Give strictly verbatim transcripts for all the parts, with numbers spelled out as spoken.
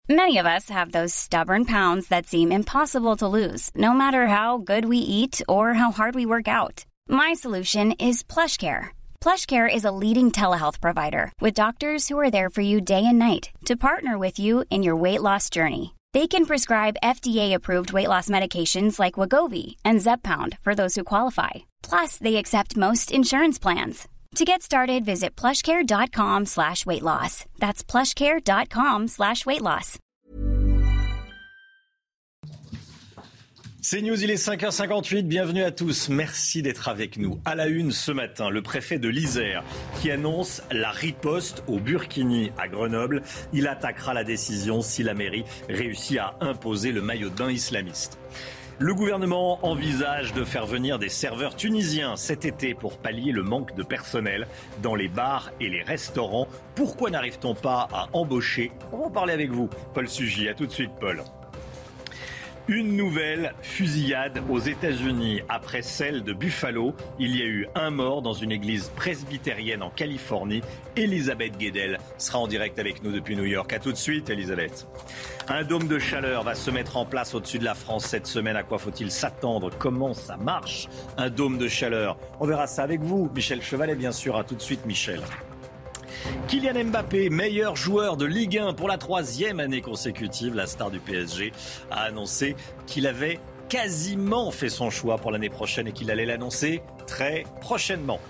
Many of us have those stubborn pounds that seem impossible to lose, no matter how good we eat or how hard we work out. My solution is PlushCare. PlushCare is a leading telehealth provider with doctors who are there for you day and night to partner with you in your weight loss journey. They can prescribe F D A-approved weight loss medications like Wegovy and Zepbound for those who qualify. Plus, they accept most insurance plans. To get started, visit plushcare.com slash weight loss. That's plushcare.com slash weight loss. C'est News, il est cinq heures cinquante-huit, bienvenue à tous, merci d'être avec nous. À la une ce matin, le préfet de l'Isère qui annonce la riposte au Burkini à Grenoble. Il attaquera la décision si la mairie réussit à imposer le maillot de bain islamiste. Le gouvernement envisage de faire venir des serveurs tunisiens cet été pour pallier le manque de personnel dans les bars et les restaurants. Pourquoi n'arrive-t-on pas à embaucher ? On va en parler avec vous. Paul Sugy, à tout de suite Paul. Une nouvelle fusillade aux États-Unis après celle de Buffalo. Il y a eu un mort dans une église presbytérienne en Californie. Elisabeth Guedel sera en direct avec nous depuis New York. À tout de suite, Elisabeth. Un dôme de chaleur va se mettre en place au-dessus de la France cette semaine. À quoi faut-il s'attendre ? Comment ça marche ? Un dôme de chaleur. On verra ça avec vous, Michel Chevalet, bien sûr. À tout de suite, Michel. Kylian Mbappé, meilleur joueur de Ligue un pour la troisième année consécutive. La star du P S G a annoncé qu'il avait quasiment fait son choix pour l'année prochaine et qu'il allait l'annoncer très prochainement.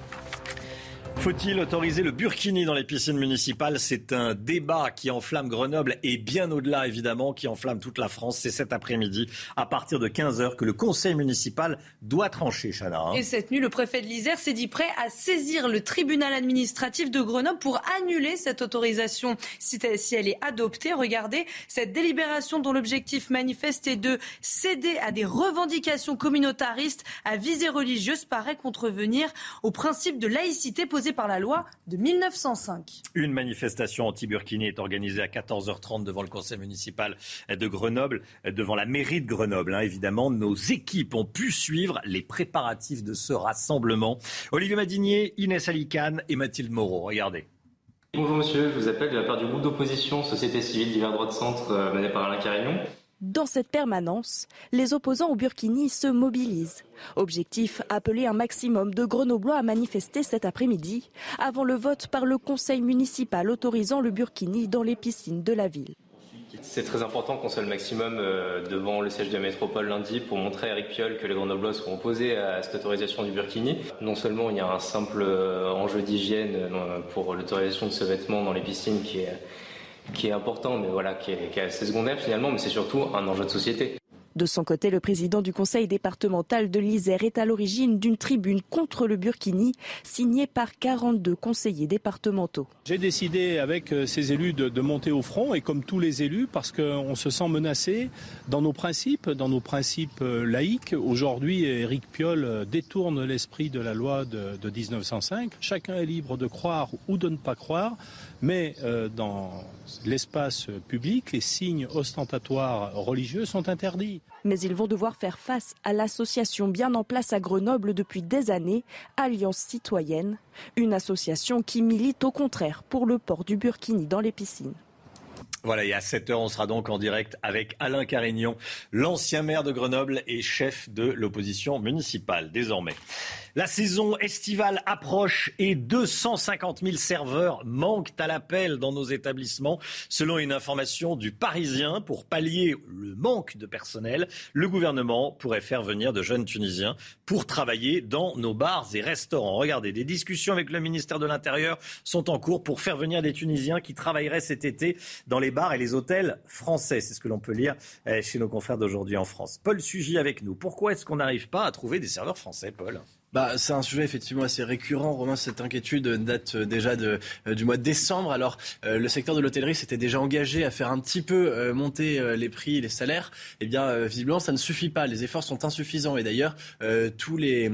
Faut-il autoriser le burkini dans les piscines municipales ? C'est un débat qui enflamme Grenoble et bien au-delà évidemment, qui enflamme toute la France. C'est cet après-midi à partir de quinze heures que le conseil municipal doit trancher, Chana. Hein. Et cette nuit, le préfet de l'Isère s'est dit prêt à saisir le tribunal administratif de Grenoble pour annuler cette autorisation si elle est adoptée. Regardez, cette délibération dont l'objectif manifeste est de céder à des revendications communautaristes à visée religieuse paraît contrevenir au principe de laïcité posé par la loi de mille neuf cent cinq. Une manifestation anti-burkini est organisée à quatorze heures trente devant le conseil municipal de Grenoble, devant la mairie de Grenoble. Hein, évidemment, nos équipes ont pu suivre les préparatifs de ce rassemblement. Olivier Madinier, Inès Alicane et Mathilde Moreau. Regardez. Bonjour monsieur, je vous appelle de la part du groupe d'opposition Société Civile d'Hiver Droit de Centre euh, mené par Alain Carignon. Dans cette permanence, les opposants au burkini se mobilisent. Objectif, appeler un maximum de Grenoblois à manifester cet après-midi, avant le vote par le conseil municipal autorisant le burkini dans les piscines de la ville. C'est très important qu'on soit le maximum euh, devant le siège de la métropole lundi pour montrer à Éric Piolle que les Grenoblois seront opposés à cette autorisation du burkini. Non seulement il y a un simple euh, enjeu d'hygiène euh, pour l'autorisation de ce vêtement dans les piscines qui est... qui est important, mais voilà, qui est, qui est assez secondaire finalement, mais c'est surtout un enjeu de société. De son côté, le président du conseil départemental de l'Isère est à l'origine d'une tribune contre le burkini signée par quarante-deux conseillers départementaux. J'ai décidé avec ces élus de, de monter au front, et comme tous les élus, parce qu'on se sent menacé dans nos principes, dans nos principes laïques. Aujourd'hui, Éric Piolle détourne l'esprit de la loi de, de dix-neuf cent cinq. Chacun est libre de croire ou de ne pas croire, mais euh, dans l'espace public, les signes ostentatoires religieux sont interdits. Mais ils vont devoir faire face à l'association bien en place à Grenoble depuis des années, Alliance Citoyenne, une association qui milite au contraire pour le port du burkini dans les piscines. Voilà, et à sept heures, on sera donc en direct avec Alain Carignon, l'ancien maire de Grenoble et chef de l'opposition municipale désormais. La saison estivale approche et deux cent cinquante mille serveurs manquent à l'appel dans nos établissements. Selon une information du Parisien, pour pallier le manque de personnel, le gouvernement pourrait faire venir de jeunes Tunisiens pour travailler dans nos bars et restaurants. Regardez, des discussions avec le ministère de l'Intérieur sont en cours pour faire venir des Tunisiens qui travailleraient cet été dans les bars et les hôtels français. C'est ce que l'on peut lire chez nos confrères d'Aujourd'hui en France. Paul Sugy avec nous. Pourquoi est-ce qu'on n'arrive pas à trouver des serveurs français, Paul ? Bah, c'est un sujet effectivement assez récurrent. Romain, cette inquiétude date déjà de, euh, du mois de décembre. Alors, euh, le secteur de l'hôtellerie s'était déjà engagé à faire un petit peu euh, monter euh, les prix et les salaires. Eh bien, euh, visiblement, ça ne suffit pas. Les efforts sont insuffisants. Et d'ailleurs, euh, tous les,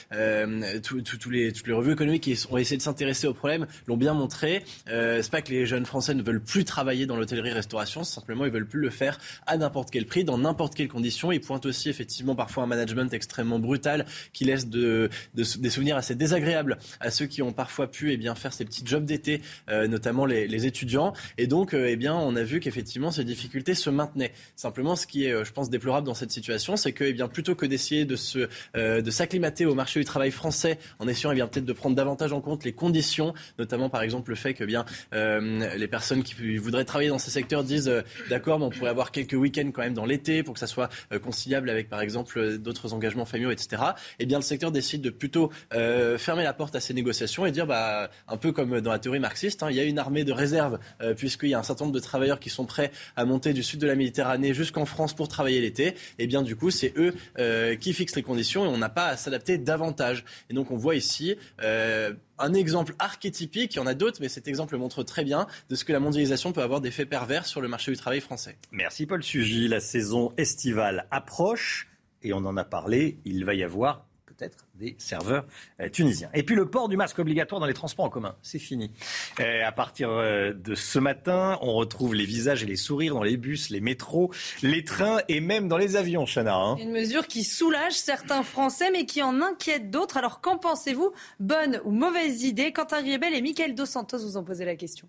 euh, tous, tous, tous les, toutes les revues économiques qui ont essayé de s'intéresser au problème l'ont bien montré. Euh, c'est pas que les jeunes Français ne veulent plus travailler dans l'hôtellerie-restauration. Simplement, ils veulent plus le faire à n'importe quel prix, dans n'importe quelle condition. Ils pointent aussi effectivement parfois un management extrêmement brutal qui laisse de de, de, des souvenirs assez désagréables à ceux qui ont parfois pu eh bien, faire ces petits jobs d'été, euh, notamment les, les étudiants. Et donc, euh, eh bien, on a vu qu'effectivement, ces difficultés se maintenaient. Simplement, ce qui est, je pense, déplorable dans cette situation, c'est que eh bien, plutôt que d'essayer de, se, euh, de s'acclimater au marché du travail français en essayant eh bien, peut-être de prendre davantage en compte les conditions, notamment par exemple le fait que eh bien, euh, les personnes qui voudraient travailler dans ces secteurs disent euh, d'accord, mais on pourrait avoir quelques week-ends quand même dans l'été pour que ça soit euh, conciliable avec par exemple d'autres engagements familiaux, et cetera. Eh bien, le secteur décide de plutôt euh, fermer la porte à ces négociations et dire, bah, un peu comme dans la théorie marxiste, hein, il y a une armée de réserve euh, puisqu'il y a un certain nombre de travailleurs qui sont prêts à monter du sud de la Méditerranée jusqu'en France pour travailler l'été. Eh bien, du coup, c'est eux euh, qui fixent les conditions et on n'a pas à s'adapter davantage. Et donc, on voit ici euh, un exemple archétypique, il y en a d'autres, mais cet exemple montre très bien de ce que la mondialisation peut avoir d'effets pervers sur le marché du travail français. Merci Paul Sugy. La saison estivale approche et on en a parlé, il va y avoir peut-être des serveurs euh, tunisiens. Et puis le port du masque obligatoire dans les transports en commun, c'est fini. Euh, à partir euh, de ce matin, on retrouve les visages et les sourires dans les bus, les métros, les trains et même dans les avions, Chana. Hein. Une mesure qui soulage certains Français mais qui en inquiète d'autres. Alors qu'en pensez-vous ? Bonne ou mauvaise idée ? Quentin Griebel et Mickaël Dos Santos vous ont posé la question.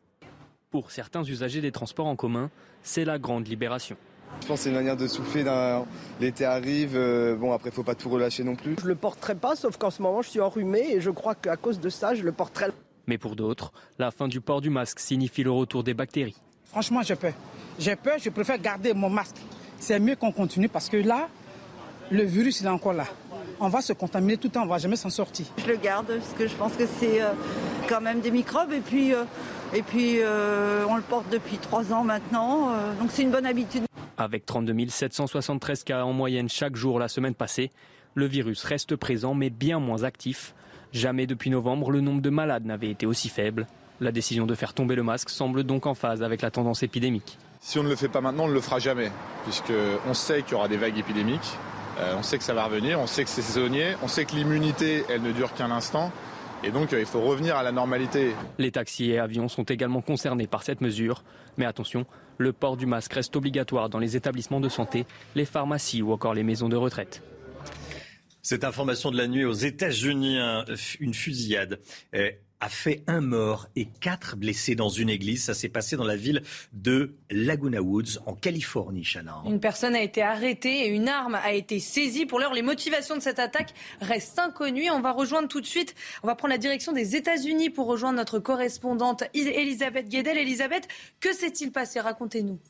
Pour certains usagers des transports en commun, c'est la grande libération. Je pense que c'est une manière de souffler. D'un... L'été arrive, euh, bon après il ne faut pas tout relâcher non plus. Je le porterai pas, sauf qu'en ce moment je suis enrhumé et je crois qu'à cause de ça je le porterai. Mais pour d'autres, la fin du port du masque signifie le retour des bactéries. Franchement j'ai peur. J'ai peur, je préfère garder mon masque. C'est mieux qu'on continue parce que là, le virus il est encore là. On va se contaminer tout le temps, on ne va jamais s'en sortir. Je le garde parce que je pense que c'est euh, quand même des microbes et puis, euh, et puis euh, on le porte depuis trois ans maintenant, euh, donc c'est une bonne habitude. Avec trente-deux mille sept cent soixante-treize cas en moyenne chaque jour la semaine passée, le virus reste présent mais bien moins actif. Jamais depuis novembre, le nombre de malades n'avait été aussi faible. La décision de faire tomber le masque semble donc en phase avec la tendance épidémique. Si on ne le fait pas maintenant, on ne le fera jamais, puisqu'on sait qu'il y aura des vagues épidémiques, euh, on sait que ça va revenir, on sait que c'est saisonnier, on sait que l'immunité, elle ne dure qu'un instant. Et donc, il faut revenir à la normalité. Les taxis et avions sont également concernés par cette mesure. Mais attention, le port du masque reste obligatoire dans les établissements de santé, les pharmacies ou encore les maisons de retraite. Cette information de la nuit aux États-Unis, une fusillade a fait un mort et quatre blessés dans une église. Ça s'est passé dans la ville de Laguna Woods, en Californie, Chana. Une personne a été arrêtée et une arme a été saisie. Pour l'heure, les motivations de cette attaque restent inconnues. On va rejoindre tout de suite, on va prendre la direction des États-Unis pour rejoindre notre correspondante Elisabeth Guedel. Elisabeth, que s'est-il passé ? Racontez-nous.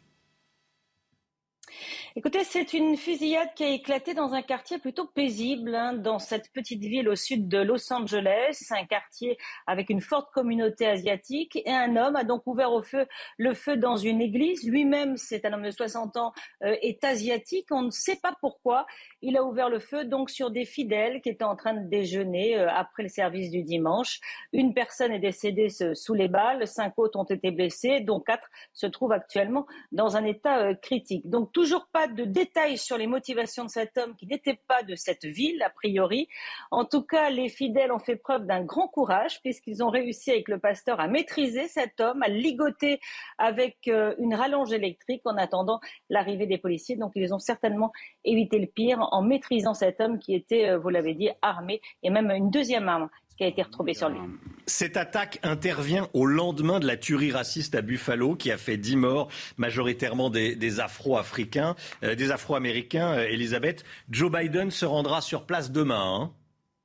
Écoutez, c'est une fusillade qui a éclaté dans un quartier plutôt paisible, hein, dans cette petite ville au sud de Los Angeles, un quartier avec une forte communauté asiatique. Et un homme a donc ouvert au feu, le feu dans une église. Lui-même, c'est un homme de soixante ans, euh, est asiatique. On ne sait pas pourquoi. Il a ouvert le feu donc sur des fidèles qui étaient en train de déjeuner euh, après le service du dimanche. Une personne est décédée sous les balles, cinq autres ont été blessés, dont quatre se trouvent actuellement dans un état euh, critique. Donc toujours pas de détails sur les motivations de cet homme qui n'était pas de cette ville, a priori. En tout cas, les fidèles ont fait preuve d'un grand courage puisqu'ils ont réussi avec le pasteur à maîtriser cet homme, à le ligoter avec euh, une rallonge électrique en attendant l'arrivée des policiers. Donc ils ont certainement évité le pire en maîtrisant cet homme qui était, vous l'avez dit, armé, et même une deuxième arme qui a été retrouvée sur lui. Cette attaque intervient au lendemain de la tuerie raciste à Buffalo qui a fait dix morts, majoritairement des, des Afro-Africains, euh, des Afro-Américains. Euh, Elisabeth, Joe Biden se rendra sur place demain, hein.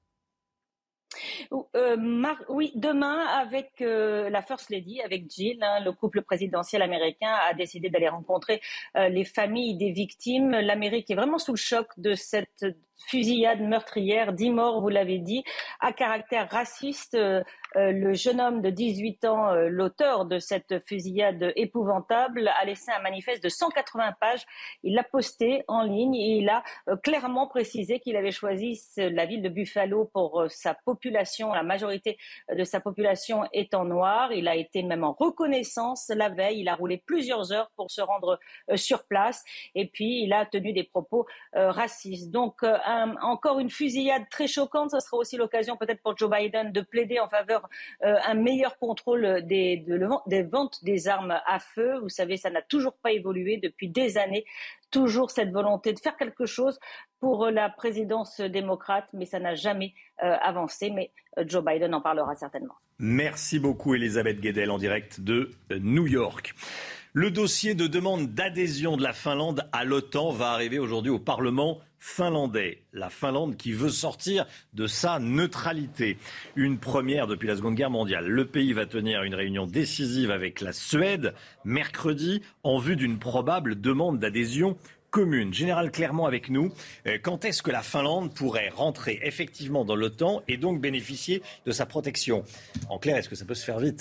Euh, Mar- oui, demain avec euh, la First Lady, avec Jill, hein, le couple présidentiel américain a décidé d'aller rencontrer euh, les familles des victimes. L'Amérique est vraiment sous le choc de cette fusillade meurtrière, dix morts, vous l'avez dit, à caractère raciste. Euh, euh, le jeune homme de dix-huit ans, euh, l'auteur de cette fusillade épouvantable, a laissé un manifeste de cent quatre-vingts pages. Il l'a posté en ligne et il a euh, clairement précisé qu'il avait choisi la ville de Buffalo pour euh, sa population. La majorité de sa population étant noire. Il a été même en reconnaissance la veille. Il a roulé plusieurs heures pour se rendre euh, sur place. Et puis, il a tenu des propos euh, racistes. Donc, euh, un, encore une fusillade très choquante. Ce sera aussi l'occasion peut-être pour Joe Biden de plaider en faveur euh, un meilleur contrôle des, de, des ventes des armes à feu. Vous savez, ça n'a toujours pas évolué depuis des années. Toujours cette volonté de faire quelque chose pour la présidence démocrate, mais ça n'a jamais euh, avancé. Mais euh, Joe Biden en parlera certainement. Merci beaucoup Elisabeth Guedel en direct de New York. Le dossier de demande d'adhésion de la Finlande à l'OTAN va arriver aujourd'hui au Parlement finlandais. La Finlande qui veut sortir de sa neutralité. Une première depuis la Seconde Guerre mondiale. Le pays va tenir une réunion décisive avec la Suède mercredi en vue d'une probable demande d'adhésion commune. Général Clermont avec nous. Quand est-ce que la Finlande pourrait rentrer effectivement dans l'OTAN et donc bénéficier de sa protection ? En clair, est-ce que ça peut se faire vite ?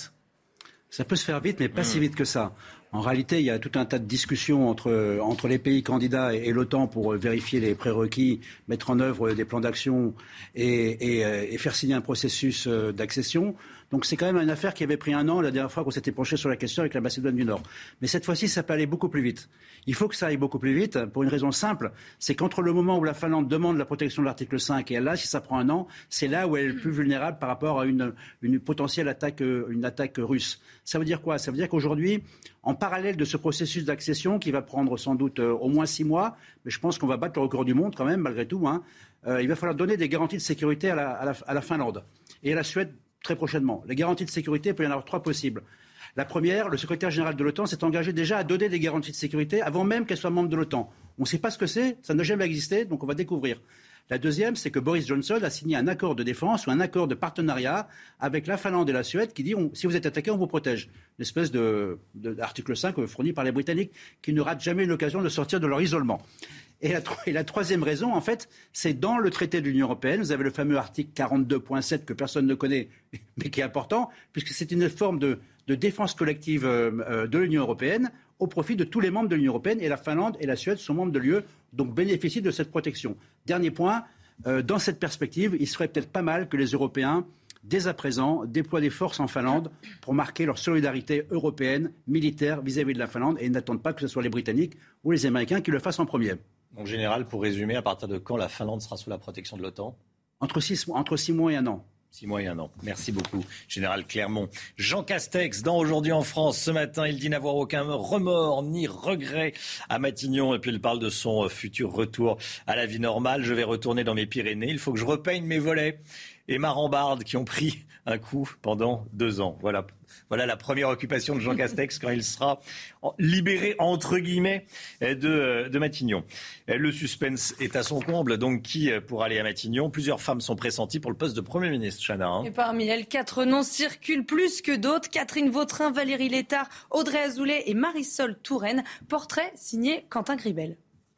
Ça peut se faire vite, mais pas mmh. si vite que ça. En réalité, il y a tout un tas de discussions entre, entre les pays candidats et, et l'OTAN pour vérifier les prérequis, mettre en œuvre des plans d'action et, et, et faire signer un processus d'accession. Donc c'est quand même une affaire qui avait pris un an la dernière fois qu'on s'était penché sur la question avec la Macédoine du Nord. Mais cette fois-ci, ça peut aller beaucoup plus vite. Il faut que ça aille beaucoup plus vite pour une raison simple, c'est qu'entre le moment où la Finlande demande la protection de l'article cinq et là, si ça prend un an, c'est là où elle est le plus vulnérable par rapport à une, une potentielle attaque, une attaque russe. Ça veut dire quoi ? Ça veut dire qu'aujourd'hui, en parallèle de ce processus d'accession qui va prendre sans doute euh, au moins six mois, mais je pense qu'on va battre le record du monde quand même, malgré tout, hein, euh, il va falloir donner des garanties de sécurité à la, à, la, à la Finlande et à la Suède très prochainement. Les garanties de sécurité, il peut y en avoir trois possibles. La première, le secrétaire général de l'OTAN s'est engagé déjà à donner des garanties de sécurité avant même qu'elle soit membre de l'OTAN. On ne sait pas ce que c'est, ça n'a jamais existé, donc on va découvrir. La deuxième, c'est que Boris Johnson a signé un accord de défense ou un accord de partenariat avec la Finlande et la Suède qui dit on, si vous êtes attaqué, on vous protège. Une espèce de, de, d'article cinq fourni par les Britanniques qui ne ratent jamais une occasion de sortir de leur isolement. Et la, et la troisième raison, en fait, c'est dans le traité de l'Union européenne. Vous avez le fameux article quarante-deux point sept que personne ne connaît, mais qui est important, puisque c'est une forme de, de défense collective euh, de l'Union européenne au profit de tous les membres de l'Union européenne. Et la Finlande et la Suède sont membres de l'U E, donc bénéficient de cette protection. Dernier point, euh, dans cette perspective, il serait peut-être pas mal que les Européens, dès à présent, déploient des forces en Finlande pour marquer leur solidarité européenne, militaire, vis-à-vis de la Finlande, et n'attendent pas que ce soit les Britanniques ou les Américains qui le fassent en premier. Donc, général, pour résumer, à partir de quand la Finlande sera sous la protection de l'OTAN ? Entre six, entre six mois et un an. Six mois et un an. Merci beaucoup, Général Clermont. Jean Castex, dans Aujourd'hui en France, ce matin, il dit n'avoir aucun remords ni regret à Matignon. Et puis il parle de son futur retour à la vie normale. Je vais retourner dans mes Pyrénées. Il faut que je repeigne mes volets et ma rambarde qui ont pris un coup pendant deux ans. Voilà. Voilà la première occupation de Jean Castex quand il sera libéré, entre guillemets, de, de Matignon. Le suspense est à son comble. Donc, qui pour aller à Matignon ? Plusieurs femmes sont pressenties pour le poste de Premier ministre, Chana. Hein. Et parmi elles, quatre noms circulent plus que d'autres. Catherine Vautrin, Valérie Létard, Audrey Azoulay et Marisol Touraine. Portrait signé Quentin Gribel.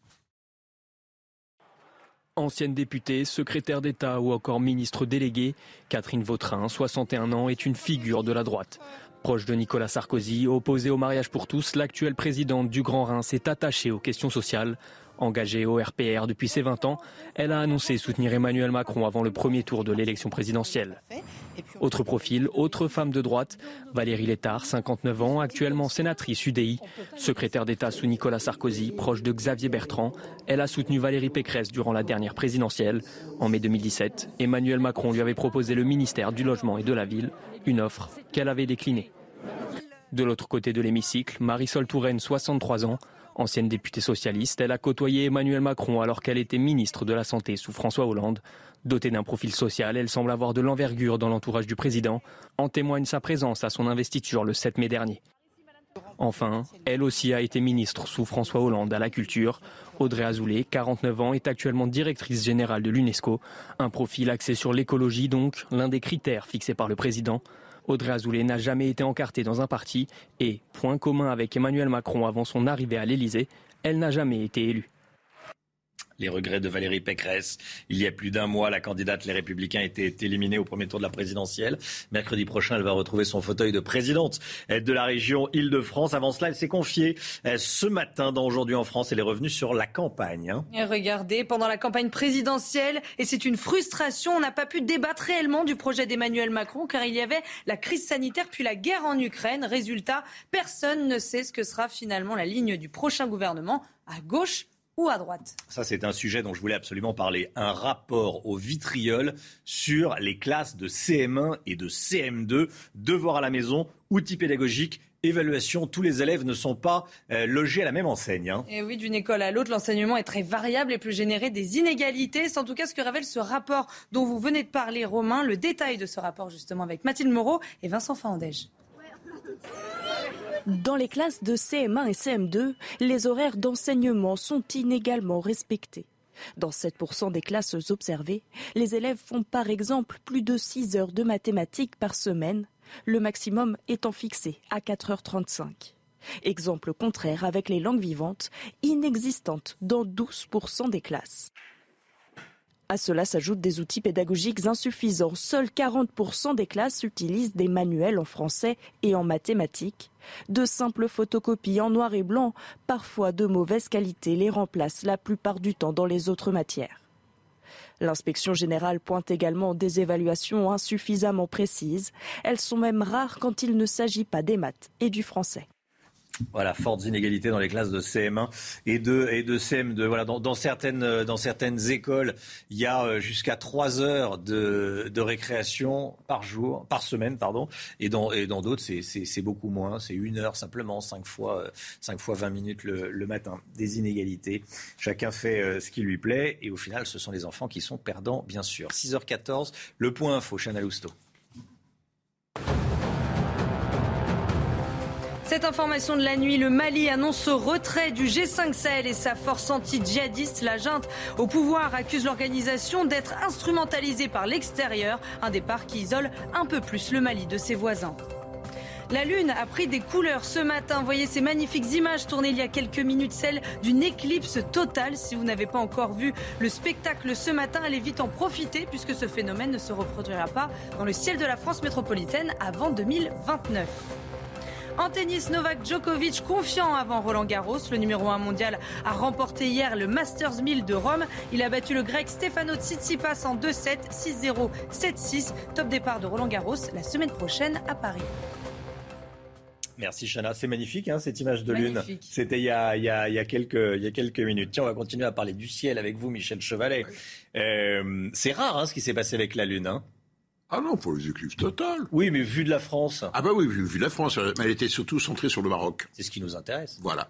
Ancienne députée, secrétaire d'État ou encore ministre déléguée, Catherine Vautrin, soixante et un ans, est une figure de la droite. Proche de Nicolas Sarkozy, opposée au mariage pour tous, l'actuelle présidente du Grand Rhin s'est attachée aux questions sociales. Engagée au R P R depuis ses vingt ans, elle a annoncé soutenir Emmanuel Macron avant le premier tour de l'élection présidentielle. Autre profil, autre femme de droite, Valérie Létard, cinquante-neuf ans, actuellement sénatrice U D I, secrétaire d'État sous Nicolas Sarkozy, proche de Xavier Bertrand. Elle a soutenu Valérie Pécresse durant la dernière présidentielle. En mai deux mille dix-sept, Emmanuel Macron lui avait proposé le ministère du Logement et de la Ville, une offre qu'elle avait déclinée. De l'autre côté de l'hémicycle, Marisol Touraine, soixante-trois ans, ancienne députée socialiste, elle a côtoyé Emmanuel Macron alors qu'elle était ministre de la Santé sous François Hollande. Dotée d'un profil social, elle semble avoir de l'envergure dans l'entourage du président. En témoigne sa présence à son investiture le sept mai dernier. Enfin, elle aussi a été ministre sous François Hollande à la culture. Audrey Azoulay, quarante-neuf ans, est actuellement directrice générale de l'UNESCO. Un profil axé sur l'écologie donc, l'un des critères fixés par le président. Audrey Azoulay n'a jamais été encartée dans un parti et, point commun avec Emmanuel Macron avant son arrivée à l'Élysée, elle n'a jamais été élue. Les regrets de Valérie Pécresse. Il y a plus d'un mois, la candidate Les Républicains était éliminée au premier tour de la présidentielle. Mercredi prochain, elle va retrouver son fauteuil de présidente de la région Île-de-France. Avant cela, elle s'est confiée ce matin dans Aujourd'hui en France. Elle est revenue sur la campagne. Hein. Et regardez, pendant la campagne présidentielle, et c'est une frustration, on n'a pas pu débattre réellement du projet d'Emmanuel Macron car il y avait la crise sanitaire puis la guerre en Ukraine. Résultat, personne ne sait ce que sera finalement la ligne du prochain gouvernement, à gauche ou à droite. Ça, c'est un sujet dont je voulais absolument parler. Un rapport au vitriol sur les classes de C M un et de C M deux. Devoirs à la maison, outils pédagogiques, évaluation. Tous les élèves ne sont pas euh, logés à la même enseigne. Hein. Et oui, d'une école à l'autre, l'enseignement est très variable et peut générer des inégalités. C'est en tout cas ce que révèle ce rapport dont vous venez de parler, Romain. Le détail de ce rapport, justement, avec Mathilde Moreau et Vincent Fahandège. Dans les classes de C M un et C M deux, les horaires d'enseignement sont inégalement respectés. Dans sept pour cent des classes observées, les élèves font par exemple plus de six heures de mathématiques par semaine, le maximum étant fixé à quatre heures trente-cinq. Exemple contraire avec les langues vivantes, inexistantes dans douze pour cent des classes. À cela s'ajoutent des outils pédagogiques insuffisants. Seuls quarante pour cent des classes utilisent des manuels en français et en mathématiques. De simples photocopies en noir et blanc, parfois de mauvaise qualité, les remplacent la plupart du temps dans les autres matières. L'inspection générale pointe également des évaluations insuffisamment précises. Elles sont même rares quand il ne s'agit pas des maths et du français. Voilà, fortes inégalités dans les classes de C M un et de, et de C M deux. Voilà, dans, dans, certaines, dans certaines écoles, il y a jusqu'à trois heures de, de récréation par jour, par semaine, pardon. Et dans, et dans d'autres, c'est, c'est, c'est beaucoup moins. C'est une heure simplement, cinq fois, cinq fois vingt minutes le, le matin. Des inégalités. Chacun fait ce qui lui plaît. Et au final, ce sont les enfants qui sont perdants, bien sûr. six heures quatorze, le point info, Chana Lousteau. Cette information de la nuit, le Mali annonce ce retrait du G cinq Sahel et sa force anti-djihadiste. La junte au pouvoir accuse l'organisation d'être instrumentalisée par l'extérieur, un départ qui isole un peu plus le Mali de ses voisins. La Lune a pris des couleurs ce matin. Voyez ces magnifiques images tournées il y a quelques minutes, celles d'une éclipse totale. Si vous n'avez pas encore vu le spectacle ce matin, allez vite en profiter puisque ce phénomène ne se reproduira pas dans le ciel de la France métropolitaine avant deux mille vingt-neuf. En tennis, Novak Djokovic confiant avant Roland Garros. Le numéro un mondial a remporté hier le Masters mille de Rome. Il a battu le grec Stefano Tsitsipas en deux sept, six zéro, sept six. Top départ de Roland Garros la semaine prochaine à Paris. Merci Chana, c'est magnifique hein, cette image de magnifique. Lune. C'était il y, a, il, y a, il, y a quelques, il y a quelques minutes. Tiens, on va continuer à parler du ciel avec vous, Michel Chevalet. Euh, c'est rare hein, ce qui s'est passé avec la Lune. Hein. Ah non, pour les éclipses totales. Oui, mais vu de la France. Ah bah oui, vu, vu de la France, mais elle était surtout centrée sur le Maroc. C'est ce qui nous intéresse. Voilà.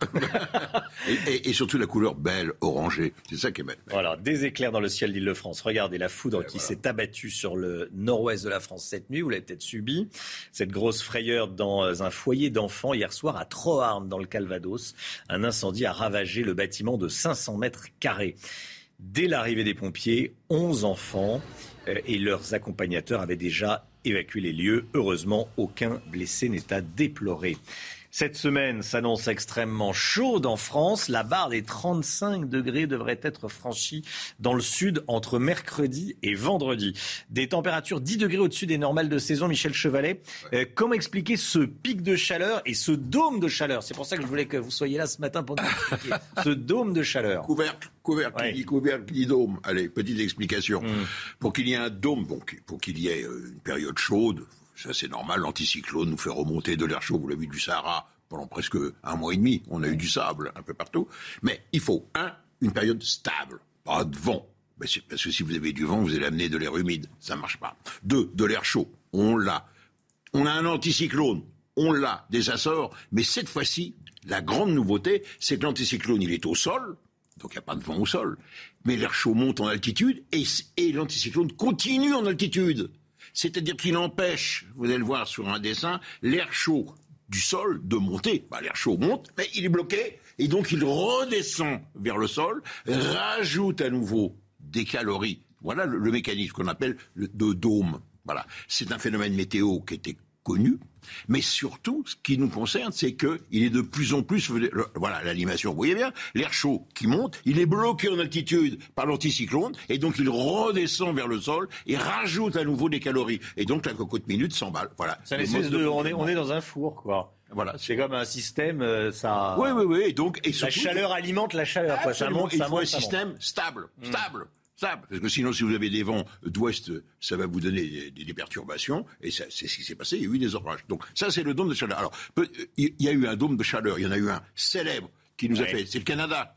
et, et, et surtout la couleur belle, orangée. C'est ça qui est belle. Voilà, des éclairs dans le ciel d'Île-de-France. Regardez la foudre et qui voilà. s'est abattue sur le nord-ouest de la France cette nuit. Vous l'avez peut-être subi. Cette grosse frayeur dans un foyer d'enfants hier soir à Troarn, dans le Calvados. Un incendie a ravagé le bâtiment de cinq cents mètres carrés. Dès l'arrivée des pompiers, onze enfants et leurs accompagnateurs avaient déjà évacué les lieux. Heureusement, aucun blessé n'est à déplorer. Cette semaine s'annonce extrêmement chaude en France. La barre des trente-cinq degrés devrait être franchie dans le sud entre mercredi et vendredi. Des températures dix degrés au-dessus des normales de saison. Michel Chevalet, euh, comment expliquer ce pic de chaleur et ce dôme de chaleur ? C'est pour ça que je voulais que vous soyez là ce matin pour nous expliquer ce dôme de chaleur. Couvercle, couvercle, ouais. qui dit couvercle, qui dit dôme. Allez, petite explication. Mmh. Pour qu'il y ait un dôme, bon, pour qu'il y ait une période chaude, ça c'est normal, l'anticyclone nous fait remonter de l'air chaud, vous l'avez vu, du Sahara, pendant presque un mois et demi. On a eu du sable un peu partout. Mais il faut, un, une période stable, pas de vent. Parce que si vous avez du vent, vous allez amener de l'air humide. Ça ne marche pas. Deux, de l'air chaud. On l'a. On a un anticyclone. On l'a, des Açores. Mais cette fois-ci, la grande nouveauté, c'est que l'anticyclone, il est au sol. Donc il n'y a pas de vent au sol. Mais l'air chaud monte en altitude et, et l'anticyclone continue en altitude. C'est-à-dire qu'il empêche, vous allez le voir sur un dessin, l'air chaud du sol de monter. Bah, l'air chaud monte, mais il est bloqué, et donc il redescend vers le sol, rajoute à nouveau des calories. Voilà le, le mécanisme qu'on appelle le de dôme. Voilà. C'est un phénomène météo qui était connu, mais surtout, ce qui nous concerne, c'est que il est de plus en plus, voilà, l'animation, vous voyez bien, l'air chaud qui monte, il est bloqué en altitude par l'anticyclone, et donc il redescend vers le sol et rajoute à nouveau des calories. Et donc la cocotte minute s'emballe. Voilà. C'est une espèce de, on est, on est dans un four, quoi. Voilà, c'est comme un système, ça. Oui, oui, oui. Et donc, et surtout, la chaleur alimente la chaleur, quoi. Ça monte, il ça faut monte, un ça système monte. stable, stable. Mmh. Ça, parce que sinon, si vous avez des vents d'ouest, ça va vous donner des, des, des perturbations, et ça, c'est ce qui s'est passé, il y a eu des orages. Donc ça, c'est le dôme de chaleur. Alors, il y a eu un dôme de chaleur, il y en a eu un célèbre qui nous ouais. a fait, c'est le Canada.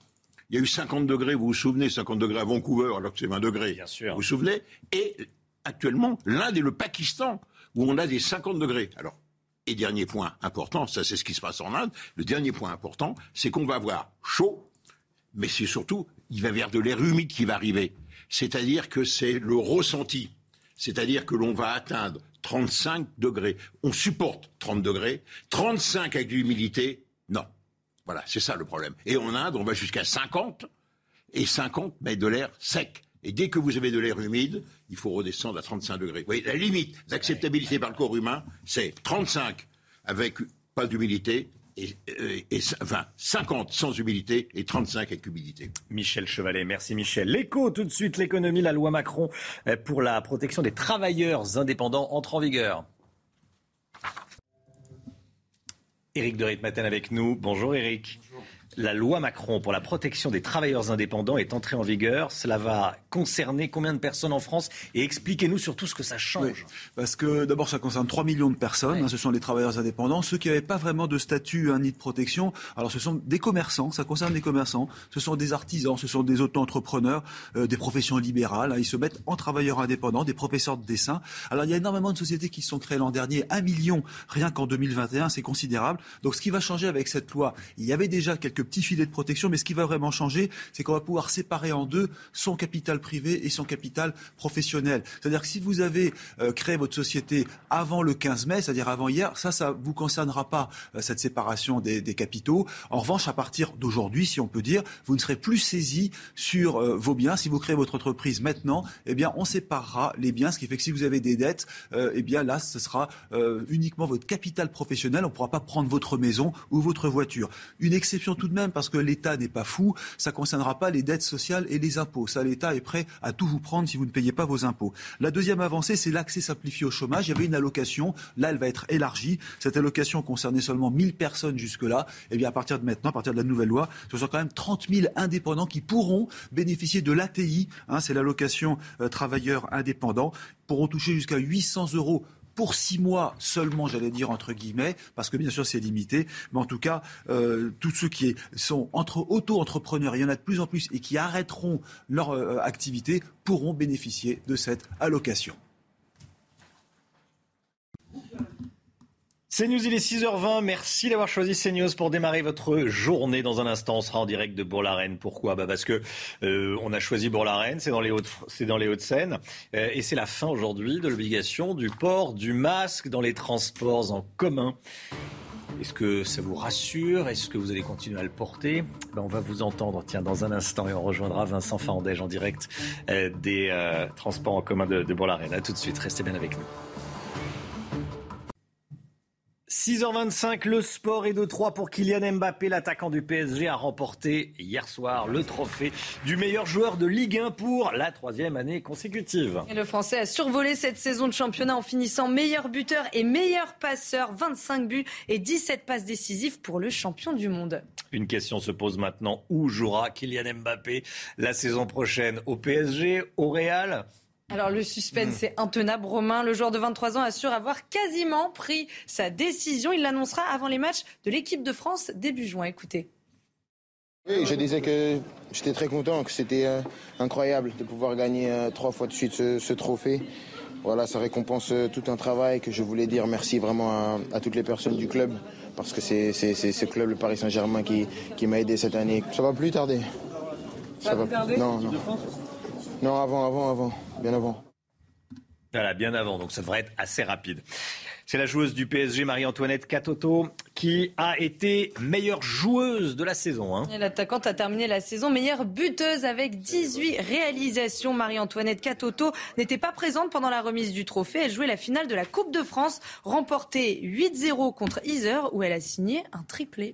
Il y a eu cinquante degrés, vous vous souvenez, cinquante degrés à Vancouver, alors que c'est vingt degrés. Bien sûr. Vous vous souvenez? Et actuellement, l'Inde et le Pakistan, où on a des cinquante degrés. Alors, et dernier point important, ça c'est ce qui se passe en Inde, le dernier point important, c'est qu'on va avoir chaud, mais c'est surtout, il va y avoir de l'air humide qui va arriver. C'est-à-dire que c'est le ressenti. C'est-à-dire que l'on va atteindre trente-cinq degrés. On supporte trente degrés. trente-cinq avec de l'humidité, non. Voilà, c'est ça le problème. Et en Inde, on va jusqu'à cinquante, et cinquante, mais de l'air sec. Et dès que vous avez de l'air humide, il faut redescendre à trente-cinq degrés. Vous voyez, la limite d'acceptabilité par le corps humain, c'est trente-cinq avec pas d'humidité, et, et, et enfin, cinquante sans humidité et trente-cinq avec humidité. Michel Chevalet, merci Michel. L'écho, tout de suite, l'économie, la loi Macron pour la protection des travailleurs indépendants entre en vigueur. Éric de Ritmaten avec nous. Bonjour Éric. Bonjour. La loi Macron pour la protection des travailleurs indépendants est entrée en vigueur. Cela va concerner combien de personnes en France? Et expliquez-nous surtout ce que ça change. Oui, parce que d'abord, ça concerne trois millions de personnes. Ouais. Hein, ce sont les travailleurs indépendants. Ceux qui n'avaient pas vraiment de statut hein, ni de protection. Alors, ce sont des commerçants. Ça concerne des commerçants. Ce sont des artisans. Ce sont des auto-entrepreneurs, euh, des professions libérales. Hein, ils se mettent en travailleurs indépendants, des professeurs de dessin. Alors, il y a énormément de sociétés qui se sont créées l'an dernier. Un million, rien qu'en deux mille vingt et un. C'est considérable. Donc, ce qui va changer avec cette loi, il y avait déjà quelques petit filet de protection, mais ce qui va vraiment changer, c'est qu'on va pouvoir séparer en deux son capital privé et son capital professionnel. C'est-à-dire que si vous avez euh, créé votre société avant le quinze mai, c'est-à-dire avant hier, ça, ça vous concernera pas, euh, cette séparation des, des capitaux. En revanche, à partir d'aujourd'hui, si on peut dire, vous ne serez plus saisi sur euh, vos biens. Si vous créez votre entreprise maintenant, eh bien, on séparera les biens, ce qui fait que si vous avez des dettes, euh, eh bien là, ce sera euh, uniquement votre capital professionnel. On ne pourra pas prendre votre maison ou votre voiture. Une exception tout de même, parce que l'État n'est pas fou, ça ne concernera pas les dettes sociales et les impôts. Ça, l'État est prêt à tout vous prendre si vous ne payez pas vos impôts. La deuxième avancée, c'est l'accès simplifié au chômage. Il y avait une allocation, là, elle va être élargie. Cette allocation concernait seulement mille personnes jusque-là. Et bien, à partir de maintenant, à partir de la nouvelle loi, ce sont quand même trente mille indépendants qui pourront bénéficier de l'A T I, hein, c'est l'allocation euh, travailleurs indépendants, pourront toucher jusqu'à huit cents euros pour six mois seulement, j'allais dire entre guillemets, parce que bien sûr c'est limité, mais en tout cas, euh, tous ceux qui sont entre auto-entrepreneurs, il y en a de plus en plus, et qui arrêteront leur euh, activité, pourront bénéficier de cette allocation. CNews, il est six heures vingt. Merci d'avoir choisi CNews pour démarrer votre journée. Dans un instant, on sera en direct de Bourg-la-Reine. Pourquoi ? Bah parce que euh, on a choisi Bourg-la-Reine, c'est dans les Hauts, c'est dans les Hauts-de-Seine, euh, et c'est la fin aujourd'hui de l'obligation du port du masque dans les transports en commun. Est-ce que ça vous rassure ? Est-ce que vous allez continuer à le porter ? Ben, on va vous entendre, tiens, dans un instant, et on rejoindra Vincent Fandège en direct euh, des euh, transports en commun de, de Bourg-la-Reine. À tout de suite, restez bien avec nous. six heures vingt-cinq, le sport est de trois pour Kylian Mbappé. L'attaquant du P S G a remporté hier soir le trophée du meilleur joueur de Ligue un pour la troisième année consécutive. Et le Français a survolé cette saison de championnat en finissant meilleur buteur et meilleur passeur. vingt-cinq buts et dix-sept passes décisives pour le champion du monde. Une question se pose maintenant. Où jouera Kylian Mbappé la saison prochaine ? Au P S G ? Au Real ? Alors le suspense mmh. est intenable. Romain, le joueur de vingt-trois ans, assure avoir quasiment pris sa décision. Il l'annoncera avant les matchs de l'équipe de France début juin. Écoutez. Oui, je disais que j'étais très content, que c'était euh, incroyable de pouvoir gagner euh, trois fois de suite ce, ce trophée. Voilà, ça récompense euh, tout un travail que je voulais dire merci vraiment à, à toutes les personnes du club, parce que c'est, c'est, c'est ce club, le Paris Saint-Germain, qui, qui m'a aidé cette année. Ça va plus tarder. Ça, ça va plus tarder ? Non, non. Non, avant, avant, avant, bien avant. Voilà, bien avant, donc ça devrait être assez rapide. C'est la joueuse du P S G, Marie-Antoinette Katoto, qui a été meilleure joueuse de la saison. Hein. Et l'attaquante a terminé la saison meilleure buteuse avec dix-huit réalisations. Marie-Antoinette Katoto n'était pas présente pendant la remise du trophée. Elle jouait la finale de la Coupe de France, remportée huit zéro contre Yzeure, où elle a signé un triplé.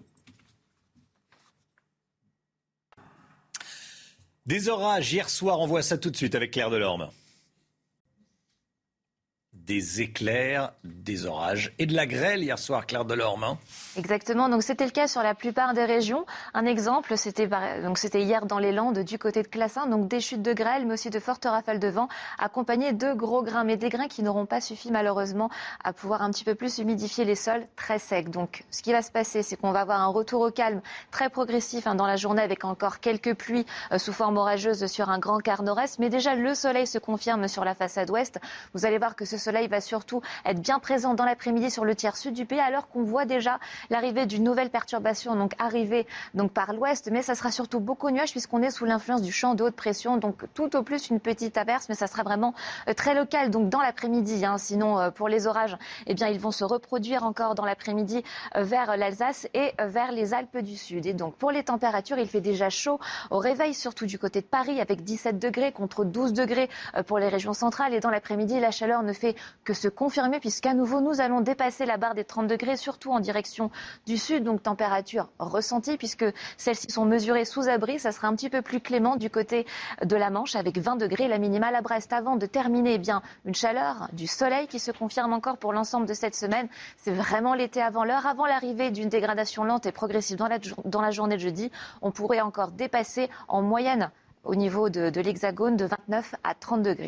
Des orages hier soir, on voit ça tout de suite avec Claire Delorme. Des des éclairs, des orages et de la grêle hier soir, Claire Delorme. Hein. Exactement, donc c'était le cas sur la plupart des régions. Un exemple, c'était, donc c'était hier dans les Landes du côté de Classin, donc des chutes de grêle mais aussi de fortes rafales de vent accompagnées de gros grains, mais des grains qui n'auront pas suffi malheureusement à pouvoir un petit peu plus humidifier les sols très secs. Donc ce qui va se passer, c'est qu'on va avoir un retour au calme très progressif hein, dans la journée avec encore quelques pluies euh, sous forme orageuse sur un grand quart nord-est, mais déjà le soleil se confirme sur la façade ouest. Vous allez voir que ce soleil va surtout être bien présent dans l'après-midi sur le tiers sud du pays, alors qu'on voit déjà l'arrivée d'une nouvelle perturbation, donc arrivée donc par l'ouest, mais ça sera surtout beaucoup de nuages puisqu'on est sous l'influence du champ de haute pression, donc tout au plus une petite averse, mais ça sera vraiment euh, très local, donc dans l'après-midi. Hein. Sinon, euh, pour les orages, eh bien, ils vont se reproduire encore dans l'après-midi euh, vers l'Alsace et euh, vers les Alpes du Sud. Et donc, pour les températures, il fait déjà chaud au réveil, surtout du côté de Paris, avec dix-sept degrés contre douze degrés euh, pour les régions centrales. Et dans l'après-midi, la chaleur ne fait que se confirmer puisqu'à nouveau, nous allons dépasser la barre des trente degrés, surtout en direction du sud. Donc, température ressentie puisque celles-ci sont mesurées sous abri. Ça sera un petit peu plus clément du côté de la Manche avec vingt degrés, la minimale à Brest. Avant de terminer, eh bien, une chaleur, du soleil qui se confirme encore pour l'ensemble de cette semaine. C'est vraiment l'été avant l'heure, avant l'arrivée d'une dégradation lente et progressive dans la, dans la journée de jeudi. On pourrait encore dépasser en moyenne au niveau de, de l'Hexagone de vingt-neuf à trente degrés.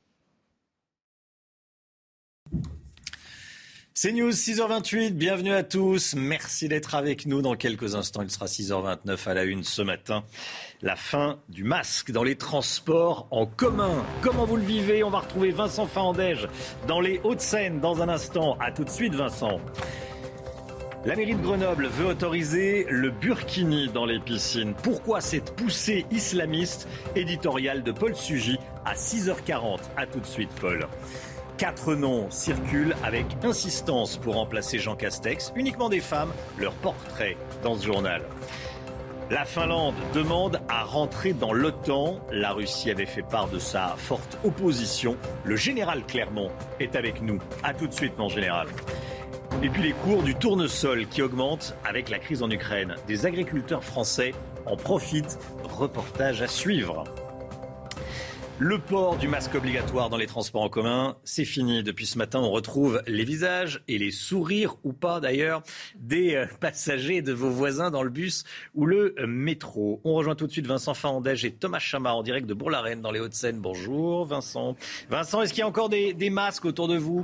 C'est News, six heures vingt-huit, bienvenue à tous, merci d'être avec nous. Dans quelques instants, il sera six heures vingt-neuf à la une ce matin. La fin du masque dans les transports en commun. Comment vous le vivez ? On va retrouver Vincent Fahandège dans les Hauts-de-Seine dans un instant. A tout de suite Vincent. La mairie de Grenoble veut autoriser le burkini dans les piscines. Pourquoi cette poussée islamiste ? Éditorial de Paul Sugy à six heures quarante. A tout de suite Paul. Quatre noms circulent avec insistance pour remplacer Jean Castex. Uniquement des femmes, leur portrait dans ce journal. La Finlande demande à rentrer dans l'OTAN. La Russie avait fait part de sa forte opposition. Le général Clermont est avec nous. A tout de suite, mon général. Et puis les cours du tournesol qui augmentent avec la crise en Ukraine. Des agriculteurs français en profitent. Reportage à suivre. Le port du masque obligatoire dans les transports en commun, c'est fini. Depuis ce matin, on retrouve les visages et les sourires, ou pas d'ailleurs, des passagers de vos voisins dans le bus ou le métro. On rejoint tout de suite Vincent Fahandège et Thomas Chamard en direct de Bourg-la-Reine dans les Hauts-de-Seine. Bonjour Vincent. Vincent, est-ce qu'il y a encore des, des masques autour de vous ?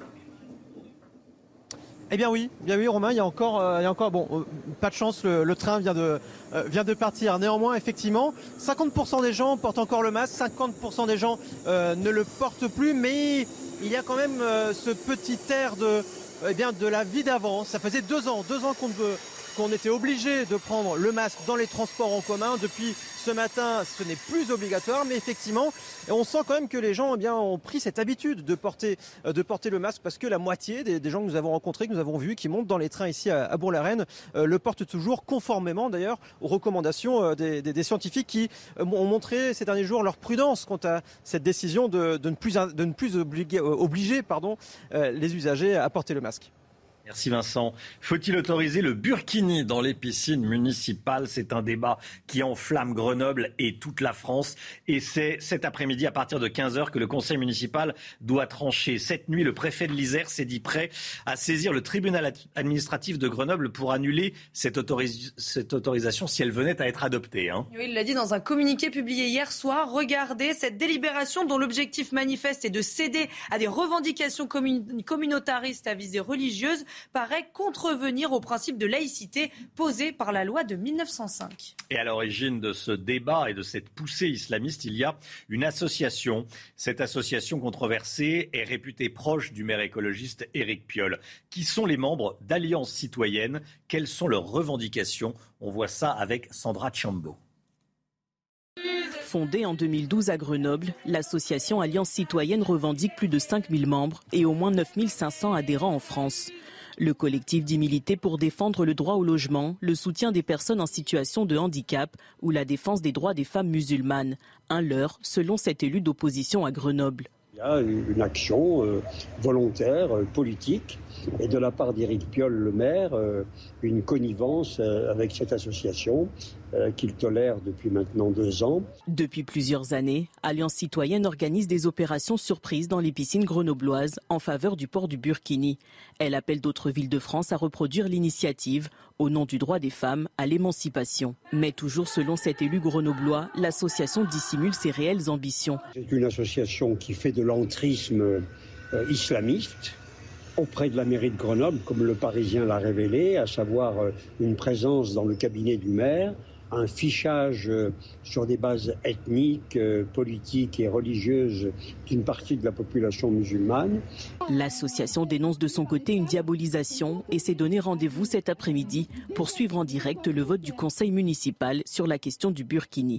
Eh bien oui, bien oui Romain, il y a encore, euh, il y a encore bon, euh, pas de chance, le, le train vient de, euh, vient de partir. Néanmoins, effectivement, cinquante pour cent des gens portent encore le masque, cinquante pour cent des gens euh, ne le portent plus, mais il y a quand même euh, ce petit air de, eh bien, de la vie d'avant. Ça faisait deux ans, deux ans qu'on, qu'on était obligé de prendre le masque dans les transports en commun. Depuis ce matin, ce n'est plus obligatoire, mais effectivement, on sent quand même que les gens eh bien, ont pris cette habitude de porter, de porter le masque parce que la moitié des, des gens que nous avons rencontrés, que nous avons vus, qui montent dans les trains ici à, à Bourg-la-Reine, euh, le portent toujours conformément d'ailleurs aux recommandations euh, des, des, des scientifiques qui euh, ont montré ces derniers jours leur prudence quant à cette décision de, de ne plus, de ne plus obliger, euh, obliger pardon, euh, les usagers à porter le masque. Merci Vincent. Faut-il autoriser le burkini dans les piscines municipales ? C'est un débat qui enflamme Grenoble et toute la France. Et c'est cet après-midi à partir de quinze heures que le conseil municipal doit trancher. Cette nuit, le préfet de l'Isère s'est dit prêt à saisir le tribunal administratif de Grenoble pour annuler cette, autoris- cette autorisation si elle venait à être adoptée. Hein. Oui, il l'a dit dans un communiqué publié hier soir. Regardez, cette délibération dont l'objectif manifeste est de céder à des revendications commun- communautaristes à visée religieuse paraît contrevenir au principe de laïcité posé par la loi de mille neuf cent cinq. Et à l'origine de ce débat et de cette poussée islamiste, il y a une association. Cette association controversée est réputée proche du maire écologiste Éric Piolle. Qui sont les membres d'Alliance Citoyenne ? Quelles sont leurs revendications ? On voit ça avec Sandra Chambo. Fondée en deux mille douze à Grenoble, l'association Alliance Citoyenne revendique plus de cinq mille membres et au moins neuf mille cinq cents adhérents en France. Le collectif dit militer pour défendre le droit au logement, le soutien des personnes en situation de handicap ou la défense des droits des femmes musulmanes. Un leurre, selon cet élu d'opposition à Grenoble. Il y a une action euh, volontaire, euh, politique, et de la part d'Éric Piolle, le maire, euh, une connivence euh, avec cette association euh, qu'il tolère depuis maintenant deux ans. Depuis plusieurs années, Alliance citoyenne organise des opérations surprises dans les piscines grenobloises en faveur du port du burkini. Elle appelle d'autres villes de France à reproduire l'initiative au nom du droit des femmes à l'émancipation. Mais toujours selon cet élu grenoblois, l'association dissimule ses réelles ambitions. C'est une association qui fait de l'entrisme euh, islamiste auprès de la mairie de Grenoble, comme le Parisien l'a révélé, à savoir euh, une présence dans le cabinet du maire, un fichage euh, sur des bases ethniques, euh, politiques et religieuses d'une partie de la population musulmane. L'association dénonce de son côté une diabolisation et s'est donné rendez-vous cet après-midi pour suivre en direct le vote du conseil municipal sur la question du burkini.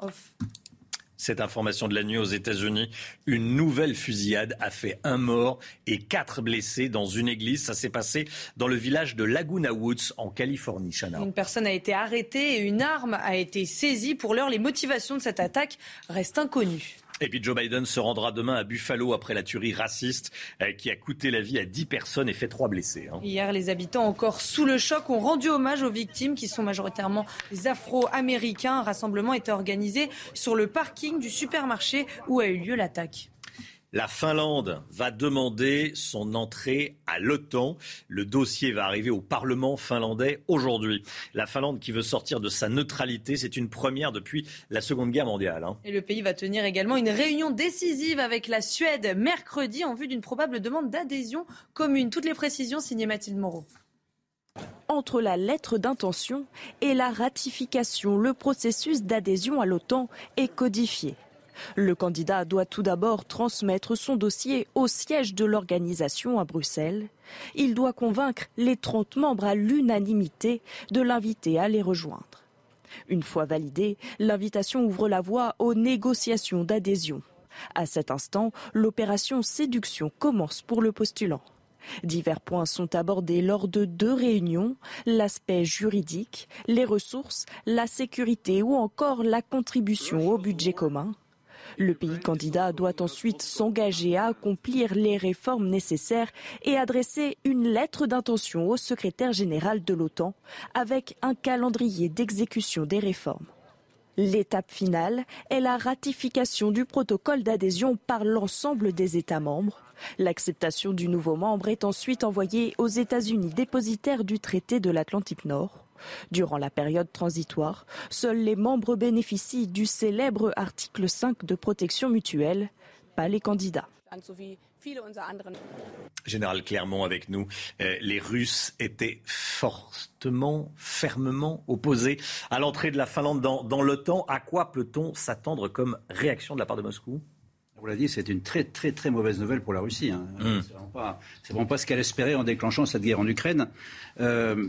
Cette information de la nuit aux États-Unis, une nouvelle fusillade a fait un mort et quatre blessés dans une église. Ça s'est passé dans le village de Laguna Woods en Californie. Chana. Une personne a été arrêtée et une arme a été saisie. Pour l'heure, les motivations de cette attaque restent inconnues. Et puis Joe Biden se rendra demain à Buffalo après la tuerie raciste qui a coûté la vie à dix personnes et fait trois blessés. Hein. Hier, les habitants encore sous le choc ont rendu hommage aux victimes qui sont majoritairement des Afro-Américains. Un rassemblement était organisé sur le parking du supermarché où a eu lieu l'attaque. La Finlande va demander son entrée à l'OTAN. Le dossier va arriver au Parlement finlandais aujourd'hui. La Finlande qui veut sortir de sa neutralité, c'est une première depuis la Seconde Guerre mondiale. Hein. Et le pays va tenir également une réunion décisive avec la Suède mercredi en vue d'une probable demande d'adhésion commune. Toutes les précisions signées Mathilde Moreau. Entre la lettre d'intention et la ratification, le processus d'adhésion à l'OTAN est codifié. Le candidat doit tout d'abord transmettre son dossier au siège de l'organisation à Bruxelles. Il doit convaincre les trente membres à l'unanimité de l'inviter à les rejoindre. Une fois validée, l'invitation ouvre la voie aux négociations d'adhésion. À cet instant, l'opération séduction commence pour le postulant. Divers points sont abordés lors de deux réunions, l'aspect juridique, les ressources, la sécurité ou encore la contribution au budget commun. Le pays candidat doit ensuite s'engager à accomplir les réformes nécessaires et adresser une lettre d'intention au secrétaire général de l'OTAN avec un calendrier d'exécution des réformes. L'étape finale est la ratification du protocole d'adhésion par l'ensemble des États membres. L'acceptation du nouveau membre est ensuite envoyée aux États-Unis dépositaires du traité de l'Atlantique Nord. Durant la période transitoire, seuls les membres bénéficient du célèbre article cinq de protection mutuelle, pas les candidats. Général Clermont avec nous. Euh, les Russes étaient fortement, fermement opposés à l'entrée de la Finlande dans, dans l'OTAN. À quoi peut-on s'attendre comme réaction de la part de Moscou ? On l'a dit, c'est une très très très mauvaise nouvelle pour la Russie. Hein. Mmh. C'est vraiment pas, c'est vraiment pas ce qu'elle espérait en déclenchant cette guerre en Ukraine. Euh,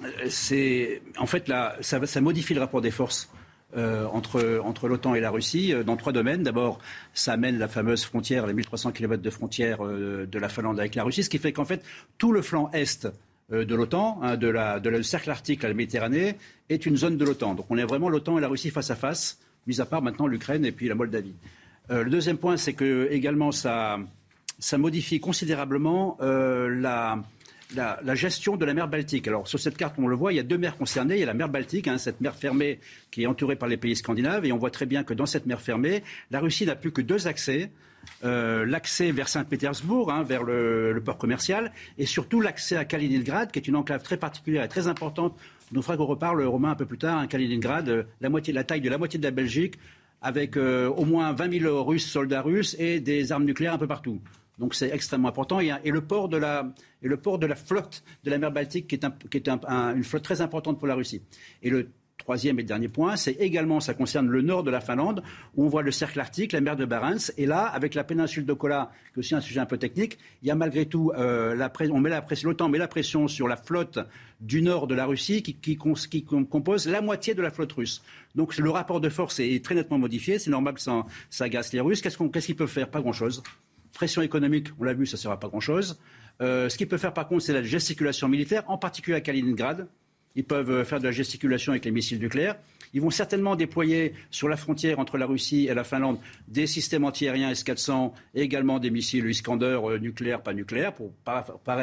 c'est, en fait, là, ça, ça modifie le rapport des forces euh, entre, entre l'OTAN et la Russie euh, dans trois domaines. D'abord, ça amène la fameuse frontière, les mille trois cents kilomètres de frontière euh, de la Finlande avec la Russie, ce qui fait qu'en fait, tout le flanc est euh, de l'OTAN, hein, de la, de la cercle arctique à la Méditerranée, est une zone de l'OTAN. Donc on est vraiment l'OTAN et la Russie face à face, mis à part maintenant l'Ukraine et puis la Moldavie. Euh, le deuxième point, c'est que également ça, ça modifie considérablement euh, la, la, la gestion de la mer Baltique. Alors sur cette carte, on le voit, il y a deux mers concernées. Il y a la mer Baltique, hein, cette mer fermée qui est entourée par les pays scandinaves, et on voit très bien que dans cette mer fermée, la Russie n'a plus que deux accès. Euh, l'accès vers Saint-Pétersbourg, hein, vers le, le port commercial, et surtout l'accès à Kaliningrad, qui est une enclave très particulière et très importante. On fera qu'on reparle, Romain, un peu plus tard, hein, Kaliningrad, euh, la moitié, la taille de la moitié de la Belgique, avec euh, au moins vingt mille Russes, soldats russes et des armes nucléaires un peu partout. Donc c'est extrêmement important. Et, et, le port de la, et le port de la flotte de la mer Baltique, qui est, un, qui est un, un, une flotte très importante pour la Russie. Et le troisième et dernier point, c'est également, ça concerne le nord de la Finlande, où on voit le cercle arctique, la mer de Barents. Et là, avec la péninsule de Kola, qui est aussi un sujet un peu technique, il y a malgré tout, euh, la pré- on met la pression, l'OTAN met la pression sur la flotte du nord de la Russie, qui, qui, qui compose la moitié de la flotte russe. Donc le rapport de force est très nettement modifié. C'est normal que ça, ça agace les Russes. Qu'est-ce, qu'on, qu'est-ce qu'ils peuvent faire ? Pas grand-chose. Pression économique, on l'a vu, ça ne sert à pas grand-chose. Euh, ce qu'ils peuvent faire par contre, c'est la gesticulation militaire, en particulier à Kaliningrad. Ils peuvent faire de la gesticulation avec les missiles nucléaires. Ils vont certainement déployer sur la frontière entre la Russie et la Finlande des systèmes antiaériens S quatre cents et également des missiles Iskander euh, nucléaires, pas nucléaires, pour pareil,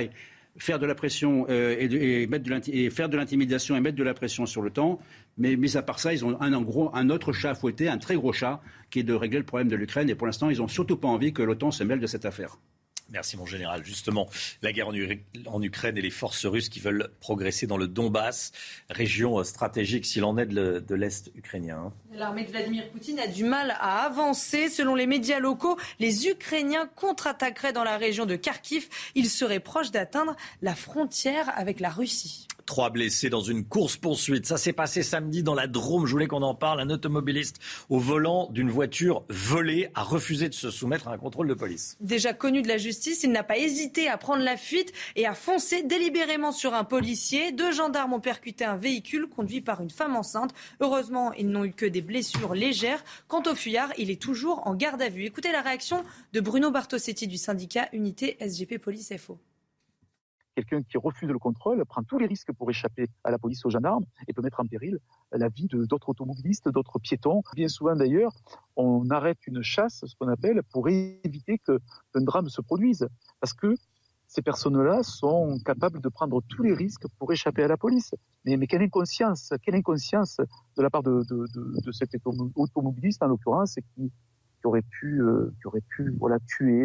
faire de la pression euh, et, de, et, mettre de et faire de l'intimidation et mettre de la pression sur l'OTAN. Mais mis à part ça, ils ont un, en gros, un autre chat à fouetter, un très gros chat, qui est de régler le problème de l'Ukraine. Et pour l'instant, ils n'ont surtout pas envie que l'OTAN se mêle de cette affaire. Merci mon général. Justement, la guerre en, U- en Ukraine et les forces russes qui veulent progresser dans le Donbass, région stratégique s'il en est de, le, de l'Est ukrainien. L'armée de Vladimir Poutine a du mal à avancer. Selon les médias locaux, les Ukrainiens contre-attaqueraient dans la région de Kharkiv. Ils seraient proches d'atteindre la frontière avec la Russie. Trois blessés dans une course-poursuite. Ça s'est passé samedi dans la Drôme. Je voulais qu'on en parle. Un automobiliste au volant d'une voiture volée a refusé de se soumettre à un contrôle de police. Déjà connu de la justice, il n'a pas hésité à prendre la fuite et à foncer délibérément sur un policier. Deux gendarmes ont percuté un véhicule conduit par une femme enceinte. Heureusement, ils n'ont eu que des blessures légères. Quant au fuyard, il est toujours en garde à vue. Écoutez la réaction de Bruno Bartosetti du syndicat Unité S G P Police F O. Quelqu'un qui refuse le contrôle prend tous les risques pour échapper à la police, aux gendarmes, et peut mettre en péril la vie de, d'autres automobilistes, d'autres piétons. Bien souvent d'ailleurs, on arrête une chasse, ce qu'on appelle, pour éviter qu'un drame se produise. Parce que ces personnes-là sont capables de prendre tous les risques pour échapper à la police. Mais, mais quelle inconscience, quelle inconscience de la part de, de, de, de cet automobiliste, en l'occurrence, qui, qui aurait pu, euh, qui aurait pu voilà, tuer...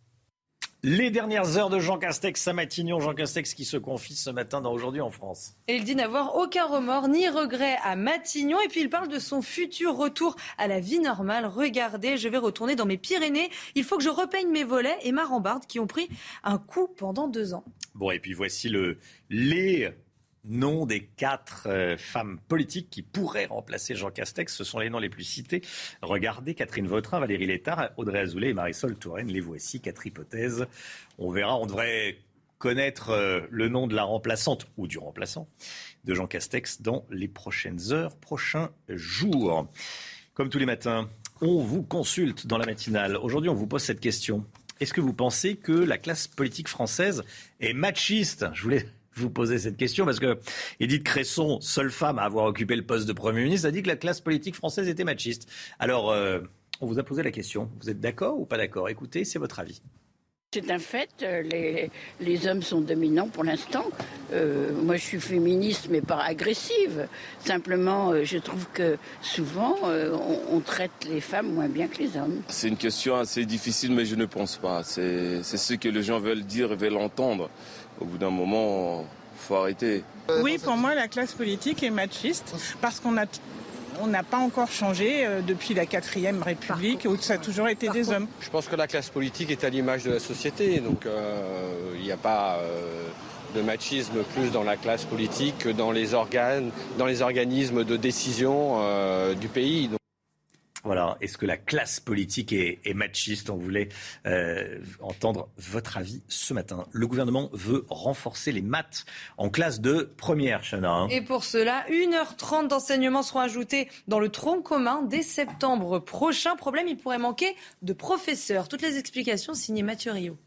Les dernières heures de Jean Castex à Matignon. Jean Castex qui se confie ce matin dans Aujourd'hui en France. Et il dit n'avoir aucun remords ni regret à Matignon. Et puis il parle de son futur retour à la vie normale. Regardez, je vais retourner dans mes Pyrénées. Il faut que je repeigne mes volets et ma rambarde qui ont pris un coup pendant deux ans. Bon, et puis voici le les noms des quatre euh, femmes politiques qui pourraient remplacer Jean Castex. Ce sont les noms les plus cités. Regardez, Catherine Vautrin, Valérie Létard, Audrey Azoulay et Marisol Touraine. Les voici, quatre hypothèses. On verra, on devrait connaître euh, le nom de la remplaçante ou du remplaçant de Jean Castex dans les prochaines heures, prochains jours. Comme tous les matins, on vous consulte dans la matinale. Aujourd'hui, on vous pose cette question. Est-ce que vous pensez que la classe politique française est machiste ? Je voulais vous poser cette question parce que Édith Cresson, seule femme à avoir occupé le poste de Premier ministre, a dit que la classe politique française était machiste. Alors, euh, on vous a posé la question. Vous êtes d'accord ou pas d'accord ? Écoutez, c'est votre avis. C'est un fait, les, les hommes sont dominants pour l'instant. Euh, moi, je suis féministe, mais pas agressive. Simplement, euh, je trouve que souvent, euh, on, on traite les femmes moins bien que les hommes. C'est une question assez difficile, mais je ne pense pas. C'est, c'est ce que les gens veulent dire et veulent entendre. Au bout d'un moment, il faut arrêter. Oui, pour moi, la classe politique est machiste parce qu'on a... On n'a pas encore changé euh, depuis la quatrième République où ça a toujours été des hommes. Je pense que la classe politique est à l'image de la société, donc il euh, n'y a pas euh, de machisme plus dans la classe politique que dans les organes, dans les organismes de décision euh, du pays. Donc... Voilà. Est-ce que la classe politique est, est machiste ? On voulait euh, entendre votre avis ce matin. Le gouvernement veut renforcer les maths en classe de première, Chana. Hein. Et pour cela, une heure trente d'enseignement seront ajoutés dans le tronc commun dès septembre prochain. Problème, il pourrait manquer de professeurs. Toutes les explications signées Mathieu Rio.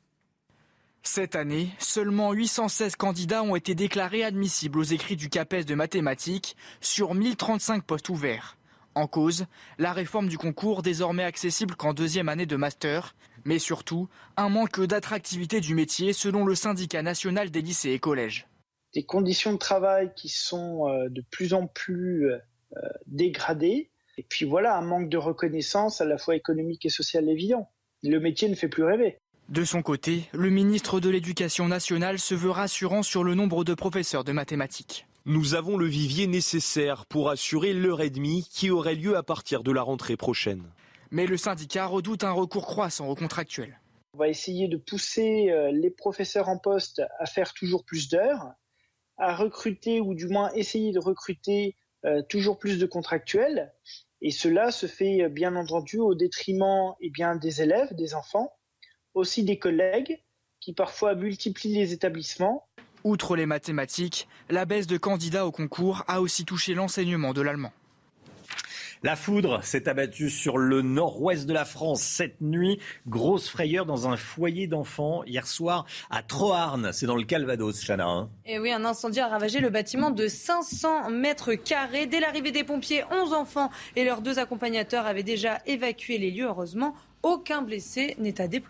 Cette année, seulement huit cent seize candidats ont été déclarés admissibles aux écrits du CAPES de mathématiques sur mille trente-cinq postes ouverts. En cause, la réforme du concours désormais accessible qu'en deuxième année de master, mais surtout un manque d'attractivité du métier selon le syndicat national des lycées et collèges. Des conditions de travail qui sont de plus en plus dégradées, et puis voilà, un manque de reconnaissance à la fois économique et sociale évident. Le métier ne fait plus rêver. De son côté, le ministre de l'Éducation nationale se veut rassurant sur le nombre de professeurs de mathématiques. Nous avons le vivier nécessaire pour assurer l'heure et demie qui aurait lieu à partir de la rentrée prochaine. Mais le syndicat redoute un recours croissant aux contractuels. On va essayer de pousser les professeurs en poste à faire toujours plus d'heures, à recruter ou du moins essayer de recruter toujours plus de contractuels. Et cela se fait bien entendu au détriment eh bien, des élèves, des enfants, aussi des collègues qui parfois multiplient les établissements. Outre les mathématiques, la baisse de candidats au concours a aussi touché l'enseignement de l'allemand. La foudre s'est abattue sur le nord-ouest de la France cette nuit. Grosse frayeur dans un foyer d'enfants hier soir à Troarn. C'est dans le Calvados, Chana. Hein. Et oui, un incendie a ravagé le bâtiment de cinq cents mètres carrés. Dès l'arrivée des pompiers, onze enfants et leurs deux accompagnateurs avaient déjà évacué les lieux. Heureusement, aucun blessé n'est à déplorer.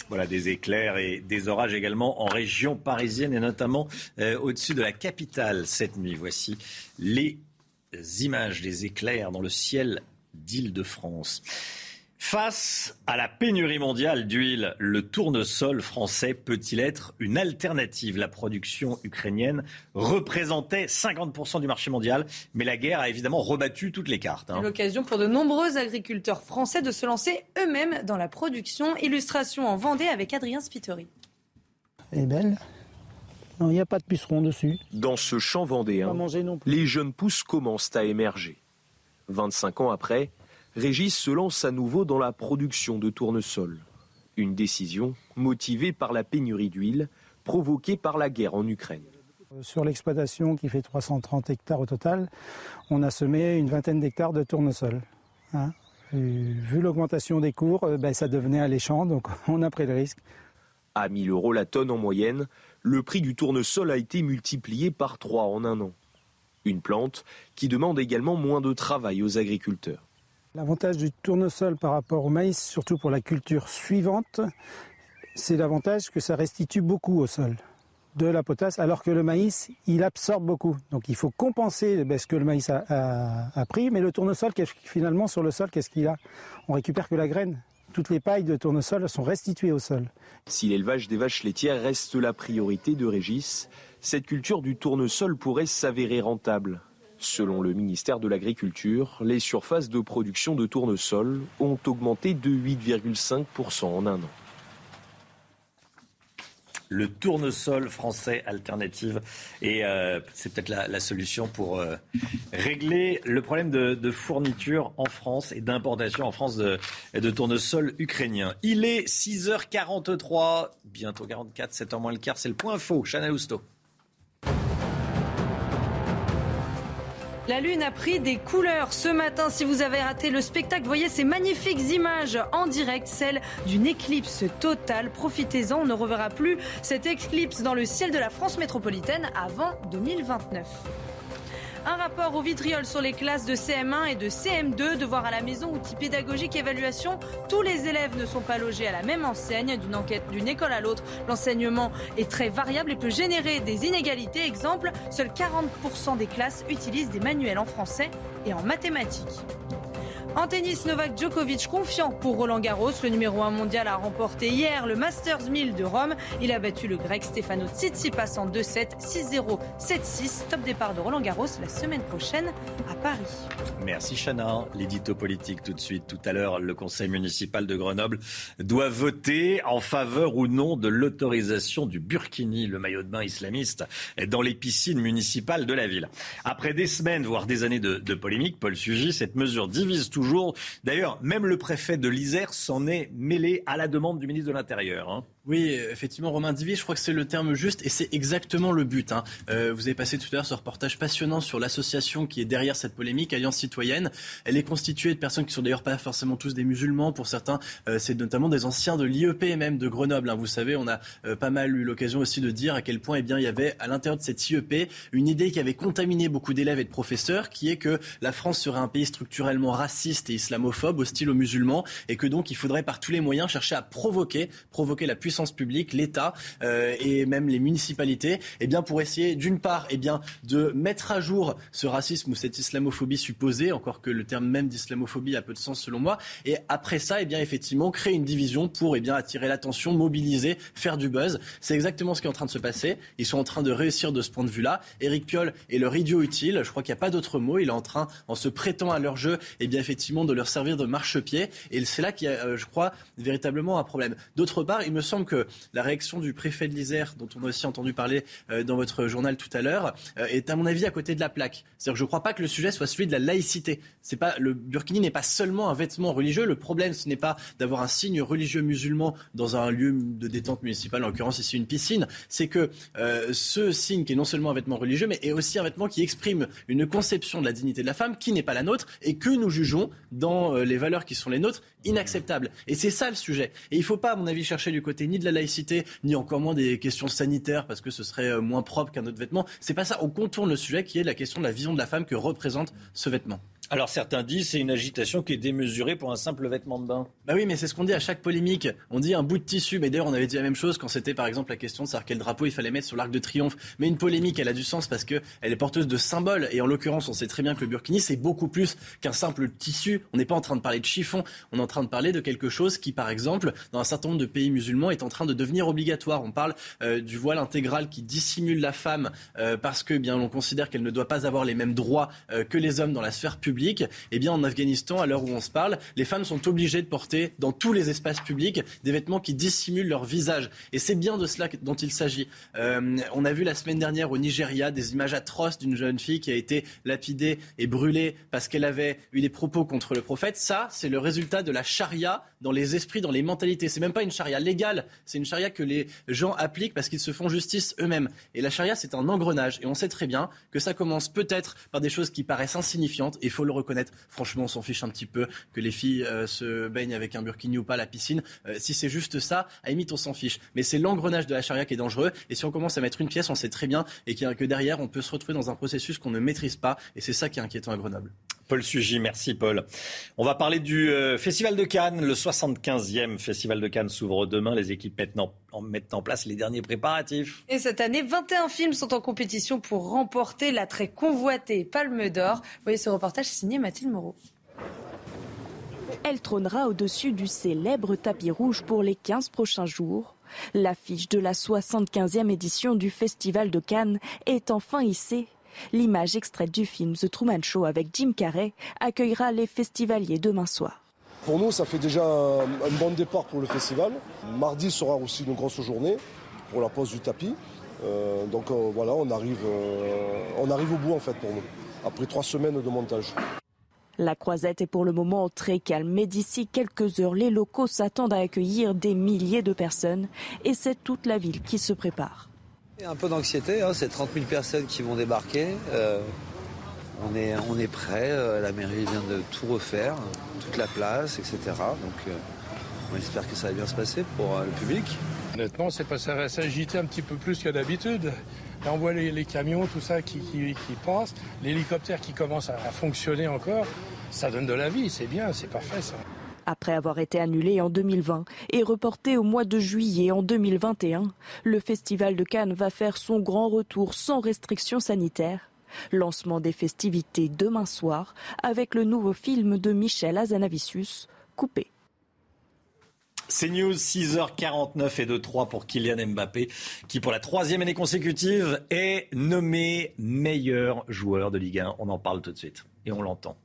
Voilà, des éclairs et des orages également en région parisienne et notamment euh, au-dessus de la capitale cette nuit. Voici les images des éclairs dans le ciel d'Île-de-France. Face à la pénurie mondiale d'huile, le tournesol français peut-il être une alternative ? La production ukrainienne représentait cinquante pour cent du marché mondial, mais la guerre a évidemment rebattu toutes les cartes. Hein. L'occasion pour de nombreux agriculteurs français de se lancer eux-mêmes dans la production. Illustration en Vendée avec Adrien Spiteri. Elle est belle. Non, il n'y a pas de puceron dessus. Dans ce champ vendéen, les jeunes pousses commencent à émerger. vingt-cinq ans après, Régis se lance à nouveau dans la production de tournesol. Une décision motivée par la pénurie d'huile provoquée par la guerre en Ukraine. Sur l'exploitation qui fait trois cent trente hectares au total, on a semé une vingtaine d'hectares de tournesol. Hein. Vu l'augmentation des cours, ben, ça devenait alléchant, donc on a pris le risque. À mille euros la tonne en moyenne, le prix du tournesol a été multiplié par trois en un an. Une plante qui demande également moins de travail aux agriculteurs. L'avantage du tournesol par rapport au maïs, surtout pour la culture suivante, c'est l'avantage que ça restitue beaucoup au sol de la potasse, alors que le maïs, il absorbe beaucoup. Donc il faut compenser ben, ce que le maïs a, a, a pris, mais le tournesol, finalement, sur le sol, qu'est-ce qu'il a ? On récupère que la graine. Toutes les pailles de tournesol sont restituées au sol. Si l'élevage des vaches laitières reste la priorité de Régis, cette culture du tournesol pourrait s'avérer rentable. Selon le ministère de l'Agriculture, les surfaces de production de tournesol ont augmenté de huit virgule cinq pour cent en un an. Le tournesol français alternative. Et euh, c'est peut-être la, la solution pour euh, régler le problème de, de fourniture en France et d'importation en France de, de tournesol ukrainien. Il est six heures quarante-trois, bientôt quarante-quatre, sept heures moins le quart, c'est le point info. Chana Lousteau. La Lune a pris des couleurs ce matin. Si vous avez raté le spectacle, voyez ces magnifiques images en direct, celles d'une éclipse totale. Profitez-en, on ne reverra plus cette éclipse dans le ciel de la France métropolitaine avant deux mille vingt-neuf. Un rapport au vitriol sur les classes de C M un et de C M deux, devoir à la maison, outils pédagogiques, évaluation. Tous les élèves ne sont pas logés à la même enseigne. D'une enquête d'une école à l'autre, l'enseignement est très variable et peut générer des inégalités. Exemple, seuls quarante pour cent des classes utilisent des manuels en français et en mathématiques. En tennis, Novak Djokovic confiant pour Roland Garros. Le numéro un mondial a remporté hier le Masters mille de Rome. Il a battu le grec Stefanos Tsitsipas en deux sept, six zéro, sept six. Top départ de Roland Garros la semaine prochaine à Paris. Merci Chana. L'édito politique tout de suite. Tout à l'heure, le conseil municipal de Grenoble doit voter en faveur ou non de l'autorisation du burkini, le maillot de bain islamiste, dans les piscines municipales de la ville. Après des semaines, voire des années de, de polémique, Paul Sugy, cette mesure divise toujours. D'ailleurs, même le préfet de l'Isère s'en est mêlé à la demande du ministre de l'Intérieur. Hein. Oui, effectivement, Romain Divis, je crois que c'est le terme juste et c'est exactement le but. Hein. Euh, vous avez passé tout à l'heure ce reportage passionnant sur l'association qui est derrière cette polémique, Alliance Citoyenne. Elle est constituée de personnes qui sont d'ailleurs pas forcément tous des musulmans. Pour certains, euh, c'est notamment des anciens de l'I E P même de Grenoble. Hein. Vous savez, on a euh, pas mal eu l'occasion aussi de dire à quel point eh bien, il y avait à l'intérieur de cette I E P une idée qui avait contaminé beaucoup d'élèves et de professeurs, qui est que la France serait un pays structurellement raciste et islamophobe, hostile aux musulmans, et que donc il faudrait par tous les moyens chercher à provoquer, provoquer la puissance publique, l'État euh, et même les municipalités, eh bien pour essayer d'une part eh bien de mettre à jour ce racisme ou cette islamophobie supposée, encore que le terme même d'islamophobie a peu de sens selon moi, et après ça eh bien effectivement créer une division pour eh bien attirer l'attention, mobiliser, faire du buzz. C'est exactement ce qui est en train de se passer. Ils sont en train de réussir de ce point de vue-là. Éric Piolle est leur idiot utile. Je crois qu'il n'y a pas d'autre mot. Il est en train, en se prêtant à leur jeu, eh bien effectivement de leur servir de marchepied. Et c'est là qu'il y a, euh, je crois, véritablement un problème. D'autre part, il me semble que la réaction du préfet de l'Isère, dont on a aussi entendu parler euh, dans votre journal tout à l'heure, euh, est à mon avis à côté de la plaque. C'est-à-dire que je ne crois pas que le sujet soit celui de la laïcité. C'est pas, le burkini n'est pas seulement un vêtement religieux. Le problème, ce n'est pas d'avoir un signe religieux musulman dans un lieu de détente municipale, en l'occurrence ici une piscine. C'est que euh, ce signe qui est non seulement un vêtement religieux, mais est aussi un vêtement qui exprime une conception de la dignité de la femme qui n'est pas la nôtre et que nous jugeons dans euh, les valeurs qui sont les nôtres inacceptables. Et c'est ça le sujet. Et il ne faut pas, à mon avis, chercher du côté ni de la laïcité, ni encore moins des questions sanitaires parce que ce serait moins propre qu'un autre vêtement. C'est pas ça. On contourne le sujet qui est la question de la vision de la femme que représente ce vêtement. Alors certains disent c'est une agitation qui est démesurée pour un simple vêtement de bain. Bah oui, mais c'est ce qu'on dit à chaque polémique. On dit un bout de tissu, mais d'ailleurs on avait dit la même chose quand c'était par exemple la question de savoir quel drapeau il fallait mettre sur l'Arc de Triomphe. Mais une polémique, elle a du sens parce qu'elle est porteuse de symboles. Et en l'occurrence, on sait très bien que le burkini, c'est beaucoup plus qu'un simple tissu. On n'est pas en train de parler de chiffon, on est en train de parler de quelque chose qui, par exemple, dans un certain nombre de pays musulmans, est en train de devenir obligatoire. On parle euh, du voile intégral qui dissimule la femme euh, parce que, eh bien, on considère qu'elle ne doit pas avoir les mêmes droits euh, que les hommes dans la sphère publique. Eh bien, en Afghanistan, à l'heure où on se parle, les femmes sont obligées de porter dans tous les espaces publics des vêtements qui dissimulent leur visage. Et c'est bien de cela dont il s'agit. Euh, on a vu la semaine dernière au Nigeria des images atroces d'une jeune fille qui a été lapidée et brûlée parce qu'elle avait eu des propos contre le prophète. Ça, c'est le résultat de la charia dans les esprits, dans les mentalités. C'est même pas une charia légale, c'est une charia que les gens appliquent parce qu'ils se font justice eux-mêmes. Et la charia, c'est un engrenage. Et on sait très bien que ça commence peut-être par des choses qui paraissent insignifiantes. Et il faut le reconnaître. Franchement, on s'en fiche un petit peu que les filles euh, se baignent avec un burkini ou pas à la piscine. Euh, si c'est juste ça, à la limite, on s'en fiche. Mais c'est l'engrenage de la charia qui est dangereux. Et si on commence à mettre une pièce, on sait très bien et que derrière, on peut se retrouver dans un processus qu'on ne maîtrise pas. Et c'est ça qui est inquiétant à Grenoble. Paul Sugy, merci Paul. On va parler du euh, Festival de Cannes. Le soixante-quinzième Festival de Cannes s'ouvre demain. Les équipes mettent en, mettent en place les derniers préparatifs. Et cette année, vingt et un films sont en compétition pour remporter la très convoitée Palme d'Or. Vous voyez ce reportage signé Mathilde Moreau. Elle trônera au-dessus du célèbre tapis rouge pour les quinze prochains jours. L'affiche de la soixante-quinzième édition du Festival de Cannes est enfin hissée. L'image extraite du film The Truman Show avec Jim Carrey accueillera les festivaliers demain soir. Pour nous, ça fait déjà un, un bon départ pour le festival. Mardi sera aussi une grosse journée pour la pose du tapis. Euh, donc euh, voilà, on arrive, euh, on arrive au bout en fait pour nous, après trois semaines de montage. La Croisette est pour le moment très calme, mais d'ici quelques heures, les locaux s'attendent à accueillir des milliers de personnes et c'est toute la ville qui se prépare. Il y a un peu d'anxiété, hein, c'est trente mille personnes qui vont débarquer. Euh, on est, on est prêt, euh, la mairie vient de tout refaire, toute la place, et cetera. Donc euh, on espère que ça va bien se passer pour euh, le public. Honnêtement, c'est pas, ça va s'agiter un petit peu plus que d'habitude. Là, on voit les, les camions, tout ça qui, qui, qui passent, l'hélicoptère qui commence à, à fonctionner encore. Ça donne de la vie, c'est bien, c'est parfait ça. Après avoir été annulé en deux mille vingt et reporté au mois de juillet en deux mille vingt et un, le Festival de Cannes va faire son grand retour sans restrictions sanitaires. Lancement des festivités demain soir avec le nouveau film de Michel Hazanavicius, Coupé. C'est News, six heures quarante-neuf et deux trois pour Kylian Mbappé, qui pour la troisième année consécutive est nommé meilleur joueur de Ligue un. On en parle tout de suite et on l'entend.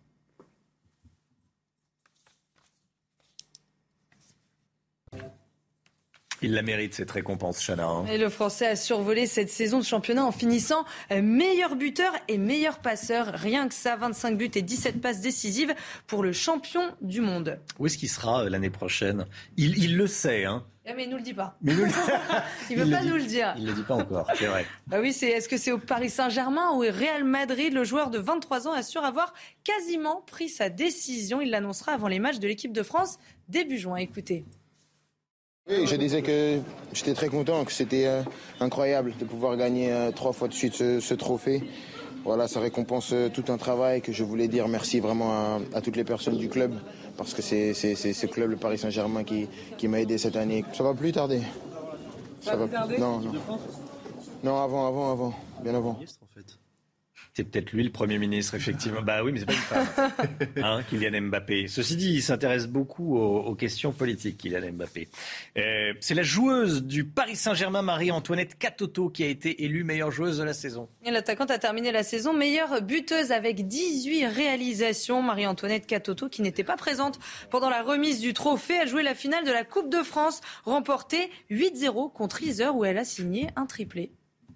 Il la mérite, cette récompense, Chana. Hein. Et le Français a survolé cette saison de championnat en finissant meilleur buteur et meilleur passeur. Rien que ça, vingt-cinq buts et dix-sept passes décisives pour le champion du monde. Où est-ce qu'il sera euh, l'année prochaine ? il, il le sait, hein. Ah mais il nous le dit pas. Mais nous... il veut il pas le nous dit. le dire. Il le dit pas encore, c'est vrai. Bah oui, c'est, est-ce que c'est au Paris Saint-Germain ou au Real Madrid ? Le joueur de vingt-trois ans assure avoir quasiment pris sa décision. Il l'annoncera avant les matchs de l'équipe de France début juin. Écoutez. Oui, je disais que j'étais très content, que c'était euh, incroyable de pouvoir gagner euh, trois fois de suite ce, ce trophée. Voilà, ça récompense euh, tout un travail que je voulais dire merci vraiment à, à toutes les personnes du club parce que c'est, c'est, c'est ce club, le Paris Saint-Germain, qui, qui m'a aidé cette année. Ça va plus tarder. Ça, ça va plus tarder ? Non, non. Non, avant, avant, avant, bien avant. C'est peut-être lui le Premier ministre, effectivement. Bah oui, mais c'est pas une femme. Hein, Kylian Mbappé. Ceci dit, il s'intéresse beaucoup aux, aux questions politiques, Kylian Mbappé. Euh, c'est la joueuse du Paris Saint-Germain, Marie-Antoinette Katoto, qui a été élue meilleure joueuse de la saison. Et l'attaquante a terminé la saison meilleure buteuse avec dix-huit réalisations. Marie-Antoinette Katoto, qui n'était pas présente pendant la remise du trophée, a joué la finale de la Coupe de France, remportée huit zéro contre Yzeure, où elle a signé un triplé.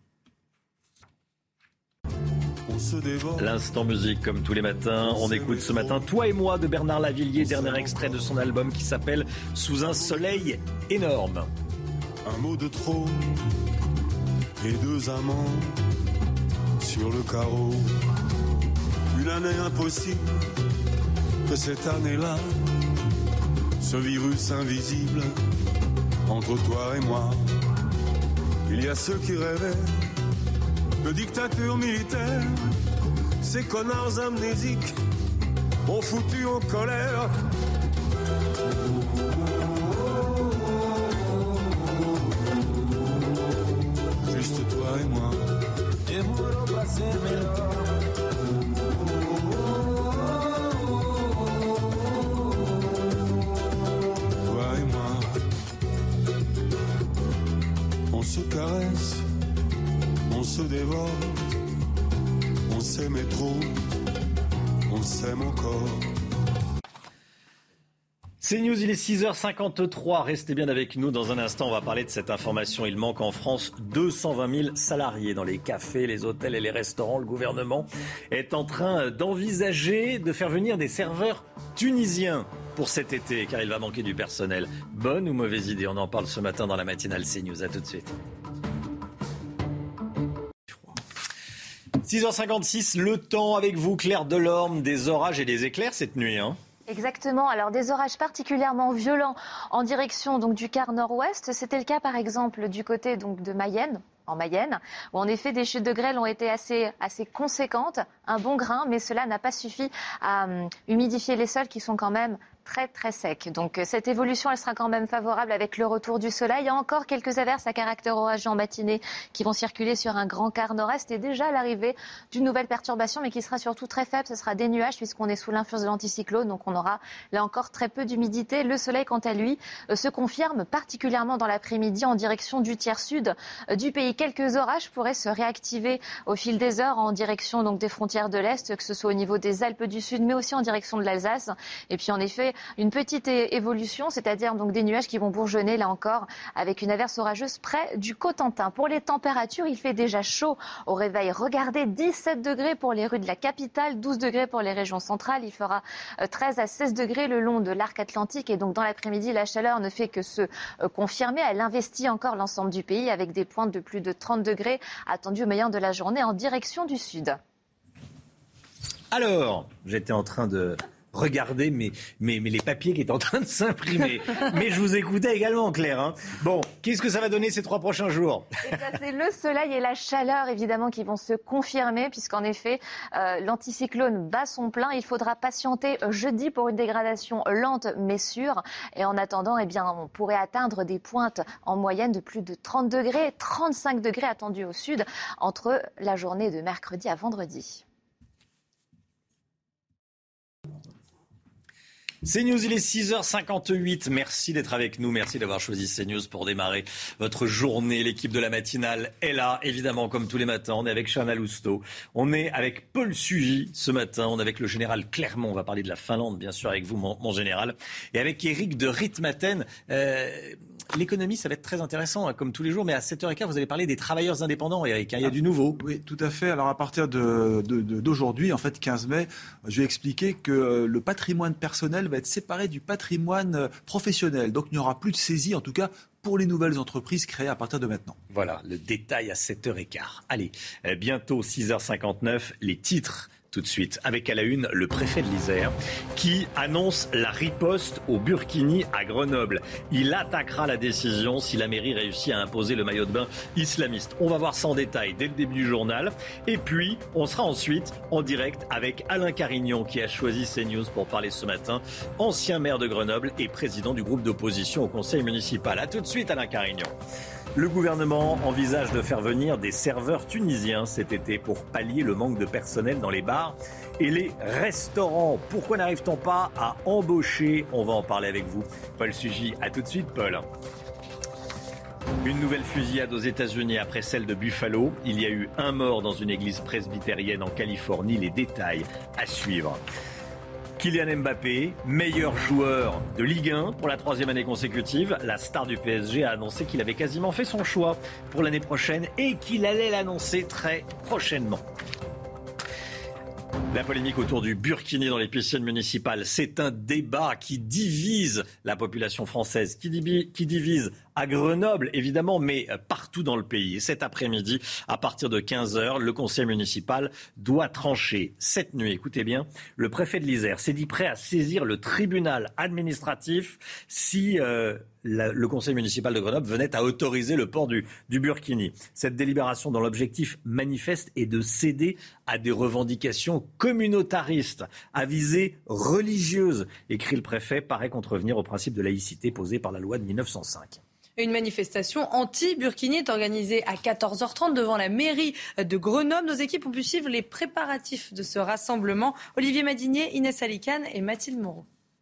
L'instant musique, comme tous les matins, on écoute ce matin Toi et moi de Bernard Lavillier, dernier extrait de son album qui s'appelle Sous un soleil énorme. Un mot de trop et deux amants sur le carreau. Une année impossible que cette année-là, ce virus invisible entre toi et moi. Il y a ceux qui rêvaient de dictature militaire, ces connards amnésiques ont foutu en colère. Juste toi et moi. Toi et moi. On se caresse, on se dévore, on s'aimait trop, on s'aime encore. C'est News, il est six heures cinquante-trois. Restez bien avec nous. Dans un instant, on va parler de cette information. Il manque en France deux cent vingt mille salariés dans les cafés, les hôtels et les restaurants. Le gouvernement est en train d'envisager de faire venir des serveurs tunisiens pour cet été, car il va manquer du personnel. Bonne ou mauvaise idée? On en parle ce matin dans la matinale CNews. À tout de suite. six heures cinquante-six, le temps avec vous, Claire Delorme. Des orages et des éclairs cette nuit, hein? Exactement. Alors des orages particulièrement violents en direction donc du quart nord-ouest. C'était le cas par exemple du côté donc de Mayenne. En Mayenne, où en effet des chutes de grêle ont été assez, assez conséquentes, un bon grain, mais cela n'a pas suffi à um, humidifier les sols qui sont quand même très très secs. Donc cette évolution, elle sera quand même favorable avec le retour du soleil. Il y a encore quelques averses à caractère orageux en matinée qui vont circuler sur un grand quart nord-est et déjà l'arrivée d'une nouvelle perturbation, mais qui sera surtout très faible. Ce sera des nuages puisqu'on est sous l'influence de l'anticyclone, donc on aura là encore très peu d'humidité. Le soleil, quant à lui, euh, se confirme particulièrement dans l'après-midi en direction du tiers sud euh, du pays. Quelques orages pourraient se réactiver au fil des heures en direction donc des frontières de l'Est, que ce soit au niveau des Alpes du Sud, mais aussi en direction de l'Alsace. Et puis en effet, une petite é- évolution, c'est-à-dire donc des nuages qui vont bourgeonner là encore avec une averse orageuse près du Cotentin. Pour les températures, il fait déjà chaud au réveil. Regardez, dix-sept degrés pour les rues de la capitale, douze degrés pour les régions centrales. Il fera treize à seize degrés le long de l'arc atlantique. Et donc dans l'après-midi, la chaleur ne fait que se euh, confirmer. Elle investit encore l'ensemble du pays avec des pointes de plus de trente degrés attendus au meilleur de la journée en direction du sud. Alors, j'étais en train de regarder mes, mes, mes, les papiers qui étaient en train de s'imprimer. Mais je vous écoutais également, Claire. Hein. Bon, qu'est-ce que ça va donner ces trois prochains jours? Et bien, c'est le soleil et la chaleur, évidemment, qui vont se confirmer, puisqu'en effet, euh, l'anticyclone bat son plein. Il faudra patienter jeudi pour une dégradation lente, mais sûre. Et en attendant, eh bien, on pourrait atteindre des pointes en moyenne de plus de trente degrés, trente-cinq degrés attendus au sud, entre la journée de mercredi à vendredi. CNews, il est six heures cinquante-huit. Merci d'être avec nous. Merci d'avoir choisi CNews pour démarrer votre journée. L'équipe de la matinale est là, évidemment, comme tous les matins. On est avec Chana Lousteau. On est avec Paul Sugy ce matin. On est avec le général Clermont. On va parler de la Finlande, bien sûr, avec vous, mon, mon général. Et avec Éric de Ritmaten. Euh, l'économie, ça va être très intéressant, hein, comme tous les jours. Mais à sept heures quinze, vous allez parler des travailleurs indépendants, Éric. Hein, il y a du nouveau. Oui, tout à fait. Alors, à partir de, de, de, d'aujourd'hui, en fait, quinze mai, je vais expliquer que le patrimoine personnel va être séparé du patrimoine professionnel. Donc il n'y aura plus de saisie, en tout cas pour les nouvelles entreprises créées à partir de maintenant. Voilà, le détail à sept heures quinze. Allez, bientôt six heures cinquante-neuf, les titres. Tout de suite, avec à la une, le préfet de l'Isère qui annonce la riposte au Burkini à Grenoble. Il attaquera la décision si la mairie réussit à imposer le maillot de bain islamiste. On va voir ça en détail dès le début du journal. Et puis, on sera ensuite en direct avec Alain Carignon qui a choisi CNews pour parler ce matin. Ancien maire de Grenoble et président du groupe d'opposition au conseil municipal. A tout de suite, Alain Carignon. Le gouvernement envisage de faire venir des serveurs tunisiens cet été pour pallier le manque de personnel dans les bars et les restaurants. Pourquoi n'arrive-t-on pas à embaucher? On va en parler avec vous. Paul Sugy, à tout de suite, Paul. Une nouvelle fusillade aux États-Unis après celle de Buffalo. Il y a eu un mort dans une église presbytérienne en Californie. Les détails à suivre. Kylian Mbappé, meilleur joueur de Ligue un pour la troisième année consécutive. La star du P S G a annoncé qu'il avait quasiment fait son choix pour l'année prochaine et qu'il allait l'annoncer très prochainement. La polémique autour du burkini dans les piscines municipales, c'est un débat qui divise la population française, qui divise à Grenoble, évidemment, mais partout dans le pays. Et cet après-midi, à partir de quinze heures, le conseil municipal doit trancher. Cette nuit, écoutez bien, le préfet de l'Isère s'est dit prêt à saisir le tribunal administratif si euh, la, le conseil municipal de Grenoble venait à autoriser le port du, du burkini. Cette délibération, dont l'objectif manifeste est de céder à des revendications communautaristes, à visée religieuse, écrit le préfet, paraît contrevenir au principe de laïcité posé par la loi de mille neuf cent cinq. Une manifestation anti-burkini est organisée à quatorze heures trente devant la mairie de Grenoble. Nos équipes ont pu suivre les préparatifs de ce rassemblement. Olivier Madinier, Inès Alicane et Mathilde Moreau.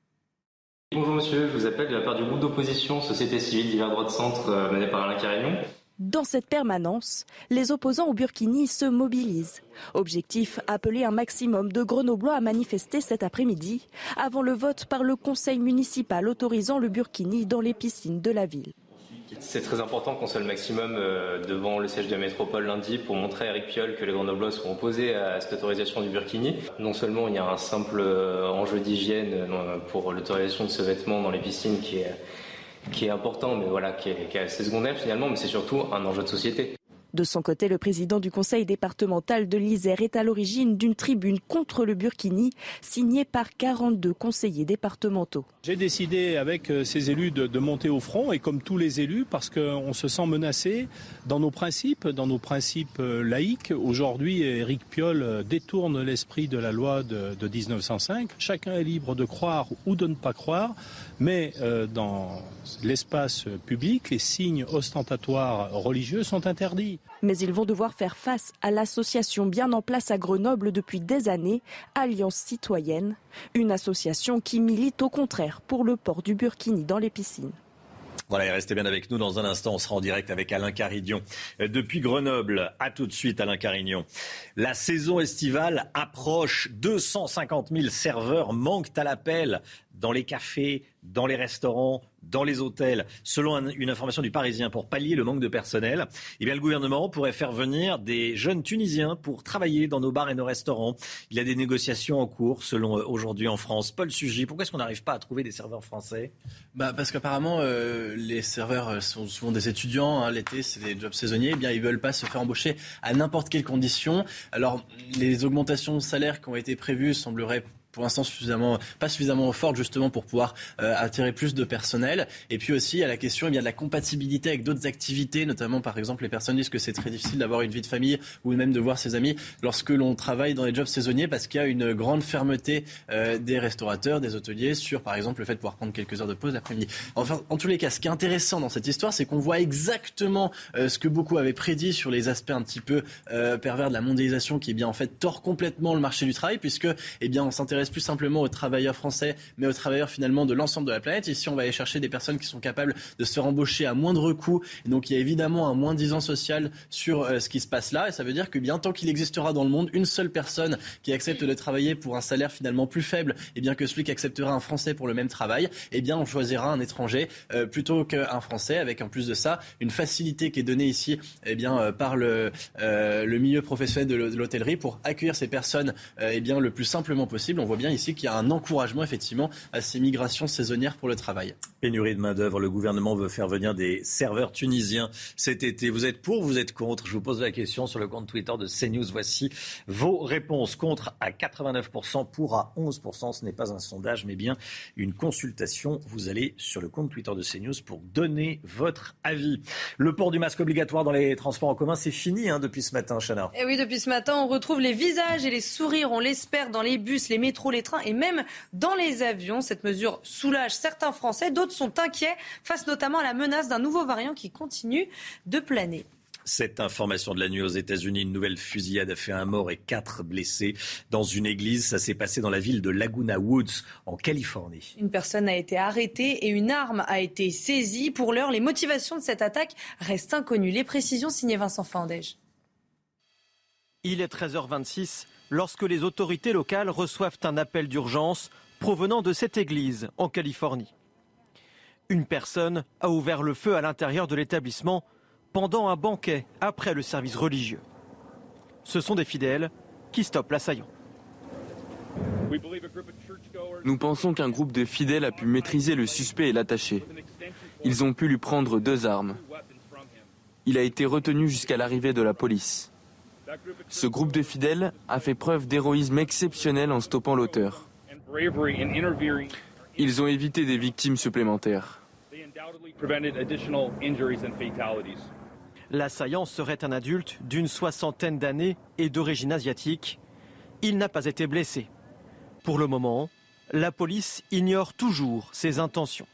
Bonjour monsieur, je vous appelle de la part du groupe d'opposition Société civile d'Hiver Droit de Centre euh, mené par Alain Carignon. Dans cette permanence, les opposants au burkini se mobilisent. Objectif, appeler un maximum de Grenoblois à manifester cet après-midi, avant le vote par le conseil municipal autorisant le burkini dans les piscines de la ville. C'est très important qu'on soit le maximum euh, devant le siège de la métropole lundi pour montrer à Éric Piolle que les Grenoblois seront opposés à cette autorisation du burkini. Non seulement il y a un simple euh, enjeu d'hygiène euh, pour l'autorisation de ce vêtement dans les piscines qui est, qui est important, mais voilà, qui est, qui est assez secondaire finalement, mais c'est surtout un enjeu de société. De son côté, le président du conseil départemental de l'Isère est à l'origine d'une tribune contre le burkini signée par quarante-deux conseillers départementaux. J'ai décidé avec ces élus de, de monter au front, et comme tous les élus, parce qu'on se sent menacé dans nos principes, dans nos principes laïques. Aujourd'hui, Éric Piolle détourne l'esprit de la loi de, de mille neuf cent cinq. Chacun est libre de croire ou de ne pas croire, mais euh, dans l'espace public, les signes ostentatoires religieux sont interdits. Mais ils vont devoir faire face à l'association bien en place à Grenoble depuis des années, Alliance Citoyenne, une association qui milite au contraire pour le port du burkini dans les piscines. Voilà, et restez bien avec nous dans un instant, on sera en direct avec Alain Carignon. Depuis Grenoble, à tout de suite Alain Carignon. La saison estivale approche, deux cent cinquante mille serveurs manquent à l'appel dans les cafés, dans les restaurants, dans les hôtels. Selon un, une information du Parisien, pour pallier le manque de personnel, eh bien, le gouvernement pourrait faire venir des jeunes Tunisiens pour travailler dans nos bars et nos restaurants. Il y a des négociations en cours, selon euh, Aujourd'hui en France. Paul Sugy, pourquoi est-ce qu'on n'arrive pas à trouver des serveurs français ? Bah parce qu'apparemment, euh, les serveurs sont souvent des étudiants. Hein, l'été, c'est des jobs saisonniers. Eh bien, ils veulent pas se faire embaucher à n'importe quelle condition. Alors, les augmentations de salaire qui ont été prévues sembleraient pour l'instant suffisamment, pas suffisamment forte justement pour pouvoir euh, attirer plus de personnel. Et puis aussi, il y a la question eh bien, de la compatibilité avec d'autres activités, notamment par exemple les personnes disent que c'est très difficile d'avoir une vie de famille ou même de voir ses amis lorsque l'on travaille dans les jobs saisonniers parce qu'il y a une grande fermeté euh, des restaurateurs, des hôteliers sur par exemple le fait de pouvoir prendre quelques heures de pause l'après-midi. Enfin, en tous les cas, ce qui est intéressant dans cette histoire, c'est qu'on voit exactement euh, ce que beaucoup avaient prédit sur les aspects un petit peu euh, pervers de la mondialisation qui eh bien en fait tord complètement le marché du travail puisque eh bien on s'intéresse plus simplement aux travailleurs français, mais aux travailleurs finalement de l'ensemble de la planète. Ici, on va aller chercher des personnes qui sont capables de se faire embaucher à moindre coût. Et donc, il y a évidemment un moins-disant social sur euh, ce qui se passe là. Et ça veut dire que bien tant qu'il existera dans le monde une seule personne qui accepte de travailler pour un salaire finalement plus faible, et bien que celui qui acceptera un Français pour le même travail, et bien on choisira un étranger euh, plutôt qu'un Français, avec en plus de ça une facilité qui est donnée ici, et bien euh, par le, euh, le milieu professionnel de l'hôtellerie pour accueillir ces personnes, euh, et bien le plus simplement possible. On voit bien ici qu'il y a un encouragement effectivement à ces migrations saisonnières pour le travail. Pénurie de main-d'œuvre, le gouvernement veut faire venir des serveurs tunisiens cet été. Vous êtes pour ou vous êtes contre ? Je vous pose la question sur le compte Twitter de CNews. Voici vos réponses. Contre à quatre-vingt-neuf pour cent, pour à onze pour cent. Ce n'est pas un sondage mais bien une consultation. Vous allez sur le compte Twitter de CNews pour donner votre avis. Le port du masque obligatoire dans les transports en commun, c'est fini hein, depuis ce matin, Chana. Et oui, depuis ce matin, on retrouve les visages et les sourires, on l'espère, dans les bus, les métros, les trains et même dans les avions. Cette mesure soulage certains Français, d'autres sont inquiets face notamment à la menace d'un nouveau variant qui continue de planer. Cette information de la nuit aux États-Unis, une nouvelle fusillade a fait un mort et quatre blessés dans une église. Ça s'est passé dans la ville de Laguna Woods, en Californie. Une personne a été arrêtée et une arme a été saisie. Pour l'heure, les motivations de cette attaque restent inconnues. Les précisions signées Vincent Fandège. Il est treize heures vingt-six lorsque les autorités locales reçoivent un appel d'urgence provenant de cette église en Californie. Une personne a ouvert le feu à l'intérieur de l'établissement pendant un banquet après le service religieux. Ce sont des fidèles qui stoppent l'assaillant. Nous pensons qu'un groupe de fidèles a pu maîtriser le suspect et l'attacher. Ils ont pu lui prendre deux armes. Il a été retenu jusqu'à l'arrivée de la police. Ce groupe de fidèles a fait preuve d'héroïsme exceptionnel en stoppant l'auteur. Ils ont évité des victimes supplémentaires. L'assaillant serait un adulte d'une soixantaine d'années et d'origine asiatique. Il n'a pas été blessé. Pour le moment, la police ignore toujours ses intentions.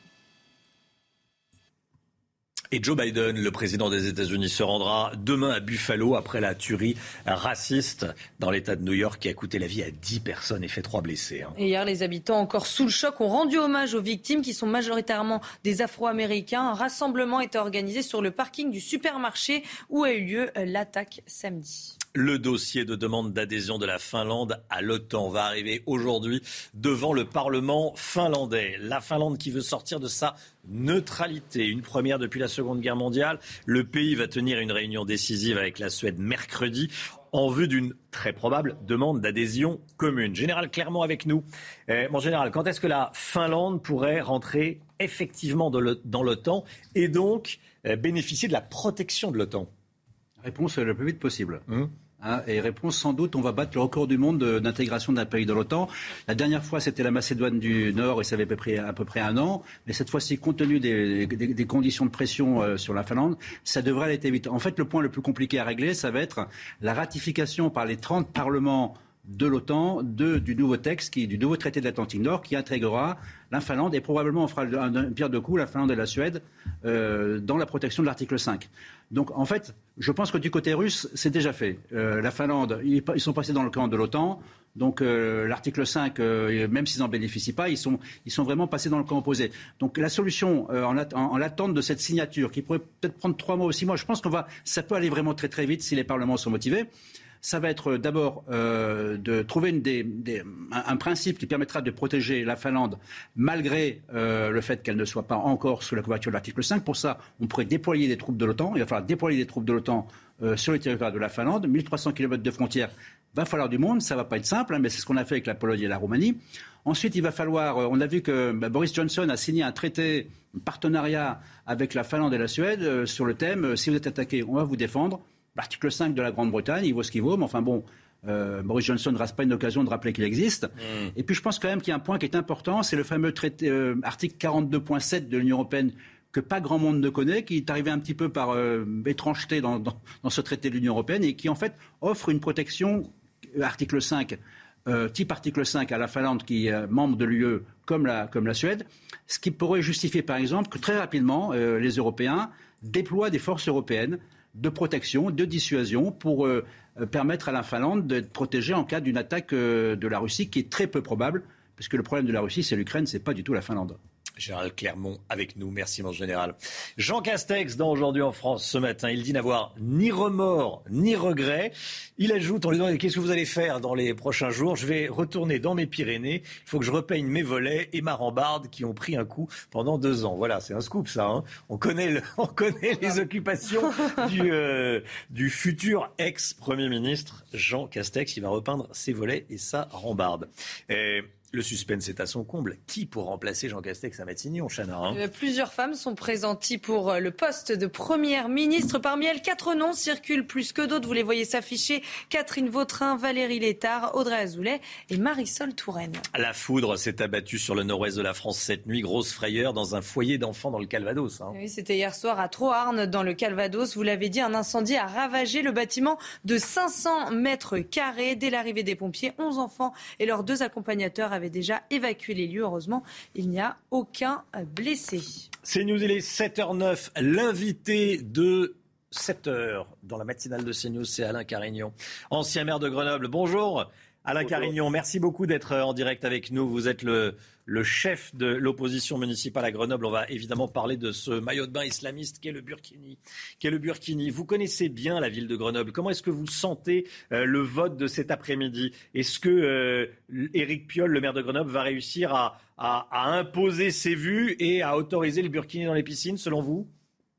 Et Joe Biden, le président des États-Unis, se rendra demain à Buffalo après la tuerie raciste dans l'État de New York qui a coûté la vie à dix personnes et fait trois blessés. Hein. Et hier, les habitants encore sous le choc ont rendu hommage aux victimes qui sont majoritairement des Afro-Américains. Un rassemblement était organisé sur le parking du supermarché où a eu lieu l'attaque samedi. Le dossier de demande d'adhésion de la Finlande à l'OTAN va arriver aujourd'hui devant le Parlement finlandais. La Finlande qui veut sortir de sa neutralité, une première depuis la Seconde Guerre mondiale. Le pays va tenir une réunion décisive avec la Suède mercredi en vue d'une très probable demande d'adhésion commune. Général Clermont avec nous. Eh, mon général, quand est-ce que la Finlande pourrait rentrer effectivement dans l'OTAN et donc eh, bénéficier de la protection de l'OTAN ? Réponse le plus vite possible. Hum. Hein, et réponse, sans doute, on va battre le record du monde d'intégration d'un pays dans l'OTAN. La dernière fois, c'était la Macédoine du Nord et ça avait à peu près, à peu près un an. Mais cette fois-ci, compte tenu des, des, des conditions de pression euh, sur la Finlande, ça devrait aller vite. En fait, le point le plus compliqué à régler, ça va être la ratification par les trente parlements de l'OTAN de, du nouveau texte, qui, du nouveau traité de l'Atlantique Nord, qui intégrera la Finlande et probablement on fera un, un pierre de coups, la Finlande et la Suède, euh, dans la protection de l'article cinq. Donc en fait, je pense que du côté russe, c'est déjà fait. Euh, la Finlande, ils, ils sont passés dans le camp de l'OTAN, donc euh, l'article cinq, euh, même s'ils n'en bénéficient pas, ils sont, ils sont vraiment passés dans le camp opposé. Donc la solution, euh, en, en, en l'attente de cette signature, qui pourrait peut-être prendre trois mois ou six mois, je pense qu'on va, ça peut aller vraiment très très vite si les parlements sont motivés. Ça va être d'abord euh, de trouver une des, des, un, un principe qui permettra de protéger la Finlande malgré euh, le fait qu'elle ne soit pas encore sous la couverture de l'article cinq. Pour ça, on pourrait déployer des troupes de l'OTAN. Il va falloir déployer des troupes de l'OTAN euh, sur le territoire de la Finlande. mille trois cents kilomètres de frontières, il va falloir du monde. Ça ne va pas être simple, hein, mais c'est ce qu'on a fait avec la Pologne et la Roumanie. Ensuite, il va falloir... Euh, on a vu que bah, Boris Johnson a signé un traité, un partenariat avec la Finlande et la Suède euh, sur le thème euh, « Si vous êtes attaqué, on va vous défendre ». L'article cinq de la Grande-Bretagne, il vaut ce qu'il vaut, mais enfin bon, euh, Boris Johnson ne rate pas une occasion de rappeler qu'il existe. Mmh. Et puis je pense quand même qu'il y a un point qui est important, c'est le fameux traité, euh, article quarante-deux point sept de l'Union européenne que pas grand monde ne connaît, qui est arrivé un petit peu par euh, étrangeté dans, dans, dans ce traité de l'Union européenne et qui en fait offre une protection, euh, article cinq, euh, type article cinq à la Finlande qui est euh, membre de l'U E comme la, comme la Suède, ce qui pourrait justifier par exemple que très rapidement euh, les Européens déploient des forces européennes de protection, de dissuasion pour euh, permettre à la Finlande d'être protégée en cas d'une attaque euh, de la Russie qui est très peu probable, parce que le problème de la Russie, c'est l'Ukraine, c'est pas du tout la Finlande. Général Clermont avec nous. Merci mon général. Jean Castex dans Aujourd'hui en France ce matin. Il dit n'avoir ni remords ni regrets. Il ajoute en lui demandant qu'est-ce que vous allez faire dans les prochains jours. Je vais retourner dans mes Pyrénées. Il faut que je repeigne mes volets et ma rambarde qui ont pris un coup pendant deux ans. Voilà, c'est un scoop ça. Hein. On connaît, le, on connaît les occupations du, euh, du futur ex-premier ministre Jean Castex. Il va repeindre ses volets et sa rambarde. Et le suspense est à son comble. Qui pour remplacer Jean Castex à Matignon, Chana hein euh, Plusieurs femmes sont pressenties pour le poste de première ministre. Parmi elles, quatre noms circulent plus que d'autres. Vous les voyez s'afficher. Catherine Vautrin, Valérie Létard, Audrey Azoulay et Marisol Touraine. La foudre s'est abattue sur le nord-ouest de la France cette nuit. Grosse frayeur dans un foyer d'enfants dans le Calvados. Hein. Oui, c'était hier soir à Troarn, dans le Calvados. Vous l'avez dit, un incendie a ravagé le bâtiment de cinq cents mètres carrés. Dès l'arrivée des pompiers, onze enfants et leurs deux accompagnateurs avaient déjà évacué les lieux. Heureusement, il n'y a aucun blessé. C'est News, il est sept heures neuf. L'invité de sept heures dans la matinale de CNews, c'est Alain Carignon, ancien maire de Grenoble. Bonjour Alain Bonjour. Carignon, merci beaucoup d'être en direct avec nous. Vous êtes le, le chef de l'opposition municipale à Grenoble. On va évidemment parler de ce maillot de bain islamiste qu'est le Burkini. Qu'est le Burkini. Vous connaissez bien la ville de Grenoble. Comment est-ce que vous sentez euh, le vote de cet après-midi ? Est-ce que euh, Éric Piolle, le maire de Grenoble, va réussir à, à, à imposer ses vues et à autoriser le Burkini dans les piscines, selon vous ?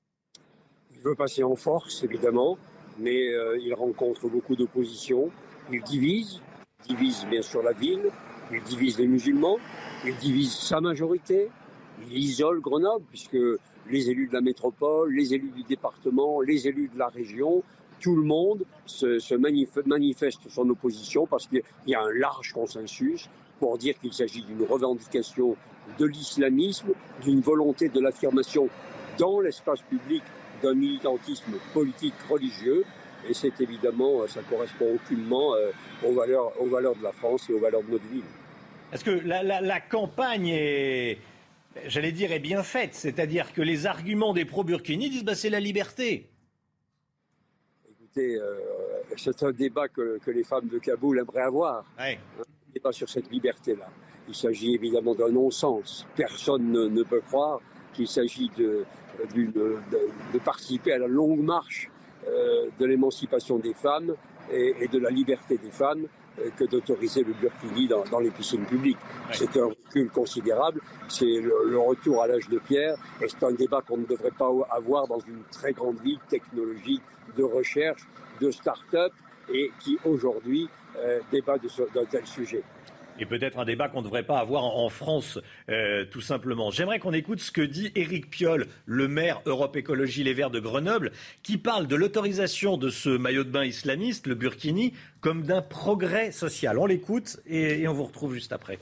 Il veut passer en force, évidemment, mais euh, il rencontre beaucoup d'opposition. Il divise. Il divise bien sûr la ville, il divise les musulmans, il divise sa majorité, il isole Grenoble, puisque les élus de la métropole, les élus du département, les élus de la région, tout le monde se, se manif- manifeste son opposition parce qu'il y a un large consensus pour dire qu'il s'agit d'une revendication de l'islamisme, d'une volonté de l'affirmation dans l'espace public d'un militantisme politique religieux. Et c'est évidemment, ça correspond aucunement euh, aux valeurs, aux valeurs de la France et aux valeurs de notre ville. Est-ce que la, la, la campagne est, j'allais dire, est bien faite? C'est-à-dire que les arguments des pro-Burkini disent bah, c'est la liberté. Écoutez, euh, c'est un débat que, que les femmes de Kaboul aimeraient avoir. Ouais. Un débat sur cette liberté-là. Il s'agit évidemment d'un non-sens. Personne ne, ne peut croire qu'il s'agit de, de, de, de participer à la longue marche euh, de l'émancipation des femmes et, et de la liberté des femmes euh, que d'autoriser le burkini dans, dans les piscines publiques. Ouais. C'est un recul considérable, c'est le, le retour à l'âge de pierre, et c'est un débat qu'on ne devrait pas avoir dans une très grande ville technologique, de recherche, de start-up, et qui aujourd'hui euh, débat de ce, d'un tel sujet. Et peut-être un débat qu'on ne devrait pas avoir en France, euh, tout simplement. J'aimerais qu'on écoute ce que dit Éric Piolle, le maire Europe Écologie Les Verts de Grenoble, qui parle de l'autorisation de ce maillot de bain islamiste, le burkini, comme d'un progrès social. On l'écoute et, et on vous retrouve juste après.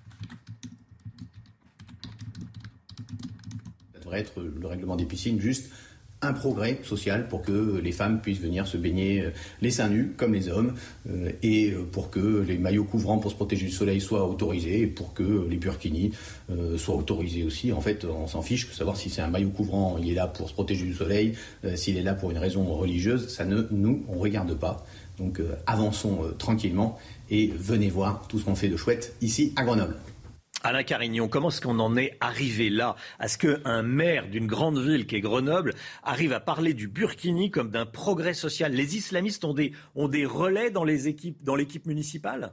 Ça devrait être le règlement des piscines, juste un progrès social pour que les femmes puissent venir se baigner les seins nus comme les hommes euh, et pour que les maillots couvrants pour se protéger du soleil soient autorisés et pour que les burkinis euh, soient autorisés aussi. En fait, on s'en fiche de savoir si c'est un maillot couvrant, il est là pour se protéger du soleil, euh, s'il est là pour une raison religieuse, ça ne nous, on ne regarde pas. Donc euh, avançons euh, tranquillement et venez voir tout ce qu'on fait de chouette ici à Grenoble. Alain Carignon, comment est-ce qu'on en est arrivé là? À ce qu'un maire d'une grande ville qui est Grenoble arrive à parler du burkini comme d'un progrès social? Les islamistes ont des, ont des relais dans, les équipes, dans l'équipe municipale?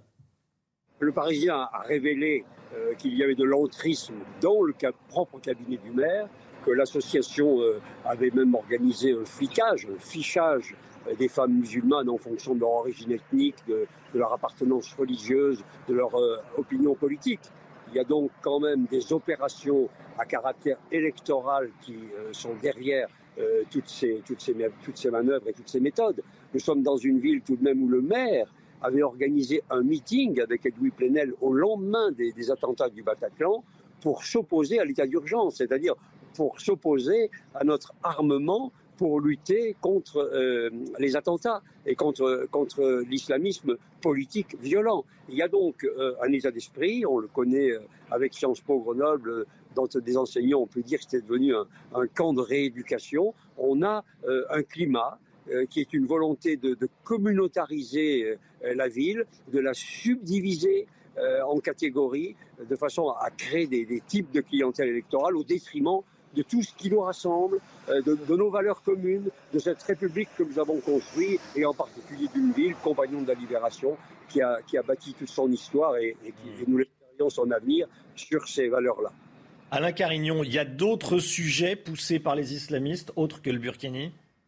Le Parisien a révélé euh, qu'il y avait de l'entrisme dans le cap- propre cabinet du maire, que l'association euh, avait même organisé un flicage, un fichage euh, des femmes musulmanes en fonction de leur origine ethnique, de, de leur appartenance religieuse, de leur euh, opinion politique. Il y a donc quand même des opérations à caractère électoral qui euh, sont derrière euh, toutes, ces, toutes, ces, toutes ces manœuvres et toutes ces méthodes. Nous sommes dans une ville tout de même où le maire avait organisé un meeting avec Edoui Plenel au lendemain des, des attentats du Bataclan pour s'opposer à l'état d'urgence, c'est-à-dire pour s'opposer à notre armement pour lutter contre euh, les attentats et contre, contre l'islamisme politique violent. Il y a donc euh, un état d'esprit, on le connaît euh, avec Sciences Po Grenoble, euh, dont des enseignants ont pu dire que c'était devenu un, un camp de rééducation. On a euh, un climat euh, qui est une volonté de, de communautariser euh, la ville, de la subdiviser euh, en catégories, de façon à créer des, des types de clientèle électorale au détriment de tout ce qui nous rassemble, de, de nos valeurs communes, de cette République que nous avons construite, et en particulier d'une ville, compagnon de la Libération, qui a, qui a bâti toute son histoire et, et, qui, et nous l'espérions son avenir sur ces valeurs-là. Alain Carignon, il y a d'autres sujets poussés par les islamistes, autres que le burkini?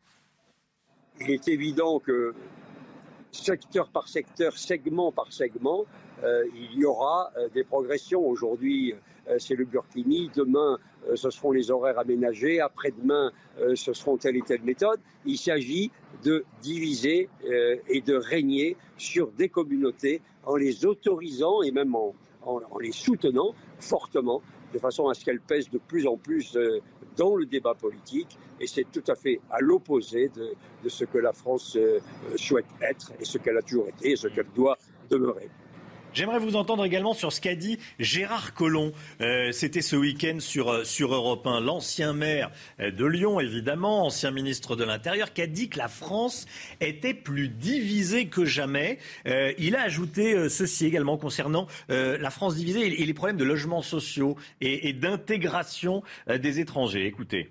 Il est évident que secteur par secteur, segment par segment, euh, il y aura euh, des progressions. Aujourd'hui, euh, c'est le burkini, demain, euh, ce seront les horaires aménagés, après-demain, euh, ce seront telle et telle méthode. Il s'agit de diviser euh, et de régner sur des communautés en les autorisant et même en, en, en les soutenant fortement, de façon à ce qu'elles pèsent de plus en plus euh, dans le débat politique. Et c'est tout à fait à l'opposé de, de ce que la France euh, souhaite être et ce qu'elle a toujours été et ce qu'elle doit demeurer. J'aimerais vous entendre également sur ce qu'a dit Gérard Collomb. Euh, c'était ce week-end sur, sur Europe un, l'ancien maire de Lyon, évidemment, ancien ministre de l'Intérieur, qui a dit que la France était plus divisée que jamais. Euh, il a ajouté euh, ceci également concernant euh, la France divisée et, et les problèmes de logements sociaux et, et d'intégration euh, des étrangers. Écoutez.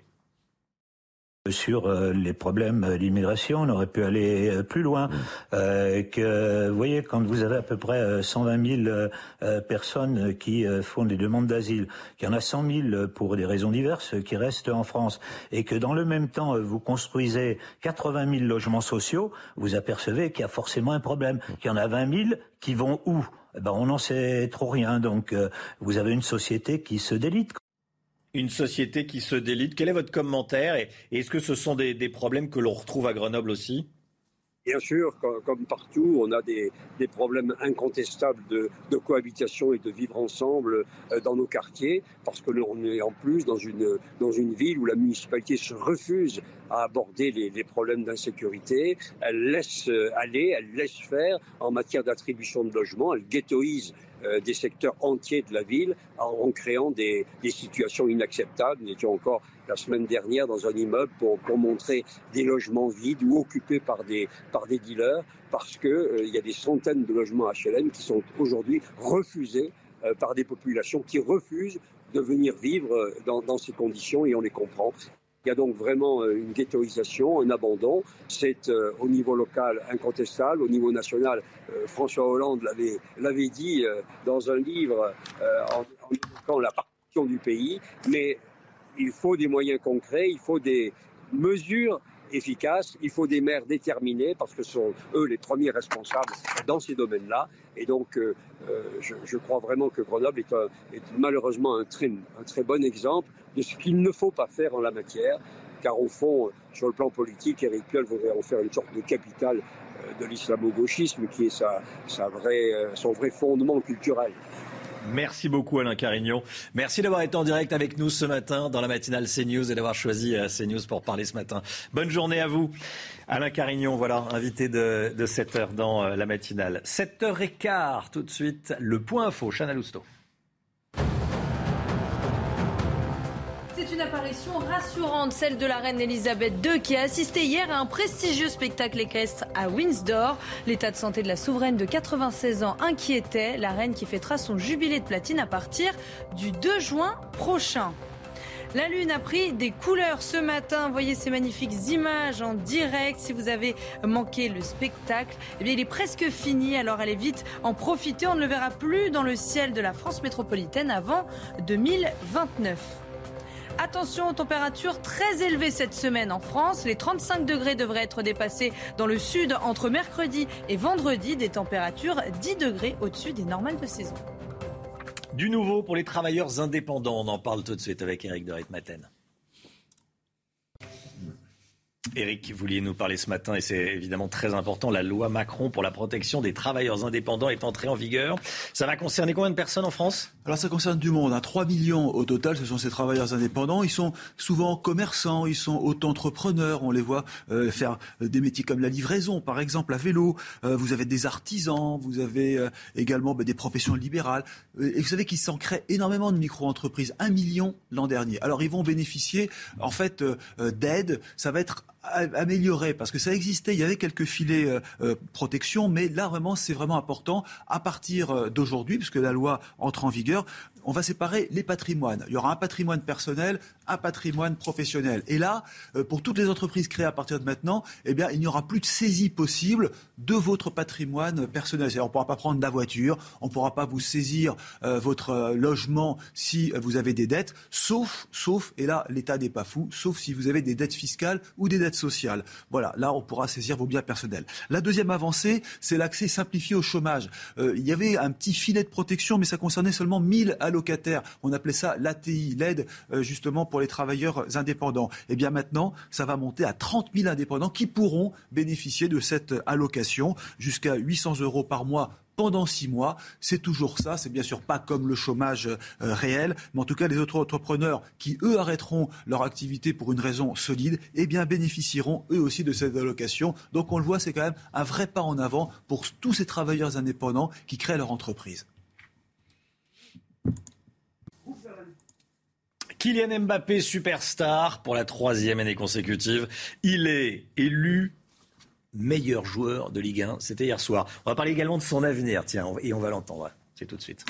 Sur euh, les problèmes d'immigration, on aurait pu aller euh, plus loin. Euh, que, vous voyez, quand vous avez à peu près euh, cent vingt mille euh, personnes qui euh, font des demandes d'asile, qu'il y en a cent mille pour des raisons diverses qui restent en France, et que dans le même temps, vous construisez quatre-vingt mille logements sociaux, vous apercevez qu'il y a forcément un problème, qu'il y en a vingt mille qui vont où? Eh ben, on n'en sait trop rien, donc euh, vous avez une société qui se délite. Une société qui se délite. Quel est votre commentaire et est-ce que ce sont des, des problèmes que l'on retrouve à Grenoble aussi ? Bien sûr, comme partout, on a des, des problèmes incontestables de, de cohabitation et de vivre ensemble dans nos quartiers, parce que l'on est en plus dans une, dans une ville où la municipalité se refuse à aborder les, les problèmes d'insécurité. Elle laisse aller, elle laisse faire en matière d'attribution de logements, elle ghettoise euh, des secteurs entiers de la ville en, en créant des, des situations inacceptables. Nous étions encore la semaine dernière dans un immeuble pour, pour montrer des logements vides ou occupés par des, par des dealers, parce qu'il euh, y a des centaines de logements H L M qui sont aujourd'hui refusés euh, par des populations qui refusent de venir vivre dans, dans ces conditions, et on les comprend. Il y a donc vraiment une ghettoisation, un abandon. C'est euh, au niveau local incontestable. Au niveau national, euh, François Hollande l'avait, l'avait dit euh, dans un livre euh, en, en évoquant la partition du pays. Mais il faut des moyens concrets, il faut des mesures efficaces, il faut des maires déterminés, parce que ce sont eux les premiers responsables dans ces domaines-là. Et donc, euh, je, je crois vraiment que Grenoble est, un, est malheureusement un très, un très bon exemple de ce qu'il ne faut pas faire en la matière, car au fond, sur le plan politique, Éric Piolle voudrait en faire une sorte de capitale de l'islamo-gauchisme, qui est sa, sa vraie, son vrai fondement culturel. Merci beaucoup Alain Carignon. Merci d'avoir été en direct avec nous ce matin dans la matinale CNews et d'avoir choisi CNews pour parler ce matin. Bonne journée à vous. Alain Carignon, voilà, invité de, de sept heures dans la matinale. sept heures quinze, tout de suite, le point info, Chana Lousteau. C'est une apparition rassurante, celle de la reine Elisabeth deux, qui a assisté hier à un prestigieux spectacle équestre à Windsor. L'état de santé de la souveraine de quatre-vingt-seize ans inquiétait. La reine qui fêtera son jubilé de platine à partir du deux juin prochain. La Lune a pris des couleurs ce matin. Voyez ces magnifiques images en direct. Si vous avez manqué le spectacle, eh bien il est presque fini. Alors allez vite en profiter. On ne le verra plus dans le ciel de la France métropolitaine avant deux mille vingt-neuf. Attention aux températures très élevées cette semaine en France. Les trente-cinq degrés devraient être dépassés dans le sud entre mercredi et vendredi. Des températures dix degrés au-dessus des normales de saison. Du nouveau pour les travailleurs indépendants. On en parle tout de suite avec Éric de Ritmaten. Éric, vous vouliez nous parler ce matin, et c'est évidemment très important, la loi Macron pour la protection des travailleurs indépendants est entrée en vigueur. Ça va concerner combien de personnes en France ? Alors ça concerne du monde, hein. trois millions au total, ce sont ces travailleurs indépendants. Ils sont souvent commerçants, ils sont auto-entrepreneurs, on les voit euh, faire des métiers comme la livraison, par exemple, à vélo. Euh, vous avez des artisans, vous avez euh, également bah, des professions libérales. Euh, et vous savez qu'il s'en crée énormément de micro-entreprises, un million l'an dernier. Alors ils vont bénéficier en fait euh, d'aides, ça va être amélioré, parce que ça existait, il y avait quelques filets euh, euh, protection, mais là vraiment c'est vraiment important. À partir d'aujourd'hui, puisque la loi entre en vigueur, on va séparer les patrimoines. Il y aura un patrimoine personnel, un patrimoine professionnel. Et là, euh, pour toutes les entreprises créées à partir de maintenant, eh bien, il n'y aura plus de saisie possible de votre patrimoine personnel. C'est-à-dire, on ne pourra pas prendre la voiture, on ne pourra pas vous saisir euh, votre euh, logement si vous avez des dettes, sauf, sauf, et là, l'État n'est pas fou, sauf si vous avez des dettes fiscales ou des dettes sociales. Voilà, là, on pourra saisir vos biens personnels. La deuxième avancée, c'est l'accès simplifié au chômage. Euh, il y avait un petit filet de protection, mais ça concernait seulement mille allocataires. On appelait ça l'A T I, l'aide euh, justement pour les travailleurs indépendants. Et bien maintenant, ça va monter à trente mille indépendants qui pourront bénéficier de cette allocation jusqu'à huit cents euros par mois pendant six mois. C'est toujours ça, c'est bien sûr pas comme le chômage euh, réel, mais en tout cas les autres entrepreneurs qui eux arrêteront leur activité pour une raison solide, eh bien bénéficieront eux aussi de cette allocation. Donc on le voit, c'est quand même un vrai pas en avant pour tous ces travailleurs indépendants qui créent leur entreprise. Kylian Mbappé, superstar pour la troisième année consécutive. Il est élu meilleur joueur de Ligue un. C'était hier soir. On va parler également de son avenir, tiens, et on va l'entendre. C'est tout de suite.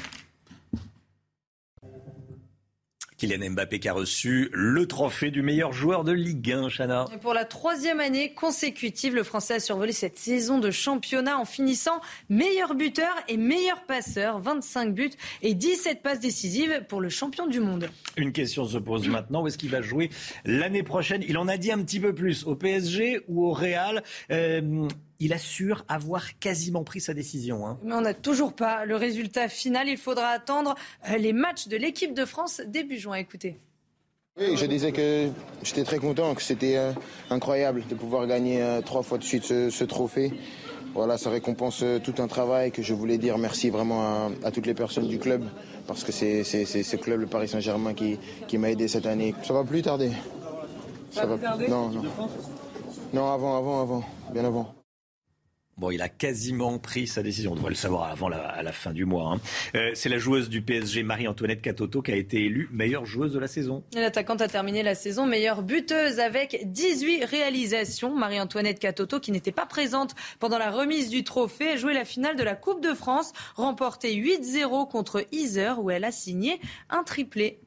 Kylian Mbappé qui a reçu le trophée du meilleur joueur de Ligue un, Chana. Et pour la troisième année consécutive, le Français a survolé cette saison de championnat en finissant meilleur buteur et meilleur passeur. vingt-cinq buts et dix-sept passes décisives pour le champion du monde. Une question se pose maintenant. Où est-ce qu'il va jouer l'année prochaine ? Il en a dit un petit peu plus. Au P S G ou au Real ? euh, Il assure avoir quasiment pris sa décision. Hein. Mais on n'a toujours pas le résultat final. Il faudra attendre les matchs de l'équipe de France début juin. Écoutez. Oui, je disais que j'étais très content, que c'était euh, incroyable de pouvoir gagner euh, trois fois de suite ce, ce trophée. Voilà, ça récompense euh, tout un travail que je voulais dire merci vraiment à, à toutes les personnes du club, parce que c'est, c'est, c'est ce club, le Paris Saint-Germain, qui, qui m'a aidé cette année. Ça va plus tarder. Ça, ça va plus tarder. Non, non. Non, avant, avant, avant, bien avant. Bon, il a quasiment pris sa décision. On devrait le savoir avant la, à la fin du mois. Hein. Euh, c'est la joueuse du P S G, Marie-Antoinette Katoto, qui a été élue meilleure joueuse de la saison. L'attaquante a terminé la saison meilleure buteuse avec dix-huit réalisations. Marie-Antoinette Katoto, qui n'était pas présente pendant la remise du trophée, a joué la finale de la Coupe de France, remportée huit zéro contre Yzeure, où elle a signé un triplé.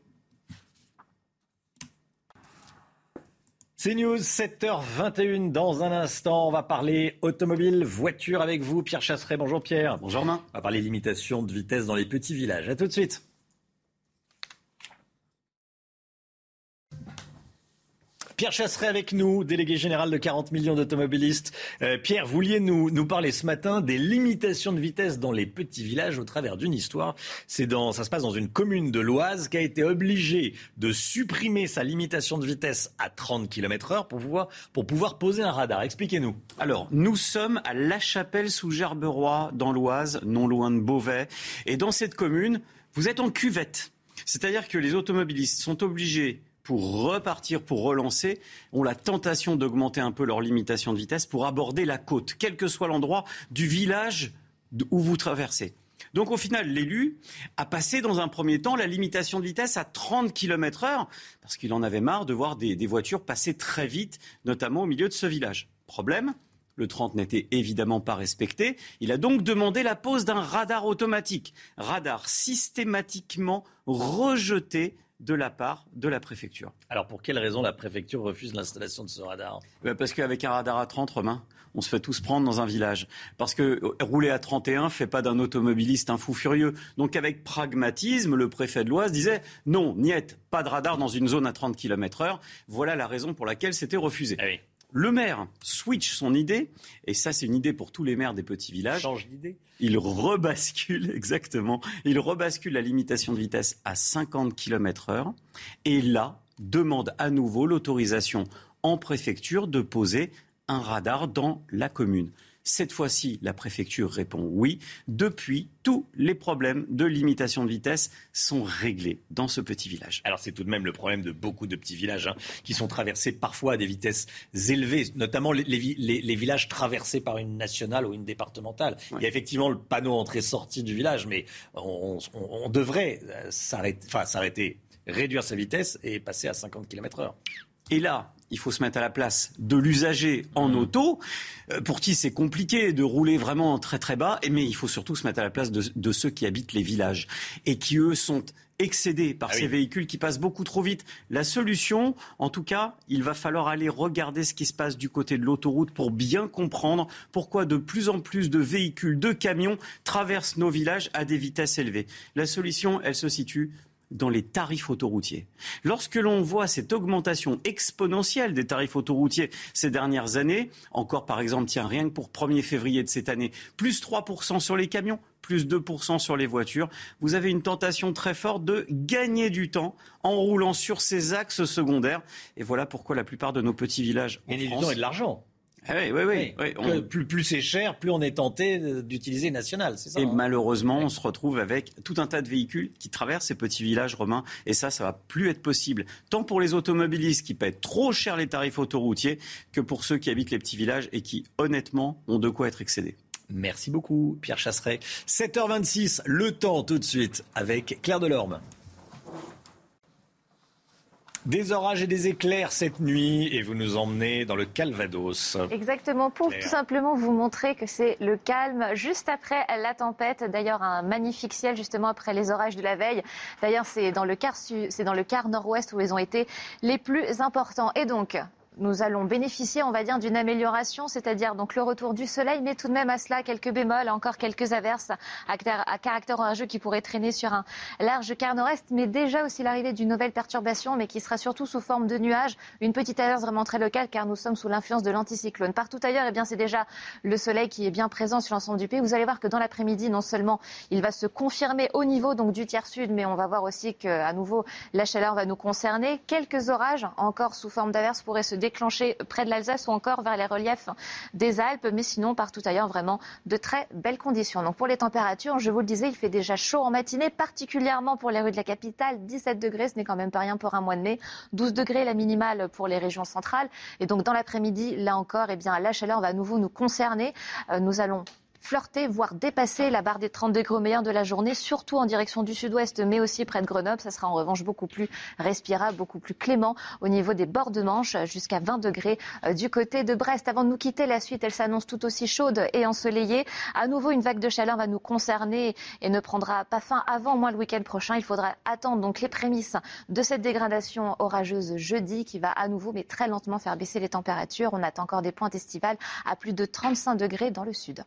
C'est News, sept heures vingt et une. Dans un instant, on va parler automobile, voiture avec vous. Pierre Chasseret, bonjour Pierre. Bonjour Romain. On va parler limitation de vitesse dans les petits villages. À tout de suite. Pierre Chasseret avec nous, délégué général de quarante millions d'automobilistes. Euh, Pierre, vous vouliez nous, nous parler ce matin des limitations de vitesse dans les petits villages au travers d'une histoire. C'est dans, ça se passe dans une commune de l'Oise qui a été obligée de supprimer sa limitation de vitesse à trente kilomètres heure pour pouvoir, pour pouvoir poser un radar. Expliquez-nous. Alors, nous sommes à La Chapelle-sous-Gerberoy, dans l'Oise, non loin de Beauvais. Et dans cette commune, vous êtes en cuvette. C'est-à-dire que les automobilistes sont obligés, pour repartir, pour relancer, ont la tentation d'augmenter un peu leur limitation de vitesse pour aborder la côte, quel que soit l'endroit du village où vous traversez. Donc au final, l'élu a passé dans un premier temps la limitation de vitesse à trente kilomètres heure, parce qu'il en avait marre de voir des, des voitures passer très vite, notamment au milieu de ce village. Problème ? Le trente n'était évidemment pas respecté. Il a donc demandé la pose d'un radar automatique. Radar systématiquement rejeté de la part de la préfecture. Alors pour quelle raison la préfecture refuse l'installation de ce radar ? Ben parce qu'avec un radar à trente, Romain, on se fait tous prendre dans un village. Parce que rouler à trente et un fait pas d'un automobiliste un fou furieux. Donc avec pragmatisme, le préfet de l'Oise disait non, niet, pas de radar dans une zone à trente kilomètres heure. Voilà la raison pour laquelle c'était refusé. Ah oui. Le maire switch son idée, et ça c'est une idée pour tous les maires des petits villages. Change d'idée. Il rebascule, exactement, il rebascule la limitation de vitesse à cinquante kilomètres heure, et là, demande à nouveau l'autorisation en préfecture de poser un radar dans la commune. Cette fois-ci, la préfecture répond oui. Depuis, tous les problèmes de limitation de vitesse sont réglés dans ce petit village. Alors c'est tout de même le problème de beaucoup de petits villages hein, qui sont traversés parfois à des vitesses élevées, notamment les, les, les, les villages traversés par une nationale ou une départementale. Ouais. Il y a effectivement le panneau entrée-sortie du village, mais on, on, on devrait s'arrêter, enfin, s'arrêter, réduire sa vitesse et passer à cinquante kilomètres heure. Et là, il faut se mettre à la place de l'usager en auto, pour qui c'est compliqué de rouler vraiment très très bas, mais il faut surtout se mettre à la place de, de ceux qui habitent les villages et qui, eux, sont excédés par ah ces oui. véhicules qui passent beaucoup trop vite. La solution, en tout cas, il va falloir aller regarder ce qui se passe du côté de l'autoroute pour bien comprendre pourquoi de plus en plus de véhicules, de camions traversent nos villages à des vitesses élevées. La solution, elle se situe dans les tarifs autoroutiers. Lorsque l'on voit cette augmentation exponentielle des tarifs autoroutiers ces dernières années, encore par exemple, tiens, rien que pour premier février de cette année, plus trois pour cent sur les camions, plus deux pour cent sur les voitures, vous avez une tentation très forte de gagner du temps en roulant sur ces axes secondaires. Et voilà pourquoi la plupart de nos petits villages en gagner France... du temps et de l'argent. Ah oui, oui, oui. oui on... plus, plus c'est cher, plus on est tenté d'utiliser national, c'est ça. Et hein malheureusement, on se retrouve avec tout un tas de véhicules qui traversent ces petits villages, Romain. Et ça, ça va plus être possible. Tant pour les automobilistes qui paient trop cher les tarifs autoroutiers que pour ceux qui habitent les petits villages et qui, honnêtement, ont de quoi être excédés. Merci beaucoup, Pierre Chasseret. sept heures vingt-six, le temps tout de suite avec Claire Delorme. Des orages et des éclairs cette nuit et vous nous emmenez dans le Calvados. Exactement, pour Claire. Tout simplement vous montrer que c'est le calme juste après la tempête. D'ailleurs, un magnifique ciel justement après les orages de la veille. D'ailleurs, c'est dans le quart, c'est dans le quart nord-ouest où ils ont été les plus importants. Et donc, nous allons bénéficier, on va dire, d'une amélioration, c'est-à-dire donc le retour du soleil, mais tout de même à cela quelques bémols, encore quelques averses à caractère orageux qui pourraient traîner sur un large quart nord-est, mais déjà aussi l'arrivée d'une nouvelle perturbation, mais qui sera surtout sous forme de nuages, une petite averse vraiment très locale, car nous sommes sous l'influence de l'anticyclone. Partout ailleurs, eh bien, c'est déjà le soleil qui est bien présent sur l'ensemble du pays. Vous allez voir que dans l'après-midi, non seulement il va se confirmer au niveau donc du tiers sud, mais on va voir aussi qu'à nouveau la chaleur va nous concerner. Quelques orages, encore sous forme d'averses, pourraient se déclencher près de l'Alsace ou encore vers les reliefs des Alpes, mais sinon partout ailleurs vraiment de très belles conditions. Donc pour les températures, je vous le disais, il fait déjà chaud en matinée, particulièrement pour les rues de la capitale. dix-sept degrés, ce n'est quand même pas rien pour un mois de mai. douze degrés la minimale pour les régions centrales. Et donc dans l'après-midi, là encore, eh bien la chaleur va à nouveau nous concerner. Euh, nous allons flirter, voire dépasser la barre des trente degrés au meilleur de la journée, surtout en direction du sud-ouest, mais aussi près de Grenoble. Ça sera en revanche beaucoup plus respirable, beaucoup plus clément au niveau des bords de Manche, jusqu'à vingt degrés euh, du côté de Brest. Avant de nous quitter, la suite, elle s'annonce tout aussi chaude et ensoleillée. À nouveau, une vague de chaleur va nous concerner et ne prendra pas fin avant au moins le week-end prochain. Il faudra attendre donc les prémices de cette dégradation orageuse jeudi qui va à nouveau, mais très lentement, faire baisser les températures. On attend encore des pointes estivales à plus de trente-cinq degrés dans le sud.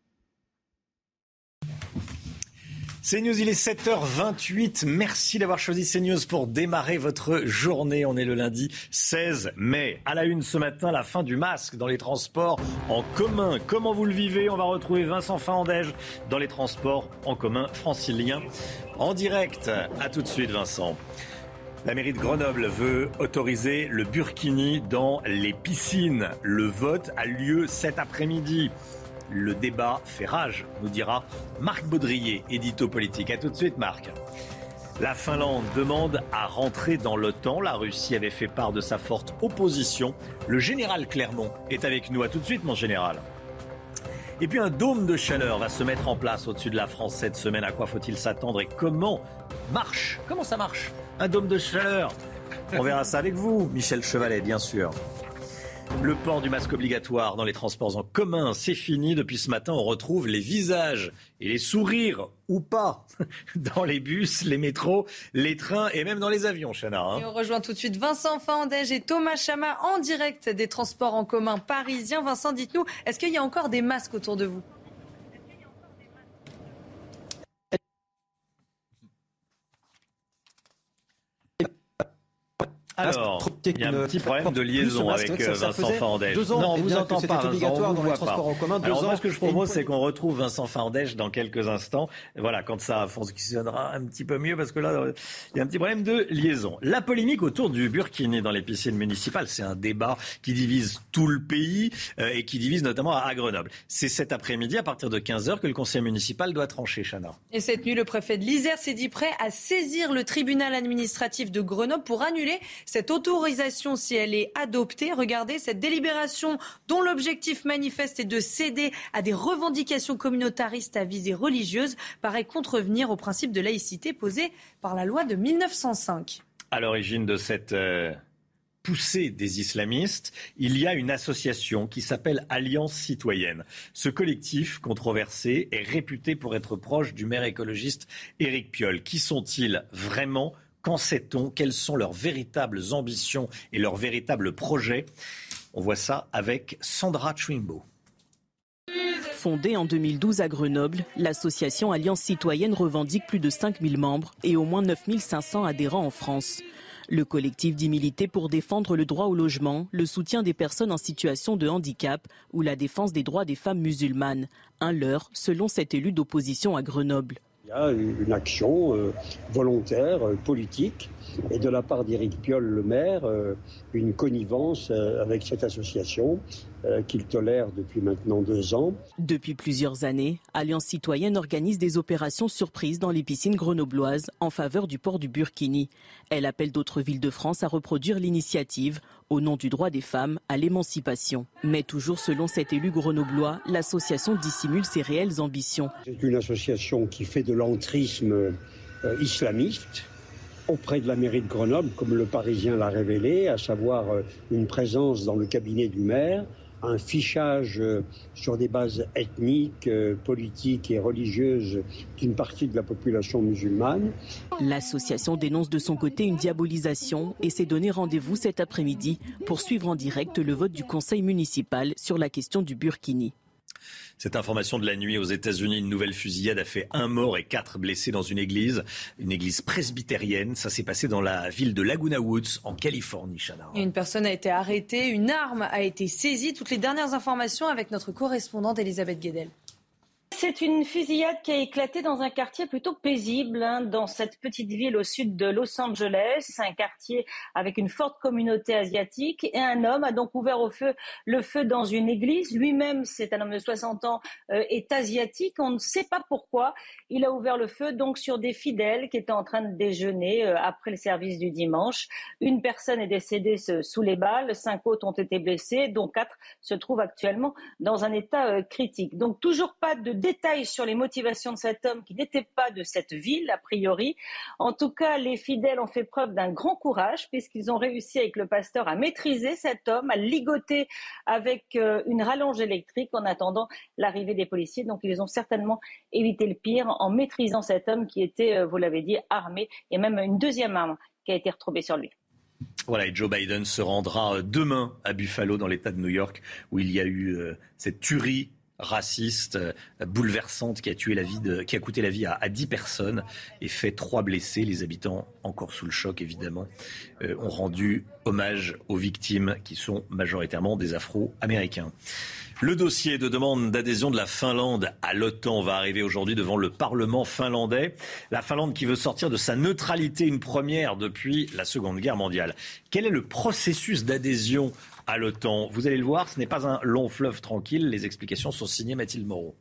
CNews, il est sept heures vingt-huit. Merci d'avoir choisi CNews pour démarrer votre journée. On est le lundi seize mai. À la une ce matin, la fin du masque dans les transports en commun. Comment vous le vivez ? On va retrouver Vincent Fahandège dans les transports en commun franciliens en direct. À tout de suite, Vincent. La mairie de Grenoble veut autoriser le burkini dans les piscines. Le vote a lieu cet après-midi. Le débat fait rage, nous dira Marc Baudrier, édito politique. A tout de suite, Marc. La Finlande demande à rentrer dans l'OTAN. La Russie avait fait part de sa forte opposition. Le général Clermont est avec nous. A tout de suite, mon général. Et puis un dôme de chaleur va se mettre en place au-dessus de la France cette semaine. À quoi faut-il s'attendre et comment marche Comment ça marche un dôme de chaleur? On verra ça avec vous, Michel Chevalet, bien sûr. Le port du masque obligatoire dans les transports en commun, c'est fini. Depuis ce matin, on retrouve les visages et les sourires, ou pas, dans les bus, les métros, les trains et même dans les avions, Chana. Hein. Et on rejoint tout de suite Vincent Fahandège et Thomas Chama en direct des transports en commun parisiens. Vincent, dites-nous, est-ce qu'il y a encore des masques autour de vous ? Alors, il y a un petit problème de liaison avec Vincent Fahandège. Non, on ne vous entend pas, Vincent, on ne vous voit pas. Alors moi, ce que je propose, c'est qu'on retrouve Vincent Fahandège dans quelques instants. Voilà, quand ça fonctionnera un petit peu mieux, parce que là, il y a un petit problème de liaison. La polémique autour du burkini dans les piscines municipales, c'est un débat qui divise tout le pays et qui divise notamment à Grenoble. C'est cet après-midi, à partir de quinze heures, que le conseil municipal doit trancher, Chana. Et cette nuit, le préfet de l'Isère s'est dit prêt à saisir le tribunal administratif de Grenoble pour annuler cette autorisation si elle est adoptée. Regardez, cette délibération dont l'objectif manifeste est de céder à des revendications communautaristes à visée religieuse paraît contrevenir au principe de laïcité posé par la loi de mille neuf cent cinq. À l'origine de cette euh, poussée des islamistes, il y a une association qui s'appelle Alliance citoyenne. Ce collectif controversé est réputé pour être proche du maire écologiste Éric Piolle. Qui sont-ils vraiment ? Qu'en sait-on? Quelles sont leurs véritables ambitions et leurs véritables projets? On voit ça avec Sandra Chouimbo. Fondée en deux mille douze à Grenoble, l'association Alliance citoyenne revendique plus de cinq mille membres et au moins neuf mille cinq cents adhérents en France. Le collectif dit militer pour défendre le droit au logement, le soutien des personnes en situation de handicap ou la défense des droits des femmes musulmanes. Un leurre, selon cet élu d'opposition à Grenoble. Il y a une action euh, volontaire, euh, politique, et de la part d'Éric Piolle, le maire, euh, une connivence euh, avec cette association euh, qu'il tolère depuis maintenant deux ans. Depuis plusieurs années, Alliance citoyenne organise des opérations surprises dans les piscines grenobloises en faveur du port du burkini. Elle appelle d'autres villes de France à reproduire l'initiative au nom du droit des femmes à l'émancipation. Mais toujours selon cet élu grenoblois, l'association dissimule ses réelles ambitions. C'est une association qui fait de l'entrisme euh, islamiste auprès de la mairie de Grenoble, comme le Parisien l'a révélé, à savoir euh, une présence dans le cabinet du maire un fichage sur des bases ethniques, politiques et religieuses d'une partie de la population musulmane. L'association dénonce de son côté une diabolisation et s'est donné rendez-vous cet après-midi pour suivre en direct le vote du conseil municipal sur la question du burkini. Cette information de la nuit aux États-Unis, une nouvelle fusillade a fait un mort et quatre blessés dans une église, une église presbytérienne. Ça s'est passé dans la ville de Laguna Woods, en Californie, Chana. Une personne a été arrêtée, une arme a été saisie. Toutes les dernières informations avec notre correspondante Elisabeth Guedel. C'est une fusillade qui a éclaté dans un quartier plutôt paisible, hein, dans cette petite ville au sud de Los Angeles, un quartier avec une forte communauté asiatique. Et un homme a donc ouvert au feu, le feu dans une église. Lui-même, c'est un homme de soixante ans, euh, est asiatique. On ne sait pas pourquoi. Il a ouvert le feu donc sur des fidèles qui étaient en train de déjeuner euh, après le service du dimanche. Une personne est décédée sous les balles, cinq autres ont été blessés, dont quatre se trouvent actuellement dans un état euh, critique. Donc toujours pas de détails sur les motivations de cet homme qui n'était pas de cette ville, a priori. En tout cas, les fidèles ont fait preuve d'un grand courage puisqu'ils ont réussi avec le pasteur à maîtriser cet homme, à le ligoter avec euh, une rallonge électrique en attendant l'arrivée des policiers. Donc ils ont certainement évité le pire en maîtrisant cet homme qui était, euh, vous l'avez dit, armé, et même une deuxième arme qui a été retrouvée sur lui. Voilà, et Joe Biden se rendra demain à Buffalo, dans l'État de New York, où il y a eu euh, cette tuerie raciste, euh, bouleversante, qui a tué la vie de, qui a coûté la vie à, à dix personnes et fait trois blessés. Les habitants, encore sous le choc évidemment, euh, ont rendu hommage aux victimes qui sont majoritairement des Afro-Américains. Le dossier de demande d'adhésion de la Finlande à l'OTAN va arriver aujourd'hui devant le Parlement finlandais. La Finlande qui veut sortir de sa neutralité, une première depuis la Seconde Guerre mondiale. Quel est le processus d'adhésion à l'OTAN? Vous allez le voir, ce n'est pas un long fleuve tranquille. Les explications sont signées Mathilde Moreau.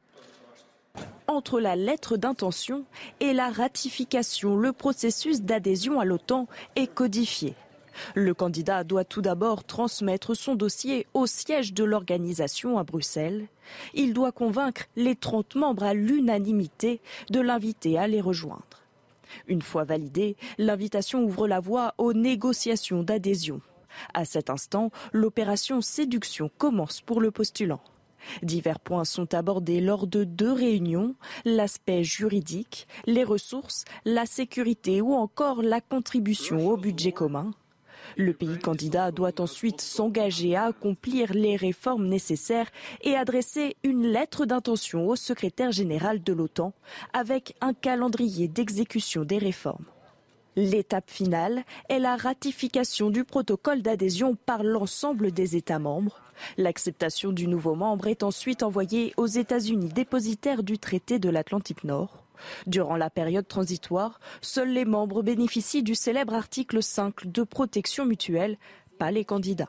Entre la lettre d'intention et la ratification, le processus d'adhésion à l'OTAN est codifié. Le candidat doit tout d'abord transmettre son dossier au siège de l'organisation à Bruxelles. Il doit convaincre les trente membres à l'unanimité de l'inviter à les rejoindre. Une fois validée, l'invitation ouvre la voie aux négociations d'adhésion. À cet instant, l'opération séduction commence pour le postulant. Divers points sont abordés lors de deux réunions, l'aspect juridique, les ressources, la sécurité ou encore la contribution au budget commun. Le pays candidat doit ensuite s'engager à accomplir les réformes nécessaires et adresser une lettre d'intention au secrétaire général de l'OTAN avec un calendrier d'exécution des réformes. L'étape finale est la ratification du protocole d'adhésion par l'ensemble des États membres. L'acceptation du nouveau membre est ensuite envoyée aux États-Unis, dépositaires du traité de l'Atlantique Nord. Durant la période transitoire, seuls les membres bénéficient du célèbre article cinq de protection mutuelle, pas les candidats.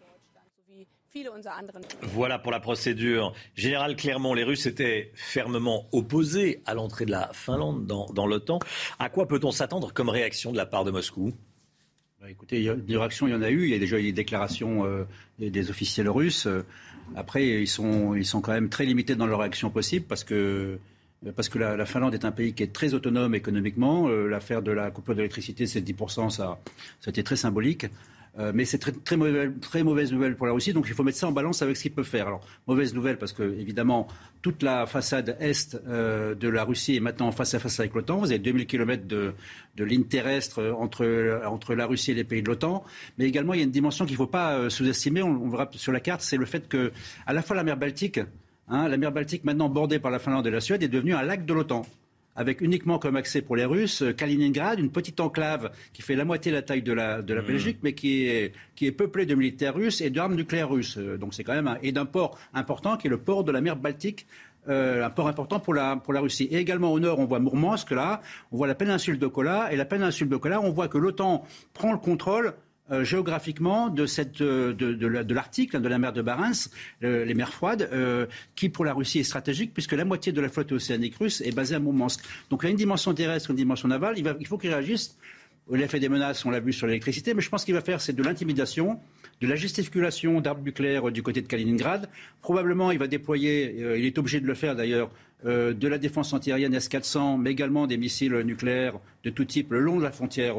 Voilà pour la procédure. Général Clermont, les Russes étaient fermement opposés à l'entrée de la Finlande dans, dans l'OTAN. À quoi peut-on s'attendre comme réaction de la part de Moscou ? Bah, écoutez, il y a, des réactions, il y en a eu. Il y a déjà eu des déclarations euh, des, des officiels russes. Après, ils sont, ils sont quand même très limités dans leur réaction possible parce que, parce que la, la Finlande est un pays qui est très autonome économiquement. Euh, l'affaire de la coupure d'électricité, c'est dix pour cent, ça, ça a été très symbolique. Euh, mais c'est très, très, mauvaise, très mauvaise nouvelle pour la Russie, donc il faut mettre ça en balance avec ce qu'ils peuvent faire. Alors, mauvaise nouvelle parce que, évidemment, toute la façade est euh, de la Russie est maintenant face à face avec l'OTAN. Vous avez deux mille kilomètres de, de ligne terrestre entre, entre la Russie et les pays de l'OTAN. Mais également, il y a une dimension qu'il ne faut pas euh, sous-estimer, on, on verra sur la carte, c'est le fait que, à la fois la mer Baltique, hein, la mer Baltique maintenant bordée par la Finlande et la Suède, est devenue un lac de l'OTAN, avec uniquement comme accès pour les Russes Kaliningrad, une petite enclave qui fait la moitié de la taille de la, de la mmh. Belgique, mais qui est, qui est peuplée de militaires russes et d'armes nucléaires russes. Donc c'est quand même un, et d'un port important qui est le port de la mer Baltique, euh, un port important pour la, pour la Russie. Et également au nord, on voit Mourmansk là, on voit la péninsule de Kola, et la péninsule de Kola, on voit que l'OTAN prend le contrôle Euh, géographiquement de, cette, euh, de, de, de l'Arctique, de la mer de Barents, euh, les mers froides, euh, qui pour la Russie est stratégique puisque la moitié de la flotte océanique russe est basée à Mourmansk. Donc il y a une dimension terrestre, une dimension navale, il, va, il faut qu'il réagisse. Il a fait des menaces, on l'a vu sur l'électricité, mais je pense qu'il va faire c'est de l'intimidation, de la gesticulation d'armes nucléaires du côté de Kaliningrad. Probablement il va déployer, euh, il est obligé de le faire d'ailleurs, euh, de la défense antiaérienne S quatre cents, mais également des missiles nucléaires de tout type le long de la frontière euh,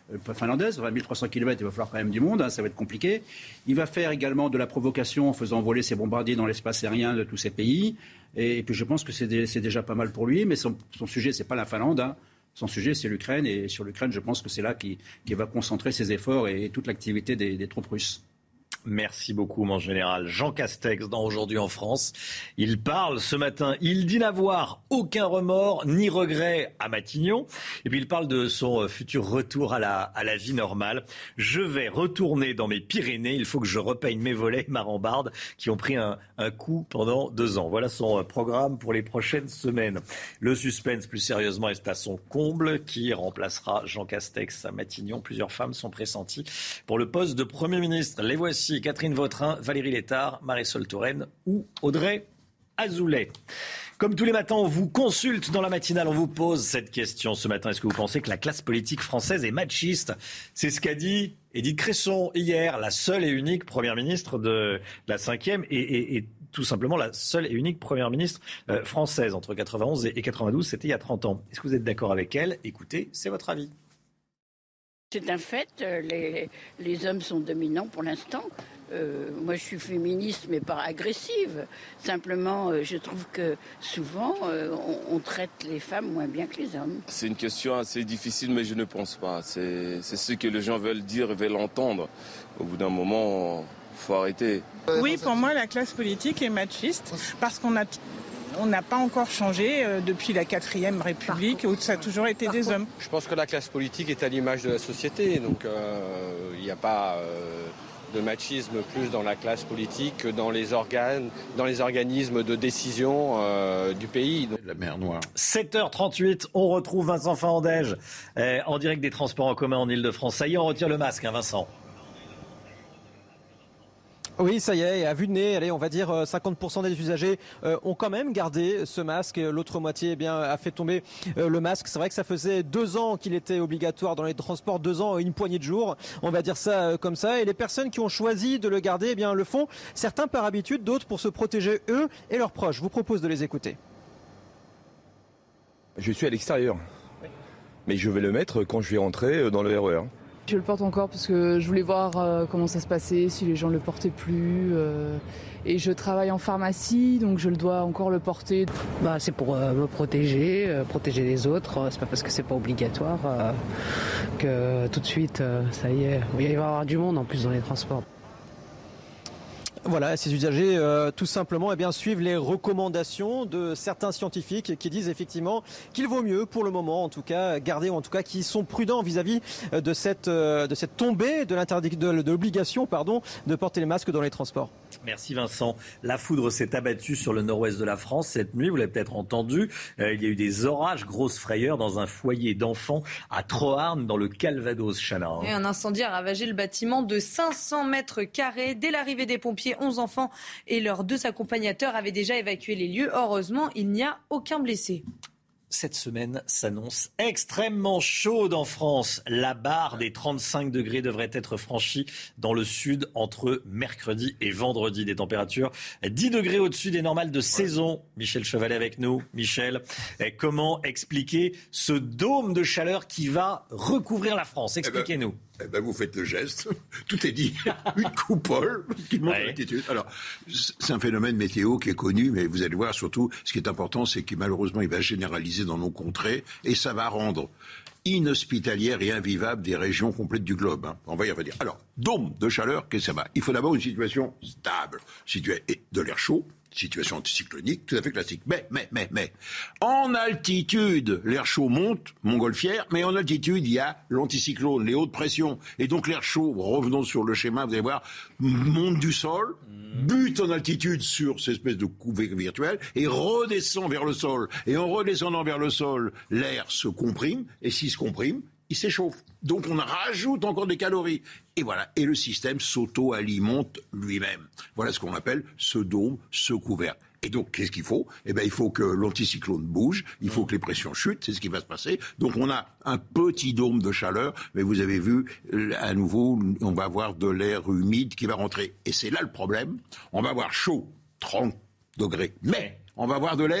finlandaise, vingt mille trois cents kilomètres, il va falloir quand même du monde, hein, ça va être compliqué. Il va faire également de la provocation en faisant voler ses bombardiers dans l'espace aérien de tous ces pays. Et, et puis je pense que c'est, des, c'est déjà pas mal pour lui, mais son, son sujet, c'est pas la Finlande. Hein. Son sujet, c'est l'Ukraine. Et sur l'Ukraine, je pense que c'est là qu'il, qu'il va concentrer ses efforts et, et toute l'activité des, des troupes russes. Merci beaucoup, mon général. Jean Castex, dans Aujourd'hui en France, il parle ce matin, il dit n'avoir aucun remords ni regret à Matignon. Et puis il parle de son futur retour à la, à la vie normale. Je vais retourner dans mes Pyrénées, il faut que je repaye mes volets et ma rambarde qui ont pris un, un coup pendant deux ans. Voilà son programme pour les prochaines semaines. Le suspense, plus sérieusement, est à son comble. Qui remplacera Jean Castex à Matignon? Plusieurs femmes sont pressenties pour le poste de Premier ministre. Les voici. Catherine Vautrin, Valérie Létard, Marisol Touraine ou Audrey Azoulay. Comme tous les matins, on vous consulte dans la matinale, on vous pose cette question ce matin. Est-ce que vous pensez que la classe politique française est machiste? C'est ce qu'a dit Édith Cresson hier, la seule et unique première ministre de la cinquième et, et, et tout simplement la seule et unique première ministre euh, française entre quatre-vingt-onze et quatre-vingt-douze, c'était il y a trente ans. Est-ce que vous êtes d'accord avec elle? Écoutez, c'est votre avis. C'est un fait, les, les hommes sont dominants pour l'instant. Euh, moi, je suis féministe, mais pas agressive. Simplement, euh, je trouve que souvent, euh, on, on traite les femmes moins bien que les hommes. C'est une question assez difficile, mais je ne pense pas. C'est, c'est ce que les gens veulent dire et veulent entendre. Au bout d'un moment, il faut arrêter. Oui, pour moi, la classe politique est machiste parce qu'on a... On n'a pas encore changé euh, depuis la quatrième République où ça a toujours été des hommes. Je pense que la classe politique est à l'image de la société, donc il euh, n'y a pas euh, de machisme plus dans la classe politique que dans les organes, dans les organismes de décision euh, du pays. La mer Noire. sept heures trente-huit, on retrouve Vincent Fahandège euh, en direct des transports en commun en Ile-de-France. Ça y est, on retire le masque, hein, Vincent. Oui, ça y est, et à vue de nez, allez, on va dire cinquante pour cent des usagers euh, ont quand même gardé ce masque. L'autre moitié eh bien, a fait tomber euh, le masque. C'est vrai que ça faisait deux ans qu'il était obligatoire dans les transports, deux ans et une poignée de jours. On va dire ça euh, comme ça. Et les personnes qui ont choisi de le garder eh bien, le font, certains par habitude, d'autres pour se protéger eux et leurs proches. Je vous propose de les écouter. Je suis à l'extérieur, mais je vais le mettre quand je vais rentrer dans le R E R. Je le porte encore parce que je voulais voir euh, comment ça se passait, si les gens ne le portaient plus. Euh, et je travaille en pharmacie, donc je le dois encore le porter. Bah, c'est pour euh, me protéger, euh, protéger les autres. C'est pas parce que c'est pas obligatoire euh, que tout de suite, euh, ça y est, il va y avoir du monde en plus dans les transports. Voilà, ces usagers euh, tout simplement eh bien, suivent les recommandations de certains scientifiques qui disent effectivement qu'il vaut mieux pour le moment en tout cas garder, ou en tout cas qui sont prudents vis-à-vis de cette, euh, de cette tombée de, l'interdic- de, de l'obligation pardon, de porter les masques dans les transports. Merci Vincent. La foudre s'est abattue sur le nord-ouest de la France cette nuit, vous l'avez peut-être entendu. Euh, il y a eu des orages, grosses frayeurs dans un foyer d'enfants à Troarn dans le Calvados, Chana. Et un incendie a ravagé le bâtiment de cinq cents mètres carrés. Dès l'arrivée des pompiers, onze enfants et leurs deux accompagnateurs avaient déjà évacué les lieux. Heureusement, il n'y a aucun blessé. Cette semaine s'annonce extrêmement chaude en France. La barre des trente-cinq degrés devrait être franchie dans le sud entre mercredi et vendredi. Des températures dix degrés au-dessus des normales de saison. Michel Chevalet avec nous. Michel, comment expliquer ce dôme de chaleur qui va recouvrir la France? Expliquez-nous. Eh ben... Eh ben vous faites le geste, tout est dit, une coupole qui montre ouais. l'altitude. Alors, c'est un phénomène météo qui est connu, mais vous allez voir surtout, ce qui est important, c'est que malheureusement, il va généraliser dans nos contrées, et ça va rendre inhospitalière et invivable des régions complètes du globe. Hein. On va y revenir. Alors, dôme de chaleur, qu'est-ce que ça va? Il faut d'abord une situation stable, située et de l'air chaud, situation anticyclonique, tout à fait classique. Mais, mais, mais, mais, en altitude, l'air chaud monte, montgolfière, mais en altitude, il y a l'anticyclone, les hautes pressions. Et donc l'air chaud, revenons sur le schéma, vous allez voir, monte du sol, bute en altitude sur cette espèce de couvée virtuelle et redescend vers le sol. Et en redescendant vers le sol, l'air se comprime, et s'il se comprime, il s'échauffe. Donc on rajoute encore des calories. Et voilà. Et le système s'auto-alimente lui-même. Voilà ce qu'on appelle ce dôme, ce couvercle. Et donc, qu'est-ce qu'il faut? Eh bien, il faut que l'anticyclone bouge, il faut que les pressions chutent, c'est ce qui va se passer. Donc, on a un petit dôme de chaleur, mais vous avez vu, à nouveau, on va avoir de l'air humide qui va rentrer. Et c'est là le problème. On va avoir chaud, trente degrés, mais on va avoir de l'air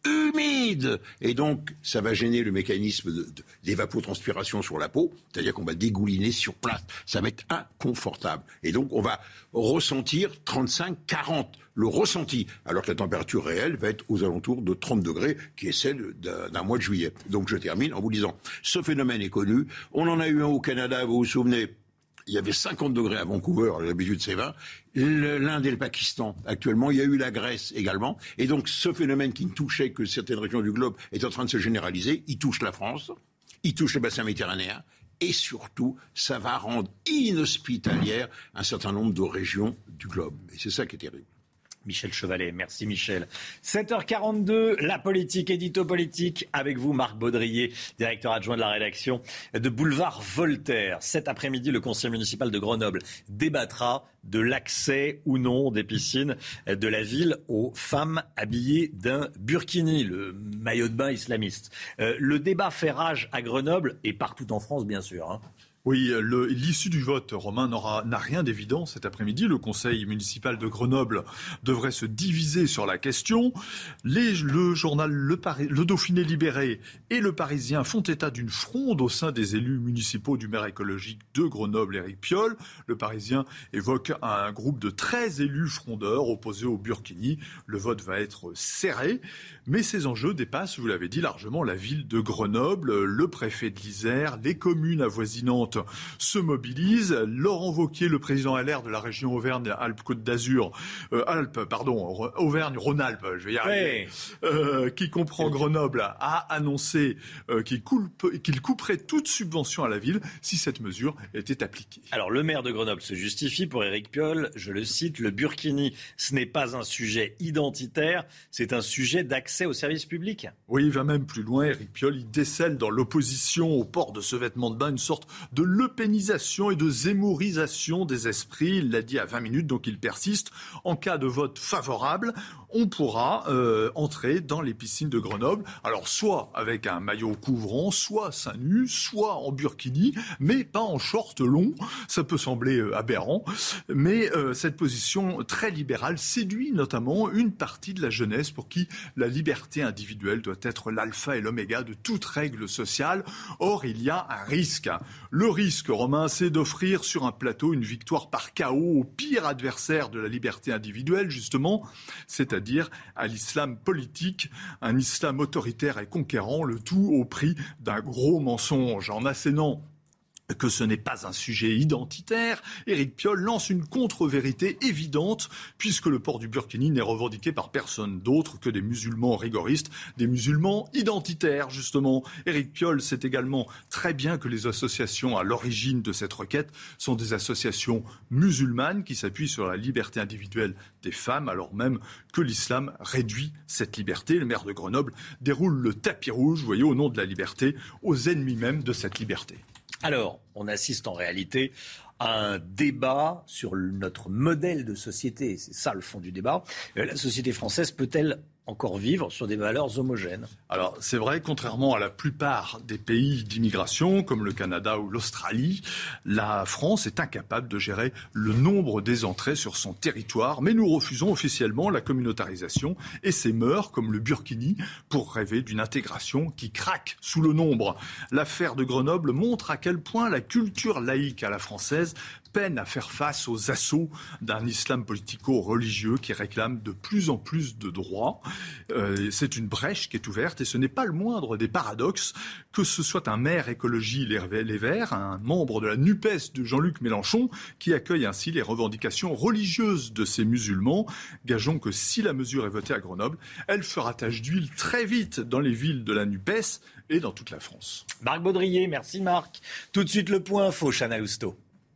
humide. Et donc, ça va gêner le mécanisme de, de, d'évapotranspiration sur la peau, c'est-à-dire qu'on va dégouliner sur place. Ça va être inconfortable. Et donc, on va ressentir trente-cinq à quarante, le ressenti, alors que la température réelle va être aux alentours de trente degrés, qui est celle d'un, d'un mois de juillet. Donc, je termine en vous disant, ce phénomène est connu. On en a eu un au Canada, vous vous souvenez, il y avait cinquante degrés à Vancouver, l'habitude c'est vingt. L'Inde et le Pakistan, actuellement, il y a eu la Grèce également. Et donc, ce phénomène qui ne touchait que certaines régions du globe est en train de se généraliser. Il touche la France, il touche le bassin méditerranéen. Et surtout, ça va rendre inhospitalière un certain nombre de régions du globe. Et c'est ça qui est terrible. Michel Chevalet, merci Michel. sept heures quarante-deux, la politique, édito politique, avec vous Marc Baudrier, directeur adjoint de la rédaction de Boulevard Voltaire. Cet après-midi, le conseil municipal de Grenoble débattra de l'accès ou non des piscines de la ville aux femmes habillées d'un burkini, le maillot de bain islamiste. Euh, le débat fait rage à Grenoble et partout en France, bien sûr, hein. Oui, le, l'issue du vote, Romain, n'aura, n'a rien d'évident cet après-midi. Le conseil municipal de Grenoble devrait se diviser sur la question. Les, le journal le, Paris, le Dauphiné Libéré et le Parisien font état d'une fronde au sein des élus municipaux du maire écologique de Grenoble, Éric Piolle. Le Parisien évoque un groupe de treize élus frondeurs opposés au burkini. Le vote va être serré, mais ces enjeux dépassent, vous l'avez dit, largement la ville de Grenoble. Le préfet de l'Isère, les communes avoisinantes se mobilisent. Laurent Wauquiez, le président L R de la région Auvergne-Alpes-Côte d'Azur, euh, Alpes, pardon, Auvergne-Rhône-Alpes, je vais y arriver, oui. euh, qui comprend Grenoble, a annoncé euh, qu'il, coupe, qu'il couperait toute subvention à la ville si cette mesure était appliquée. Alors, le maire de Grenoble se justifie pour Éric Piolle, je le cite, le burkini, ce n'est pas un sujet identitaire, c'est un sujet d'accès aux services publics. Oui, il va même plus loin, Éric Piolle, il décèle dans l'opposition au port de ce vêtement de bain une sorte de lepénisation et de zémorisation des esprits. Il l'a dit à vingt minutes, donc il persiste. En cas de vote favorable, on pourra euh, entrer dans les piscines de Grenoble. Alors, soit avec un maillot couvrant, soit seins nus, soit en burkini, mais pas en short long. Ça peut sembler euh, aberrant, mais euh, cette position très libérale séduit notamment une partie de la jeunesse pour qui la liberté individuelle doit être l'alpha et l'oméga de toute règle sociale. Or, il y a un risque. Le risque, Romain, c'est d'offrir sur un plateau une victoire par K O au pire adversaire de la liberté individuelle, justement, c'est-à-dire à l'islam politique, un islam autoritaire et conquérant, le tout au prix d'un gros mensonge. En assénant que ce n'est pas un sujet identitaire, Éric Piolle lance une contre-vérité évidente, puisque le port du burkini n'est revendiqué par personne d'autre que des musulmans rigoristes, des musulmans identitaires, justement. Éric Piolle sait également très bien que les associations à l'origine de cette requête sont des associations musulmanes qui s'appuient sur la liberté individuelle des femmes, alors même que l'islam réduit cette liberté. Le maire de Grenoble déroule le tapis rouge, vous voyez, au nom de la liberté, aux ennemis même de cette liberté. Alors, on assiste en réalité à un débat sur notre modèle de société. C'est ça le fond du débat. La société française peut-elle encore vivre sur des valeurs homogènes? Alors, c'est vrai, contrairement à la plupart des pays d'immigration, comme le Canada ou l'Australie, la France est incapable de gérer le nombre des entrées sur son territoire. Mais nous refusons officiellement la communautarisation et ses mœurs, comme le burkini, pour rêver d'une intégration qui craque sous le nombre. L'affaire de Grenoble montre à quel point la culture laïque à la française peine à faire face aux assauts d'un islam politico-religieux qui réclame de plus en plus de droits. Euh, c'est une brèche qui est ouverte et ce n'est pas le moindre des paradoxes que ce soit un maire écologie Les Verts, un membre de la NUPES de Jean-Luc Mélenchon, qui accueille ainsi les revendications religieuses de ces musulmans. Gageons que si la mesure est votée à Grenoble, elle fera tache d'huile très vite dans les villes de la NUPES et dans toute la France. Marc Baudrier, merci Marc. Tout de suite le point info, Chana Lousteau.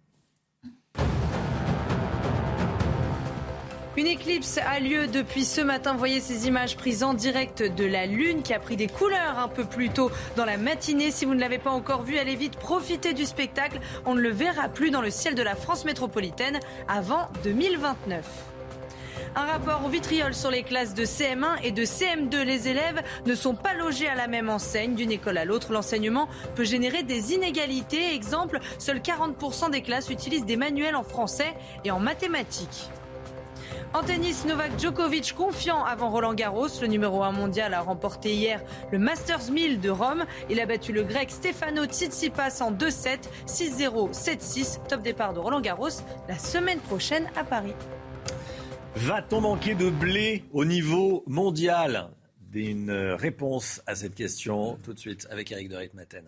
Une éclipse a lieu depuis ce matin. Vous voyez ces images prises en direct de la Lune qui a pris des couleurs un peu plus tôt dans la matinée. Si vous ne l'avez pas encore vu, allez vite profiter du spectacle. On ne le verra plus dans le ciel de la France métropolitaine avant deux mille vingt-neuf. Un rapport au vitriol sur les classes de C M un et de C M deux. Les élèves ne sont pas logés à la même enseigne. D'une école à l'autre, l'enseignement peut générer des inégalités. Exemple, seuls quarante pour cent des classes utilisent des manuels en français et en mathématiques. En tennis, Novak Djokovic confiant avant Roland Garros. Le numéro un mondial a remporté hier le Masters mille de Rome. Il a battu le grec Stefano Tsitsipas en deux sept, six zéro, sept six. Top départ de Roland Garros la semaine prochaine à Paris. Va-t-on manquer de blé au niveau mondial ? Une réponse à cette question tout de suite avec Éric de Ritmaten.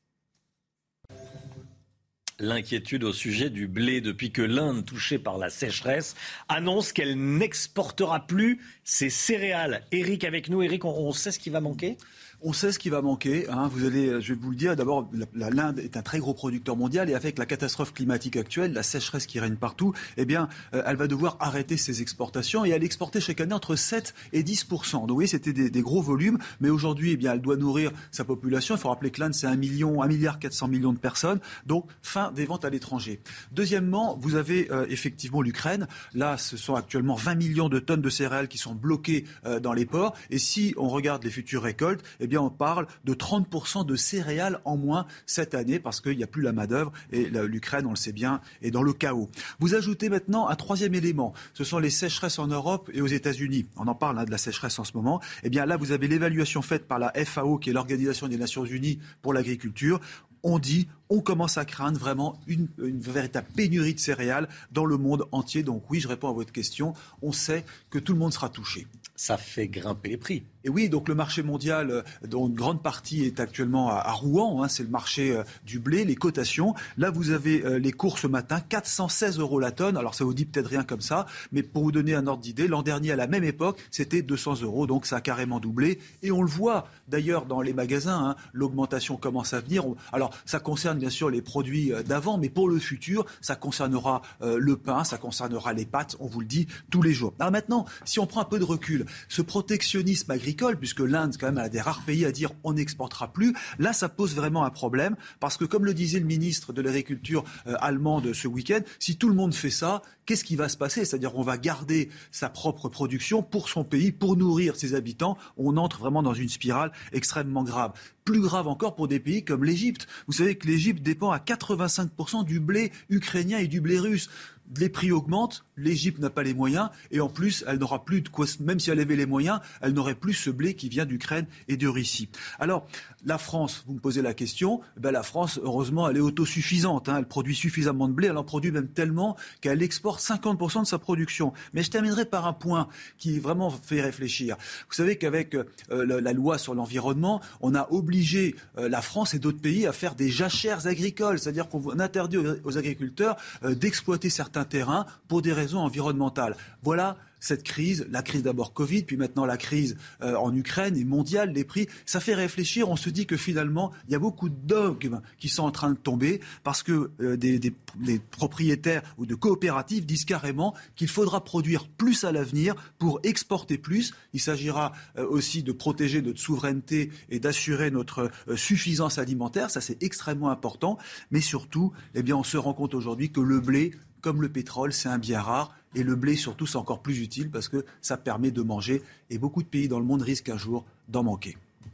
L'inquiétude au sujet du blé depuis que l'Inde, touchée par la sécheresse, annonce qu'elle n'exportera plus ses céréales. Éric avec nous. Éric, on, on sait ce qui va manquer ? On sait ce qui va manquer. Hein. Vous allez, je vais vous le dire. D'abord, la, l'Inde est un très gros producteur mondial et avec la catastrophe climatique actuelle, la sécheresse qui règne partout, eh bien, euh, elle va devoir arrêter ses exportations et elle exportait chaque année entre sept et dix pour cent. Donc, vous voyez, c'était des, des gros volumes. Mais aujourd'hui, eh bien, elle doit nourrir sa population. Il faut rappeler que l'Inde, c'est un million, un milliard quatre cents millions de personnes. Donc, fin des ventes à l'étranger. Deuxièmement, vous avez euh, effectivement l'Ukraine. Là, ce sont actuellement vingt millions de tonnes de céréales qui sont bloquées euh, dans les ports. Et si on regarde les futures récoltes, eh bien, on parle de trente pour cent de céréales en moins cette année parce qu'il n'y a plus la main-d'œuvre et l'Ukraine, on le sait bien, est dans le chaos. Vous ajoutez maintenant un troisième élément. Ce sont les sécheresses en Europe et aux États-Unis. On en parle hein, de la sécheresse en ce moment. Eh bien, là, vous avez l'évaluation faite par la F A O, qui est l'Organisation des Nations Unies pour l'agriculture. On dit, on commence à craindre vraiment une, une véritable pénurie de céréales dans le monde entier. Donc oui, je réponds à votre question. On sait que tout le monde sera touché. Ça fait grimper les prix. Et oui, donc le marché mondial, dont une grande partie est actuellement à, à Rouen, hein, c'est le marché euh, du blé, les cotations. Là, vous avez euh, les cours ce matin, quatre cent seize euros la tonne. Alors ça vous dit peut-être rien comme ça, mais pour vous donner un ordre d'idée, l'an dernier, à la même époque, c'était deux cents euros, donc ça a carrément doublé. Et on le voit d'ailleurs dans les magasins, hein, l'augmentation commence à venir. Alors ça concerne bien sûr les produits d'avant, mais pour le futur, ça concernera euh, le pain, ça concernera les pâtes, on vous le dit tous les jours. Alors maintenant, si on prend un peu de recul, ce protectionnisme agricole, puisque l'Inde, quand même, a des rares pays à dire on n'exportera plus, là, ça pose vraiment un problème, parce que comme le disait le ministre de l'Agriculture euh, allemande ce week-end, si tout le monde fait ça, qu'est-ce qui va se passer ? C'est-à-dire on va garder sa propre production pour son pays, pour nourrir ses habitants. On entre vraiment dans une spirale extrêmement grave. Plus grave encore pour des pays comme l'Égypte. Vous savez que l'Égypte dépend à quatre-vingt-cinq pour cent du blé ukrainien et du blé russe. Les prix augmentent, l'Égypte n'a pas les moyens et en plus, elle n'aura plus de quoi, même si elle avait les moyens, elle n'aurait plus ce blé qui vient d'Ukraine et de Russie. Alors, la France, vous me posez la question, ben la France, heureusement, elle est autosuffisante, hein, elle produit suffisamment de blé, elle en produit même tellement qu'elle exporte cinquante pour cent de sa production. Mais je terminerai par un point qui vraiment fait réfléchir. Vous savez qu'avec euh, la, la loi sur l'environnement, on a obligé euh, la France et d'autres pays à faire des jachères agricoles, c'est-à-dire qu'on interdit aux, aux agriculteurs euh, d'exploiter certains terrain pour des raisons environnementales. Voilà cette crise, la crise d'abord Covid, puis maintenant la crise euh, en Ukraine et mondiale, les prix, ça fait réfléchir. On se dit que finalement, il y a beaucoup de dogmes qui sont en train de tomber parce que euh, des, des, des propriétaires ou de coopératives disent carrément qu'il faudra produire plus à l'avenir pour exporter plus. Il s'agira euh, aussi de protéger notre souveraineté et d'assurer notre euh, suffisance alimentaire. Ça, c'est extrêmement important. Mais surtout, eh bien, on se rend compte aujourd'hui que le blé, comme le pétrole, c'est un bien rare. Et le blé, surtout, c'est encore plus utile parce que ça permet de manger. Et beaucoup de pays dans le monde risquent un jour d'en manquer.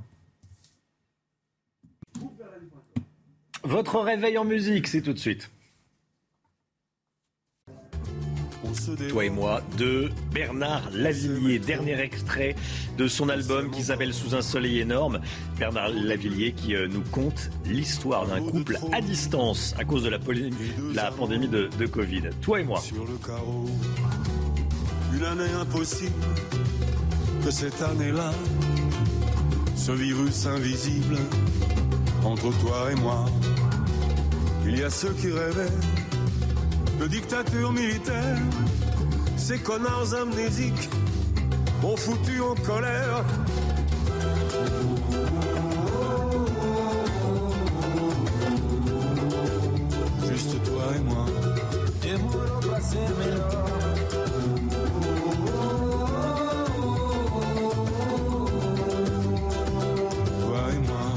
Votre réveil en musique, c'est tout de suite. Toi et moi, de Bernard Lavilliers, dernier extrait de son album qui s'appelle Sous un soleil énorme. Bernard Lavilliers qui euh, nous conte l'histoire d'un couple à distance à cause de la, poly- la pandémie de, de Covid. Toi et moi. Sur le carreau, une année impossible que cette année-là, ce virus invisible entre toi et moi. Il y a ceux qui rêvaient de dictature militaire, ces connards amnésiques ont foutu en colère. Juste toi et moi. Toi et moi.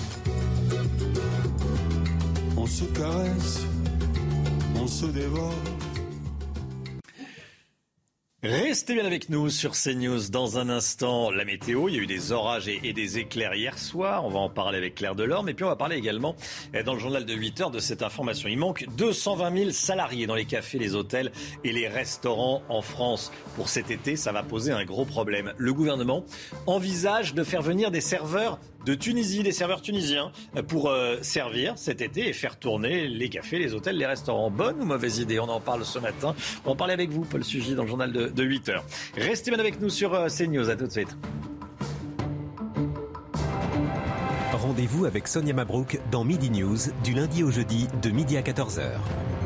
On se caresse. On se dévore. Restez bien avec nous sur CNews. Dans un instant, la météo. Il y a eu des orages et, et des éclairs hier soir. On va en parler avec Claire Delorme. Et puis on va parler également dans le journal de huit heures de cette information. Il manque deux cent vingt mille salariés dans les cafés, les hôtels et les restaurants en France. Pour cet été, ça va poser un gros problème. Le gouvernement envisage de faire venir des serveurs de Tunisie, des serveurs tunisiens, pour euh, servir cet été et faire tourner les cafés, les hôtels, les restaurants. Bonne ou mauvaise idée? On en parle ce matin. On va en parler avec vous, Paul Sugy, dans le journal de, de huit heures. Restez bien avec nous sur euh, CNews. À tout de suite. Rendez-vous avec Sonia Mabrouk dans Midi News, du lundi au jeudi, de midi à quatorze heures.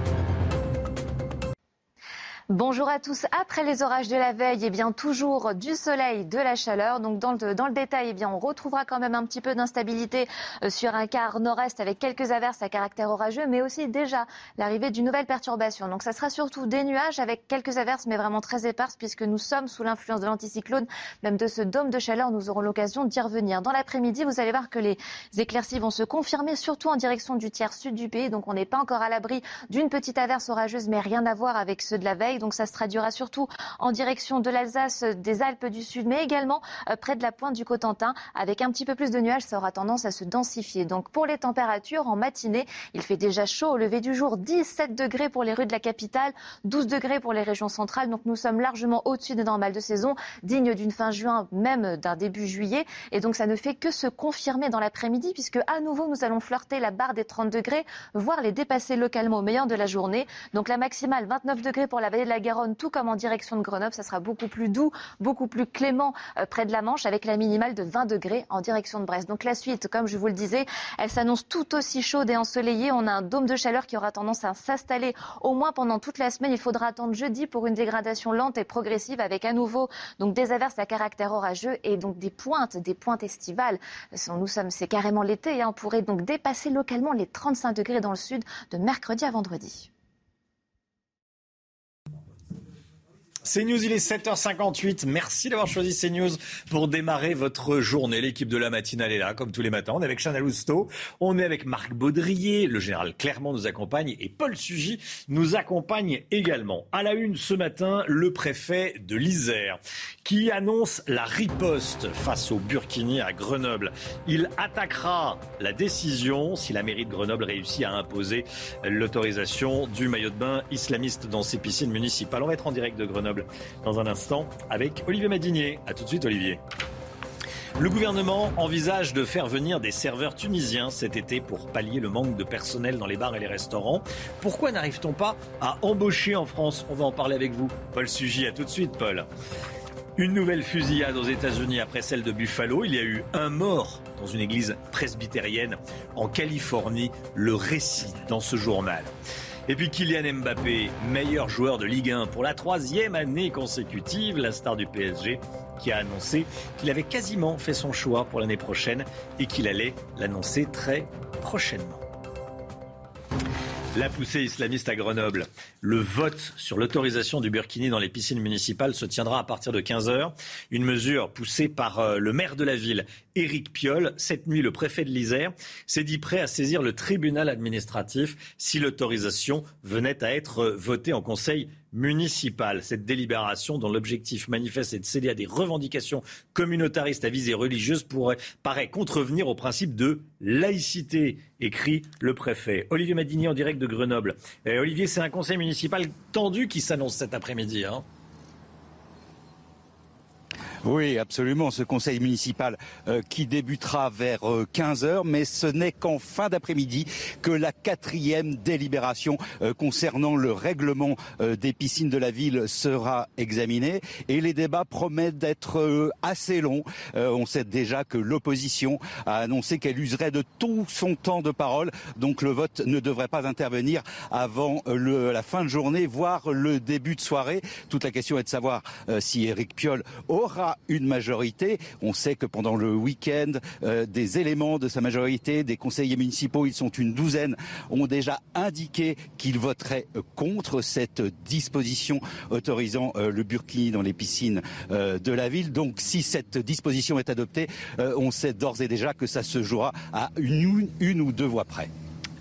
Bonjour à tous. Après les orages de la veille, eh bien toujours du soleil, de la chaleur. Donc dans le, dans le détail, eh bien on retrouvera quand même un petit peu d'instabilité sur un quart nord-est avec quelques averses à caractère orageux, mais aussi déjà l'arrivée d'une nouvelle perturbation. Donc ça sera surtout des nuages avec quelques averses, mais vraiment très éparses, puisque nous sommes sous l'influence de l'anticyclone, même de ce dôme de chaleur. Nous aurons l'occasion d'y revenir. Dans l'après-midi, vous allez voir que les éclaircies vont se confirmer, surtout en direction du tiers sud du pays. Donc on n'est pas encore à l'abri d'une petite averse orageuse, mais rien à voir avec ceux de la veille. Donc ça se traduira surtout en direction de l'Alsace, des Alpes du Sud, mais également euh, près de la pointe du Cotentin. Avec un petit peu plus de nuages, ça aura tendance à se densifier. Donc pour les températures, en matinée, il fait déjà chaud au lever du jour. dix-sept degrés pour les rues de la capitale, douze degrés pour les régions centrales. Donc nous sommes largement au-dessus des normales de saison, digne d'une fin juin, même d'un début juillet. Et donc ça ne fait que se confirmer dans l'après-midi, puisque à nouveau nous allons flirter la barre des trente degrés, voire les dépasser localement au meilleur de la journée. Donc la maximale, vingt-neuf degrés pour la vallée de la Garonne, tout comme en direction de Grenoble. Ça sera beaucoup plus doux, beaucoup plus clément euh, près de la Manche, avec la minimale de vingt degrés en direction de Brest. Donc la suite, comme je vous le disais, elle s'annonce tout aussi chaude et ensoleillée. On a un dôme de chaleur qui aura tendance à s'installer au moins pendant toute la semaine. Il faudra attendre jeudi pour une dégradation lente et progressive, avec à nouveau donc des averses à caractère orageux et donc des pointes, des pointes estivales. Nous sommes, c'est carrément l'été, hein. On pourrait donc dépasser localement les trente-cinq degrés dans le sud de mercredi à vendredi. CNews, il est sept heures cinquante-huit. Merci d'avoir choisi CNews pour démarrer votre journée. L'équipe de la matinale est là, comme tous les matins. On est avec Chana Lousteau, on est avec Marc Baudrier, le général Clermont nous accompagne et Paul Sugy nous accompagne également. À la une ce matin, le préfet de l'Isère qui annonce la riposte face aux Burkinis à Grenoble. Il attaquera la décision si la mairie de Grenoble réussit à imposer l'autorisation du maillot de bain islamiste dans ses piscines municipales. On va être en direct de Grenoble dans un instant avec Olivier Madinier. A tout de suite, Olivier. Le gouvernement envisage de faire venir des serveurs tunisiens cet été pour pallier le manque de personnel dans les bars et les restaurants. Pourquoi n'arrive-t-on pas à embaucher en France? On va en parler avec vous. Paul Sugy, à tout de suite, Paul. Une nouvelle fusillade aux États-Unis après celle de Buffalo. Il y a eu un mort dans une église presbytérienne en Californie. Le récit dans ce journal. Et puis Kylian Mbappé, meilleur joueur de Ligue un pour la troisième année consécutive, la star du P S G qui a annoncé qu'il avait quasiment fait son choix pour l'année prochaine et qu'il allait l'annoncer très prochainement. La poussée islamiste à Grenoble. Le vote sur l'autorisation du burkini dans les piscines municipales se tiendra à partir de quinze heures. Une mesure poussée par le maire de la ville, Éric Piolle. Cette nuit, le préfet de l'Isère s'est dit prêt à saisir le tribunal administratif si l'autorisation venait à être votée en conseil municipal. Cette délibération, dont l'objectif manifeste est de céder à des revendications communautaristes à visée religieuse, pourrait, paraît contrevenir au principe de laïcité, écrit le préfet. Olivier Madinier en direct de Grenoble. Et Olivier, c'est un conseil municipal tendu qui s'annonce cet après-midi, hein. Oui, absolument. Ce conseil municipal euh, qui débutera vers euh, quinze heures, mais ce n'est qu'en fin d'après-midi que la quatrième délibération euh, concernant le règlement euh, des piscines de la ville sera examinée. Et les débats promettent d'être euh, assez longs. Euh, on sait déjà que l'opposition a annoncé qu'elle userait de tout son temps de parole. Donc le vote ne devrait pas intervenir avant euh, le, la fin de journée, voire le début de soirée. Toute la question est de savoir euh, si Éric Piolle aura une majorité. On sait que pendant le week-end, euh, des éléments de sa majorité, des conseillers municipaux, ils sont une douzaine, ont déjà indiqué qu'ils voteraient contre cette disposition autorisant euh, le burkini dans les piscines euh, de la ville. Donc si cette disposition est adoptée, euh, on sait d'ores et déjà que ça se jouera à une, une ou deux voix près.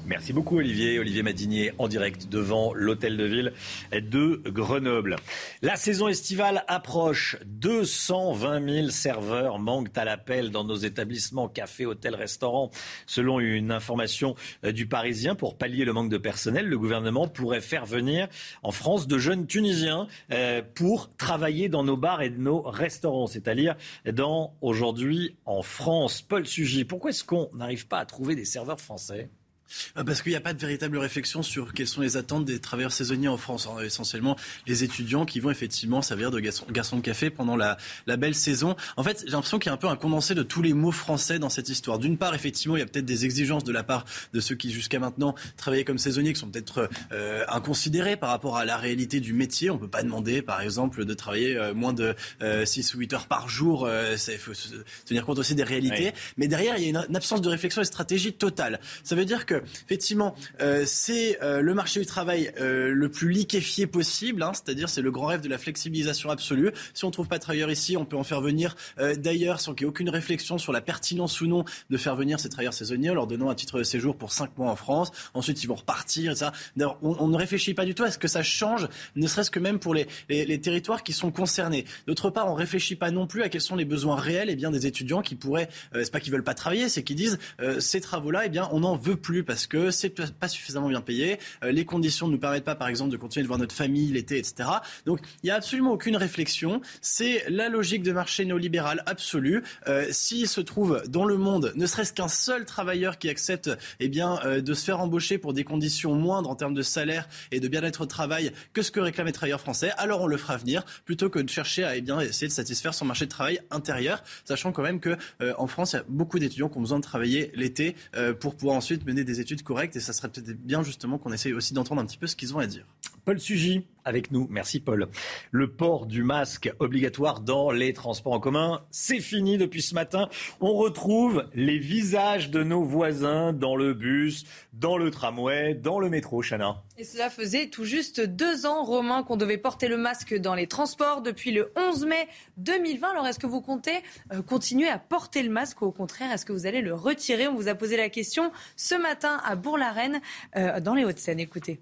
Merci beaucoup Olivier. Olivier Madinier en direct devant l'hôtel de ville de Grenoble. La saison estivale approche. deux cent vingt mille serveurs manquent à l'appel dans nos établissements, cafés, hôtels, restaurants. Selon une information du Parisien, pour pallier le manque de personnel, le gouvernement pourrait faire venir en France de jeunes Tunisiens pour travailler dans nos bars et nos restaurants, c'est-à-dire dans aujourd'hui en France. Paul Sugy, pourquoi est-ce qu'on n'arrive pas à trouver des serveurs français ? Parce qu'il n'y a pas de véritable réflexion sur quelles sont les attentes des travailleurs saisonniers en France. Alors, essentiellement, les étudiants qui vont effectivement servir de garçons, garçons de café pendant la, la belle saison. En fait, j'ai l'impression qu'il y a un peu un condensé de tous les mots français dans cette histoire. D'une part, effectivement, il y a peut-être des exigences de la part de ceux qui, jusqu'à maintenant, travaillaient comme saisonniers, qui sont peut-être euh, inconsidérés par rapport à la réalité du métier. On ne peut pas demander, par exemple, de travailler euh, moins de euh, six ou huit heures par jour. Il euh, faut se tenir compte aussi des réalités. Oui. Mais derrière, il y a une, une absence de réflexion et de stratégie totale. Ça veut dire que effectivement, euh, c'est euh, le marché du travail euh, le plus liquéfié possible, hein, c'est-à-dire c'est le grand rêve de la flexibilisation absolue. Si on ne trouve pas de travailleurs ici, on peut en faire venir euh, d'ailleurs sans qu'il y ait aucune réflexion sur la pertinence ou non de faire venir ces travailleurs saisonniers en leur donnant un titre de séjour pour cinq mois en France. Ensuite, ils vont repartir, et ça. D'ailleurs, on, on ne réfléchit pas du tout à ce que ça change, ne serait-ce que même pour les, les, les territoires qui sont concernés. D'autre part, on ne réfléchit pas non plus à quels sont les besoins réels et bien, des étudiants qui pourraient, euh, c'est pas qu'ils veulent pas travailler, c'est qu'ils disent euh, ces travaux-là, eh bien, on n'en veut plus parce que c'est pas suffisamment bien payé. Euh, les conditions ne nous permettent pas, par exemple, de continuer de voir notre famille l'été, et cetera. Donc, il n'y a absolument aucune réflexion. C'est la logique de marché néolibéral absolu. Euh, s'il se trouve dans le monde, ne serait-ce qu'un seul travailleur qui accepte, eh bien, euh, de se faire embaucher pour des conditions moindres en termes de salaire et de bien-être au travail que ce que réclament les travailleurs français, alors on le fera venir, plutôt que de chercher à, eh bien, essayer de satisfaire son marché de travail intérieur, sachant quand même que euh, en France, il y a beaucoup d'étudiants qui ont besoin de travailler l'été euh, pour pouvoir ensuite mener des études correctes, et ça serait peut-être bien justement qu'on essaye aussi d'entendre un petit peu ce qu'ils ont à dire. Paul Sugy avec nous. Merci Paul. Le port du masque obligatoire dans les transports en commun, c'est fini depuis ce matin. On retrouve les visages de nos voisins dans le bus, dans le tramway, dans le métro, Chana. Et cela faisait tout juste deux ans, Romain, qu'on devait porter le masque dans les transports depuis le onze mai deux mille vingt. Alors est-ce que vous comptez euh, continuer à porter le masque ou au contraire, est-ce que vous allez le retirer ? On vous a posé la question ce matin à Bourg-la-Reine, euh, dans les Hauts-de-Seine. Écoutez.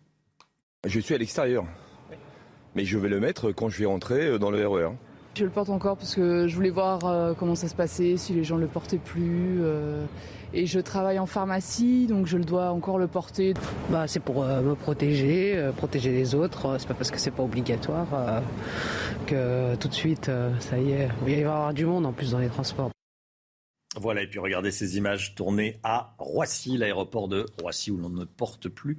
Je suis à l'extérieur, mais je vais le mettre quand je vais rentrer dans le R E R. Je le porte encore parce que je voulais voir euh, comment ça se passait, si les gens ne le portaient plus. Euh, et je travaille en pharmacie, donc je le dois encore le porter. Bah, c'est pour euh, me protéger, euh, protéger les autres. C'est pas parce que c'est pas obligatoire euh, que tout de suite, euh, ça y est, il va y avoir du monde en plus dans les transports. Voilà, et puis regardez ces images tournées à Roissy, l'aéroport de Roissy, où l'on ne porte plus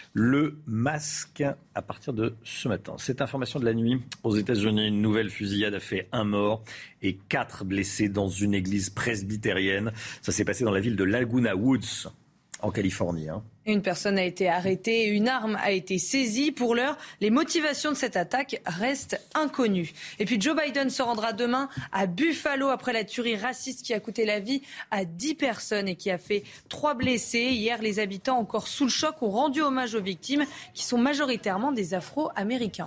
le masque à partir de ce matin. Cette information de la nuit, aux États-Unis, une nouvelle fusillade a fait un mort et quatre blessés dans une église presbytérienne. Ça s'est passé dans la ville de Laguna Woods, en Californie. Hein. Une personne a été arrêtée et une arme a été saisie. Pour l'heure, les motivations de cette attaque restent inconnues. Et puis Joe Biden se rendra demain à Buffalo après la tuerie raciste qui a coûté la vie à dix personnes et qui a fait trois blessés. Hier, les habitants encore sous le choc ont rendu hommage aux victimes qui sont majoritairement des Afro-Américains.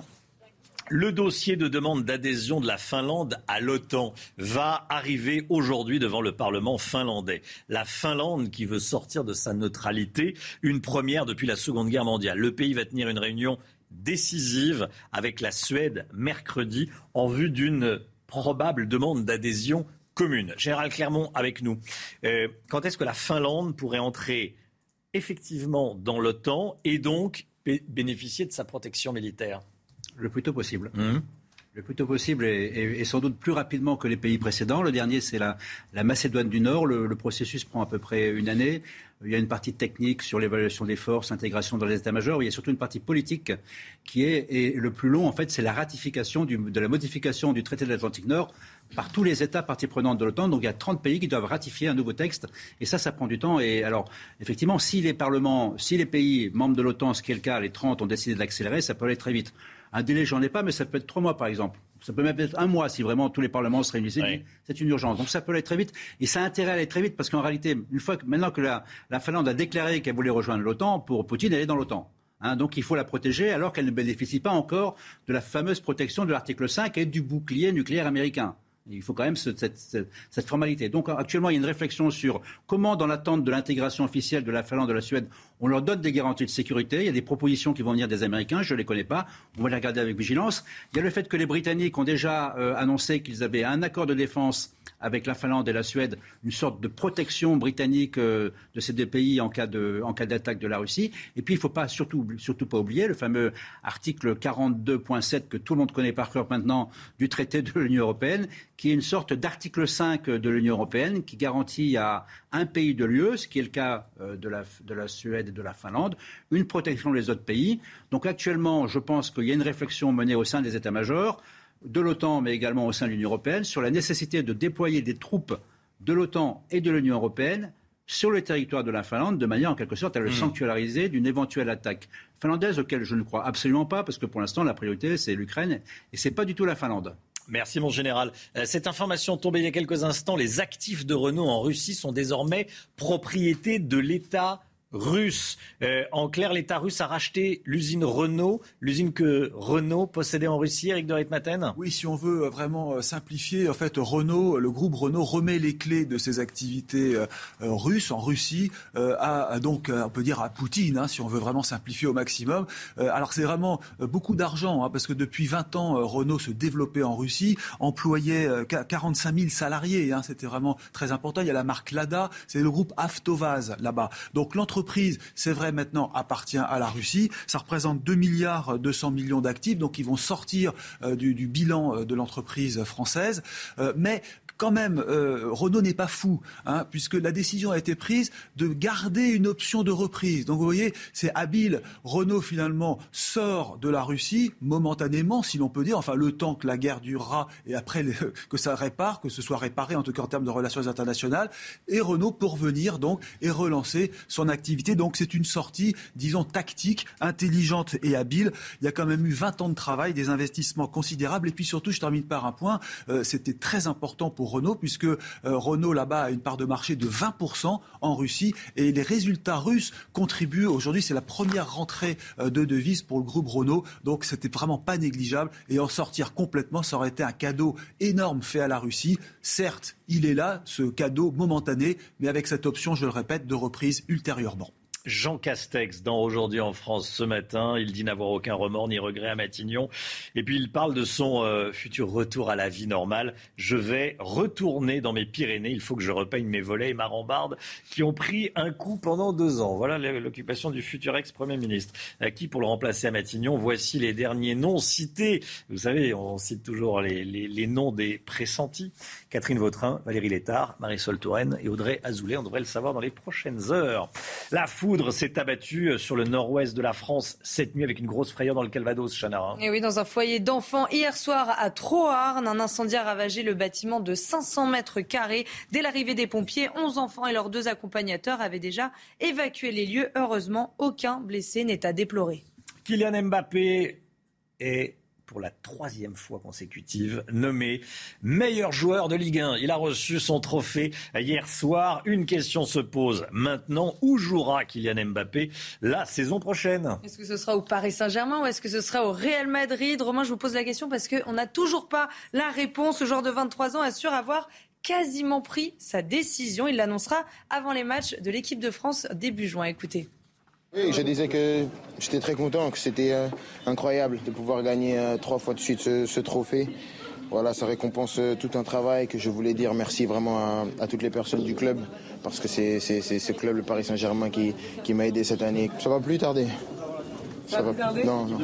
Le dossier de demande d'adhésion de la Finlande à l'OTAN va arriver aujourd'hui devant le Parlement finlandais. La Finlande qui veut sortir de sa neutralité, une première depuis la Seconde Guerre mondiale. Le pays va tenir une réunion décisive avec la Suède mercredi en vue d'une probable demande d'adhésion commune. Général Clermont avec nous. Euh, quand est-ce que la Finlande pourrait entrer effectivement dans l'OTAN et donc bé- bénéficier de sa protection militaire ? Le plus tôt possible. Mmh. Le plus tôt possible et, et, et sans doute plus rapidement que les pays précédents. Le dernier, c'est la, la Macédoine du Nord. Le, le processus prend à peu près une année. Il y a une partie technique sur l'évaluation des forces, l'intégration dans les états-majors. Il y a surtout une partie politique qui est, et le plus long, en fait, c'est la ratification du, de la modification du traité de l'Atlantique Nord par tous les États parties prenantes de l'OTAN. Donc il y a trente pays qui doivent ratifier un nouveau texte. Et ça, ça prend du temps. Et alors, effectivement, si les parlements, si les pays membres de l'OTAN, ce qui est le cas, les trente, ont décidé d'accélérer, ça peut aller très vite. Un délai, j'en ai pas, mais ça peut être trois mois, par exemple. Ça peut même être un mois si vraiment tous les parlements se réunissent. Oui. C'est une urgence. Donc ça peut aller très vite. Et ça a intérêt à aller très vite parce qu'en réalité, une fois que, maintenant que la, la Finlande a déclaré qu'elle voulait rejoindre l'OTAN, pour Poutine, elle est dans l'OTAN. Hein, donc il faut la protéger alors qu'elle ne bénéficie pas encore de la fameuse protection de l'article cinq et du bouclier nucléaire américain. Il faut quand même ce, cette, cette, cette formalité. Donc actuellement, il y a une réflexion sur comment, dans l'attente de l'intégration officielle de la Finlande et de la Suède, On leur donne des garanties de sécurité. Il y a des propositions qui vont venir des Américains. Je ne les connais pas. On va les regarder avec vigilance. Il y a le fait que les Britanniques ont déjà euh, annoncé qu'ils avaient un accord de défense avec la Finlande et la Suède, une sorte de protection britannique euh, de ces deux pays en cas de, en cas d'attaque de la Russie. Et puis, il ne faut pas surtout, surtout pas oublier le fameux article quarante-deux point sept que tout le monde connaît par cœur maintenant du traité de l'Union européenne, qui est une sorte d'article cinq de l'Union européenne qui garantit à un pays de l'U E, ce qui est le cas euh, de, la, de la Suède et de la Finlande, une protection des autres pays. Donc actuellement, je pense qu'il y a une réflexion menée au sein des états-majors, de l'OTAN, mais également au sein de l'Union européenne, sur la nécessité de déployer des troupes de l'OTAN et de l'Union européenne sur le territoire de la Finlande, de manière en quelque sorte à le mmh. sanctuariser d'une éventuelle attaque finlandaise, auquel je ne crois absolument pas, parce que pour l'instant, la priorité, c'est l'Ukraine, et ce n'est pas du tout la Finlande. Merci mon général. Cette information tombée il y a quelques instants, les actifs de Renault en Russie sont désormais propriété de l'État russe. Euh, en clair, l'État russe a racheté l'usine Renault, l'usine que Renault possédait en Russie, Éric de Ritmaten ? Oui, si on veut vraiment simplifier, en fait, Renault, le groupe Renault remet les clés de ses activités euh, russes en Russie euh, à, à donc, on peut dire à Poutine, hein, si on veut vraiment simplifier au maximum. Euh, alors c'est vraiment beaucoup d'argent, hein, parce que depuis vingt ans, Renault se développait en Russie, employait euh, quarante-cinq mille salariés, hein, c'était vraiment très important. Il y a la marque Lada, c'est le groupe Avtovaz là-bas. Donc l'entreprise L'entreprise, c'est vrai, maintenant appartient à la Russie. Ça représente deux milliards deux cents millions d'actifs, donc ils vont sortir euh, du, du bilan de l'entreprise française. Euh, mais quand même, euh, Renault n'est pas fou, hein, puisque la décision a été prise de garder une option de reprise. Donc vous voyez, c'est habile. Renault finalement sort de la Russie momentanément, si l'on peut dire, enfin le temps que la guerre durera et après les, que ça répare, que ce soit réparé en tout cas en termes de relations internationales. Et Renault pour revenir donc et relancer son activité. Donc c'est une sortie, disons, tactique, intelligente et habile. Il y a quand même eu vingt ans de travail, des investissements considérables. Et puis surtout, je termine par un point, euh, c'était très important pour Renault, puisque euh, Renault là-bas a une part de marché de vingt pour cent en Russie et les résultats russes contribuent. Aujourd'hui, c'est la première rentrée euh, de devises pour le groupe Renault, donc c'était vraiment pas négligeable et en sortir complètement, ça aurait été un cadeau énorme fait à la Russie. Certes, il est là, ce cadeau momentané, mais avec cette option, je le répète, de reprise ultérieurement. Jean Castex, dans Aujourd'hui en France ce matin, il dit n'avoir aucun remords ni regret à Matignon. Et puis il parle de son euh, futur retour à la vie normale. Je vais retourner dans mes Pyrénées. Il faut que je repeigne mes volets et ma rambarde qui ont pris un coup pendant deux ans. Voilà l'occupation du futur ex-premier ministre. À qui pour le remplacer à Matignon? Voici les derniers noms cités. Vous savez, on cite toujours les, les, les noms des pressentis. Catherine Vautrin, Valérie Létard, Marisol Touraine et Audrey Azoulay. On devrait le savoir dans les prochaines heures. La foudre s'est abattue sur le nord-ouest de la France cette nuit avec une grosse frayeur dans le Calvados, Chana. Et oui, dans un foyer d'enfants hier soir à Troarn, un incendie a ravagé le bâtiment de cinq cents mètres carrés. Dès l'arrivée des pompiers, onze enfants et leurs deux accompagnateurs avaient déjà évacué les lieux. Heureusement, aucun blessé n'est à déplorer. Kylian Mbappé est pour la troisième fois consécutive, nommé meilleur joueur de Ligue un. Il a reçu son trophée hier soir. Une question se pose maintenant. Où jouera Kylian Mbappé la saison prochaine? Est-ce que ce sera au Paris Saint-Germain ou est-ce que ce sera au Real Madrid? Romain, je vous pose la question parce qu'on n'a toujours pas la réponse. Ce joueur de vingt-trois ans assure avoir quasiment pris sa décision. Il l'annoncera avant les matchs de l'équipe de France début juin. Écoutez. Oui, je disais que j'étais très content, que c'était euh, incroyable de pouvoir gagner euh, trois fois de suite ce, ce trophée. Voilà, ça récompense euh, tout un travail que je voulais dire merci vraiment à, à toutes les personnes du club parce que c'est, c'est, c'est ce club, le Paris Saint-Germain, qui, qui m'a aidé cette année. Ça va plus tarder. Ça, ça va plus tarder? Non, non.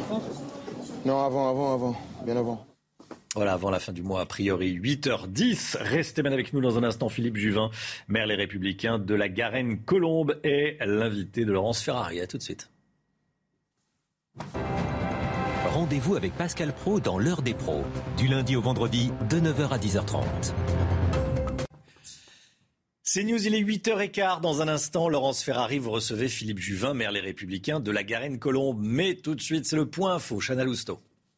Non, avant, avant, avant, bien avant. Voilà, avant la fin du mois, a priori, huit heures dix. Restez bien avec nous dans un instant. Philippe Juvin, maire Les Républicains de la Garenne-Colombes, est l'invité de Laurence Ferrari. À tout de suite. Rendez-vous avec Pascal Praud dans l'heure des pros, du lundi au vendredi, de neuf heures à dix heures trente. C'est News, il est huit heures quinze. Dans un instant, Laurence Ferrari, vous recevez Philippe Juvin, maire Les Républicains de la Garenne-Colombes. Mais tout de suite, c'est le point info. Chana Lousteau.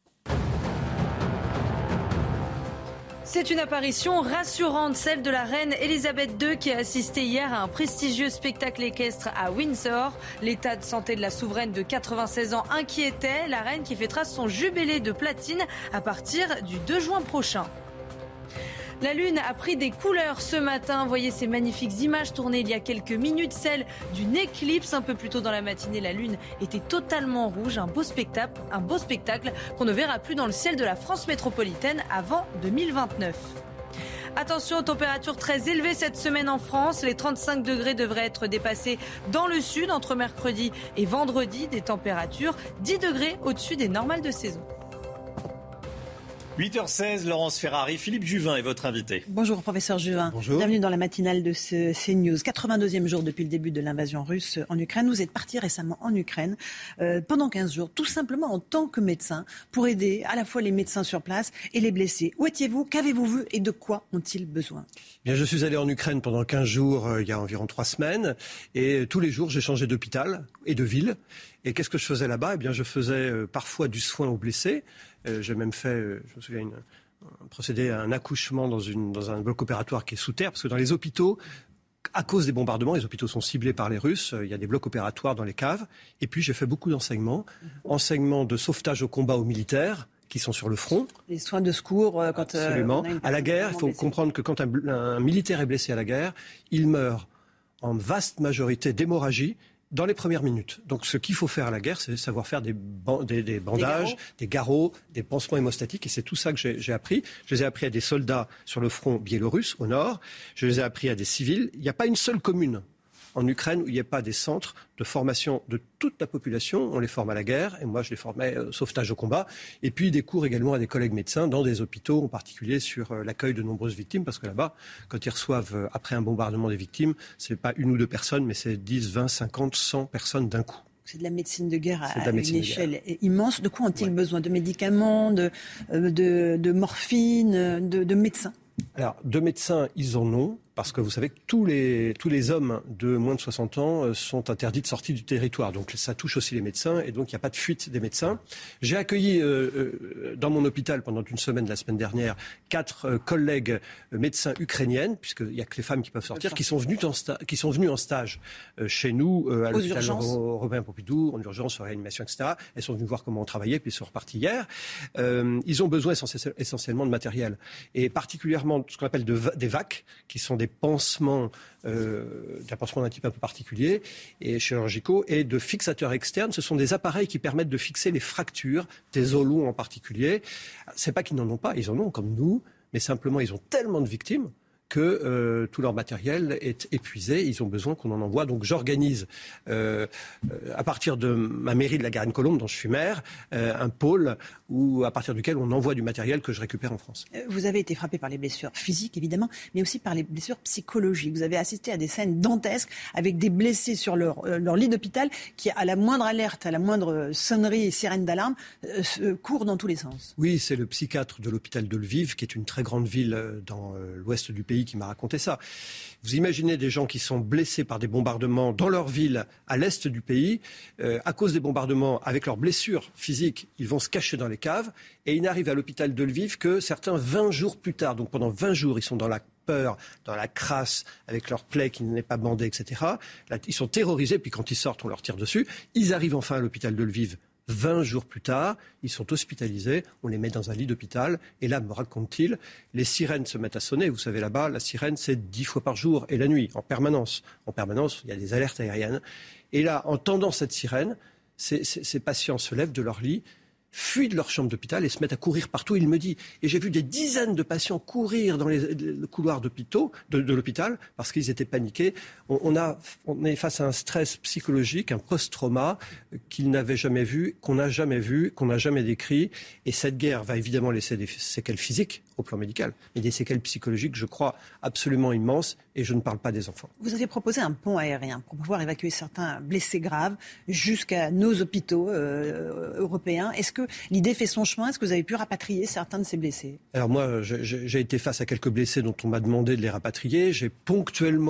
C'est une apparition rassurante, celle de la reine Elisabeth deux qui a assisté hier à un prestigieux spectacle équestre à Windsor. L'état de santé de la souveraine de quatre-vingt-seize ans inquiétait la reine qui fêtera son jubilé de platine à partir du deux juin prochain. La Lune a pris des couleurs ce matin. Voyez ces magnifiques images tournées il y a quelques minutes, celles d'une éclipse. Un peu plus tôt dans la matinée, la Lune était totalement rouge. Un beau spectacle, un beau spectacle qu'on ne verra plus dans le ciel de la France métropolitaine avant deux mille vingt-neuf. Attention aux températures très élevées cette semaine en France. Les trente-cinq degrés devraient être dépassés dans le sud entre mercredi et vendredi. Des températures dix degrés au-dessus des normales de saison. huit heures seize, Laurence Ferrari, Philippe Juvin est votre invité. Bonjour professeur Juvin. Bonjour. Bienvenue dans la matinale de ce CNews. quatre-vingt-deuxième jour depuis le début de l'invasion russe en Ukraine. Vous êtes parti récemment en Ukraine euh, pendant quinze jours, tout simplement en tant que médecin, pour aider à la fois les médecins sur place et les blessés. Où étiez-vous? Qu'avez-vous vu et de quoi ont-ils besoin? Bien, je suis allé en Ukraine pendant quinze jours, euh, il y a environ trois semaines. Et tous les jours, j'ai changé d'hôpital et de ville. Et qu'est-ce que je faisais là-bas? Eh bien, je faisais euh, parfois du soin aux blessés. Euh, j'ai même fait, euh, je me souviens, une, un procédé à un accouchement dans, une, dans un bloc opératoire qui est sous terre, parce que dans les hôpitaux, à cause des bombardements, les hôpitaux sont ciblés par les Russes, euh, il y a des blocs opératoires dans les caves. Et puis j'ai fait beaucoup d'enseignements, enseignements de sauvetage au combat aux militaires qui sont sur le front. Les soins de secours, euh, quand Absolument. Euh, à la guerre, il faut blessé. comprendre que quand un, un militaire est blessé à la guerre, il meurt en vaste majorité d'hémorragie dans les premières minutes. Donc ce qu'il faut faire à la guerre, c'est savoir faire des, ban- des, des bandages, des garrots, des pansements hémostatiques. Et c'est tout ça que j'ai, j'ai appris. Je les ai appris à des soldats sur le front biélorusse, au nord. Je les ai appris à des civils. Il n'y a pas une seule commune en Ukraine où il n'y a pas des centres de formation de toute la population. On les forme à la guerre, et moi je les formais au sauvetage au combat. Et puis des cours également à des collègues médecins dans des hôpitaux, en particulier sur l'accueil de nombreuses victimes, parce que là-bas, quand ils reçoivent, après un bombardement des victimes, c'est pas une ou deux personnes, mais c'est dix, vingt, cinquante, cent personnes d'un coup. C'est de la médecine de guerre à, à une échelle immense. De quoi ont-ils ouais. besoin? De médicaments, de, de, de morphine, de, de médecins? Alors, de médecins, ils en ont. Parce que vous savez que tous les, tous les hommes de moins de soixante ans sont interdits de sortie du territoire. Donc ça touche aussi les médecins et donc il n'y a pas de fuite des médecins. J'ai accueilli euh, euh, dans mon hôpital pendant une semaine la semaine dernière quatre euh, collègues euh, médecins ukrainiennes, puisqu'il n'y a que les femmes qui peuvent sortir, qui sont venues en, sta- qui sont venues en stage euh, chez nous euh, à Aux l'hôpital urgences. Robert Pompidou, en urgence, en réanimation, et cetera. Elles sont venues voir comment on travaillait, puis elles sont reparties hier. Euh, ils ont besoin essentiellement de matériel et particulièrement ce qu'on appelle de, des V A C, qui sont des pansements, euh, d'un pansement d'un type un peu particulier et chirurgicaux, et de fixateurs externes. Ce sont des appareils qui permettent de fixer les fractures des os longs en particulier. C'est pas qu'ils n'en ont pas, ils en ont comme nous, mais simplement ils ont tellement de victimes que euh, tout leur matériel est épuisé, ils ont besoin qu'on en envoie. Donc j'organise, euh, à partir de ma mairie de la Garenne-Colombes, dont je suis maire, euh, un pôle où, à partir duquel on envoie du matériel que je récupère en France. Vous avez été frappé par les blessures physiques, évidemment, mais aussi par les blessures psychologiques. Vous avez assisté à des scènes dantesques avec des blessés sur leur, euh, leur lit d'hôpital qui, à la moindre alerte, à la moindre sonnerie et sirène d'alarme, euh, se, courent dans tous les sens. Oui, c'est le psychiatre de l'hôpital de Lviv, qui est une très grande ville dans euh, l'ouest du pays, qui m'a raconté ça. Vous imaginez des gens qui sont blessés par des bombardements dans leur ville, à l'est du pays, euh, à cause des bombardements, avec leurs blessures physiques, ils vont se cacher dans les caves, et ils n'arrivent à l'hôpital de Lviv que certains vingt jours plus tard. Donc pendant vingt jours, ils sont dans la peur, dans la crasse, avec leur plaie qui n'est pas bandée, et cetera. Là, ils sont terrorisés, puis quand ils sortent, on leur tire dessus. Ils arrivent enfin à l'hôpital de Lviv. vingt jours plus tard, ils sont hospitalisés, on les met dans un lit d'hôpital, et là, me raconte-t-il, les sirènes se mettent à sonner. Vous savez, là-bas, la sirène, c'est dix fois par jour, et la nuit, en permanence. En permanence, il y a des alertes aériennes. Et là, entendant cette sirène, ces, ces, ces patients se lèvent de leur lit, fuient de leur chambre d'hôpital et se mettent à courir partout. Il me dit, et j'ai vu des dizaines de patients courir dans les, les couloirs d'hôpitaux, de, de l'hôpital parce qu'ils étaient paniqués. On, on, a, on est face à un stress psychologique, un post-trauma qu'ils n'avaient jamais vu, qu'on n'a jamais vu, qu'on n'a jamais décrit. Et cette guerre va évidemment laisser des séquelles physiques au plan médical, mais des séquelles psychologiques, je crois, absolument immenses. Et je ne parle pas des enfants. Vous avez proposé un pont aérien pour pouvoir évacuer certains blessés graves jusqu'à nos hôpitaux euh, européens. Est-ce que l'idée fait son chemin? Est-ce que vous avez pu rapatrier certains de ces blessés? Alors moi, j'ai, j'ai été face à quelques blessés dont on m'a demandé de les rapatrier. J'ai ponctuellement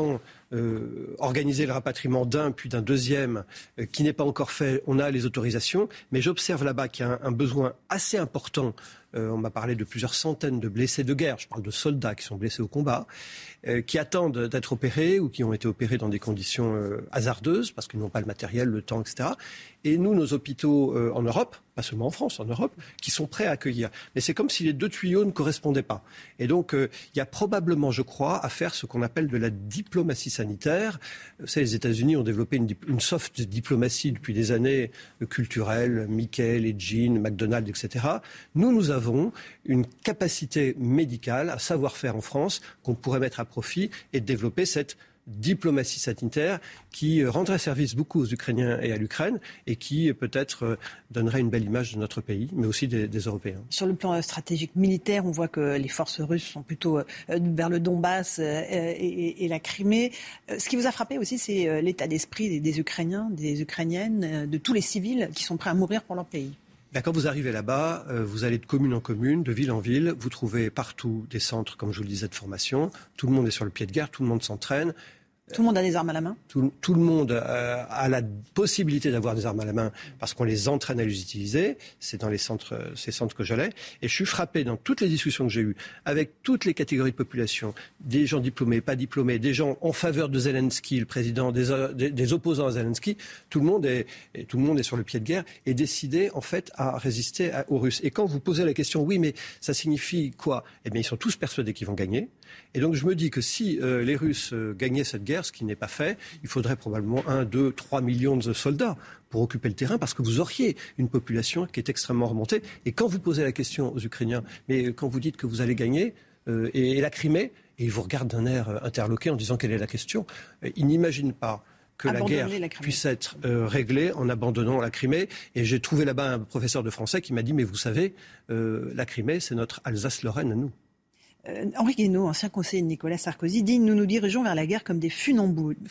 euh, organiser le rapatriement d'un puis d'un deuxième euh, qui n'est pas encore fait. On a les autorisations, mais j'observe là-bas qu'il y a un, un besoin assez important. Euh, on m'a parlé de plusieurs centaines de blessés de guerre. Je parle de soldats qui sont blessés au combat, euh, qui attendent d'être opérés ou qui ont été opérés dans des conditions euh, hasardeuses parce qu'ils n'ont pas le matériel, le temps, et cetera. Et nous, nos hôpitaux euh, en Europe, pas seulement en France, en Europe, qui sont prêts à accueillir. Mais c'est comme si les deux tuyaux ne correspondaient pas. Et donc, euh, il y a probablement, je crois, à faire ce qu'on appelle de la diplomatie sanitaire. Vous savez, les États-Unis ont développé une, une soft diplomatie depuis des années euh, culturelle, Mickey, les jeans, McDonald's, et cetera. Nous, nous avons une capacité médicale, un savoir-faire en France qu'on pourrait mettre à profit et développer cette diplomatie sanitaire qui rendrait service beaucoup aux Ukrainiens et à l'Ukraine et qui peut-être donnerait une belle image de notre pays, mais aussi des, des Européens. Sur le plan stratégique militaire, on voit que les forces russes sont plutôt vers le Donbass et, et, et la Crimée. Ce qui vous a frappé aussi, c'est l'état d'esprit des, des Ukrainiens, des Ukrainiennes, de tous les civils qui sont prêts à mourir pour leur pays. Quand vous arrivez là-bas, vous allez de commune en commune, de ville en ville, vous trouvez partout des centres, comme je vous le disais, de formation. Tout le monde est sur le pied de guerre, tout le monde s'entraîne. Tout le monde a des armes à la main ? Tout, tout le monde euh, a la possibilité d'avoir des armes à la main parce qu'on les entraîne à les utiliser. C'est dans les centres, ces centres que j'allais. Et je suis frappé dans toutes les discussions que j'ai eues avec toutes les catégories de population, des gens diplômés, pas diplômés, des gens en faveur de Zelensky, le président, des, des, des opposants à Zelensky. Tout le monde est, tout le monde est sur le pied de guerre et décidé en fait à résister à, aux Russes. Et quand vous posez la question, oui, mais ça signifie quoi ? Eh bien, ils sont tous persuadés qu'ils vont gagner. Et donc je me dis que si euh, les Russes euh, gagnaient cette guerre, ce qui n'est pas fait, il faudrait probablement un, deux, trois millions de soldats pour occuper le terrain, parce que vous auriez une population qui est extrêmement remontée. Et quand vous posez la question aux Ukrainiens, mais quand vous dites que vous allez gagner, euh, et, et la Crimée, et ils vous regardent d'un air interloqué en disant quelle est la question, euh, ils n'imaginent pas que la guerre la puisse être euh, réglée en abandonnant la Crimée. Et j'ai trouvé là-bas un professeur de français qui m'a dit, mais vous savez, euh, la Crimée, c'est notre Alsace-Lorraine à nous. Euh, Henri Guénaud, ancien conseiller de Nicolas Sarkozy, dit « Nous nous dirigeons vers la guerre comme des funambules ».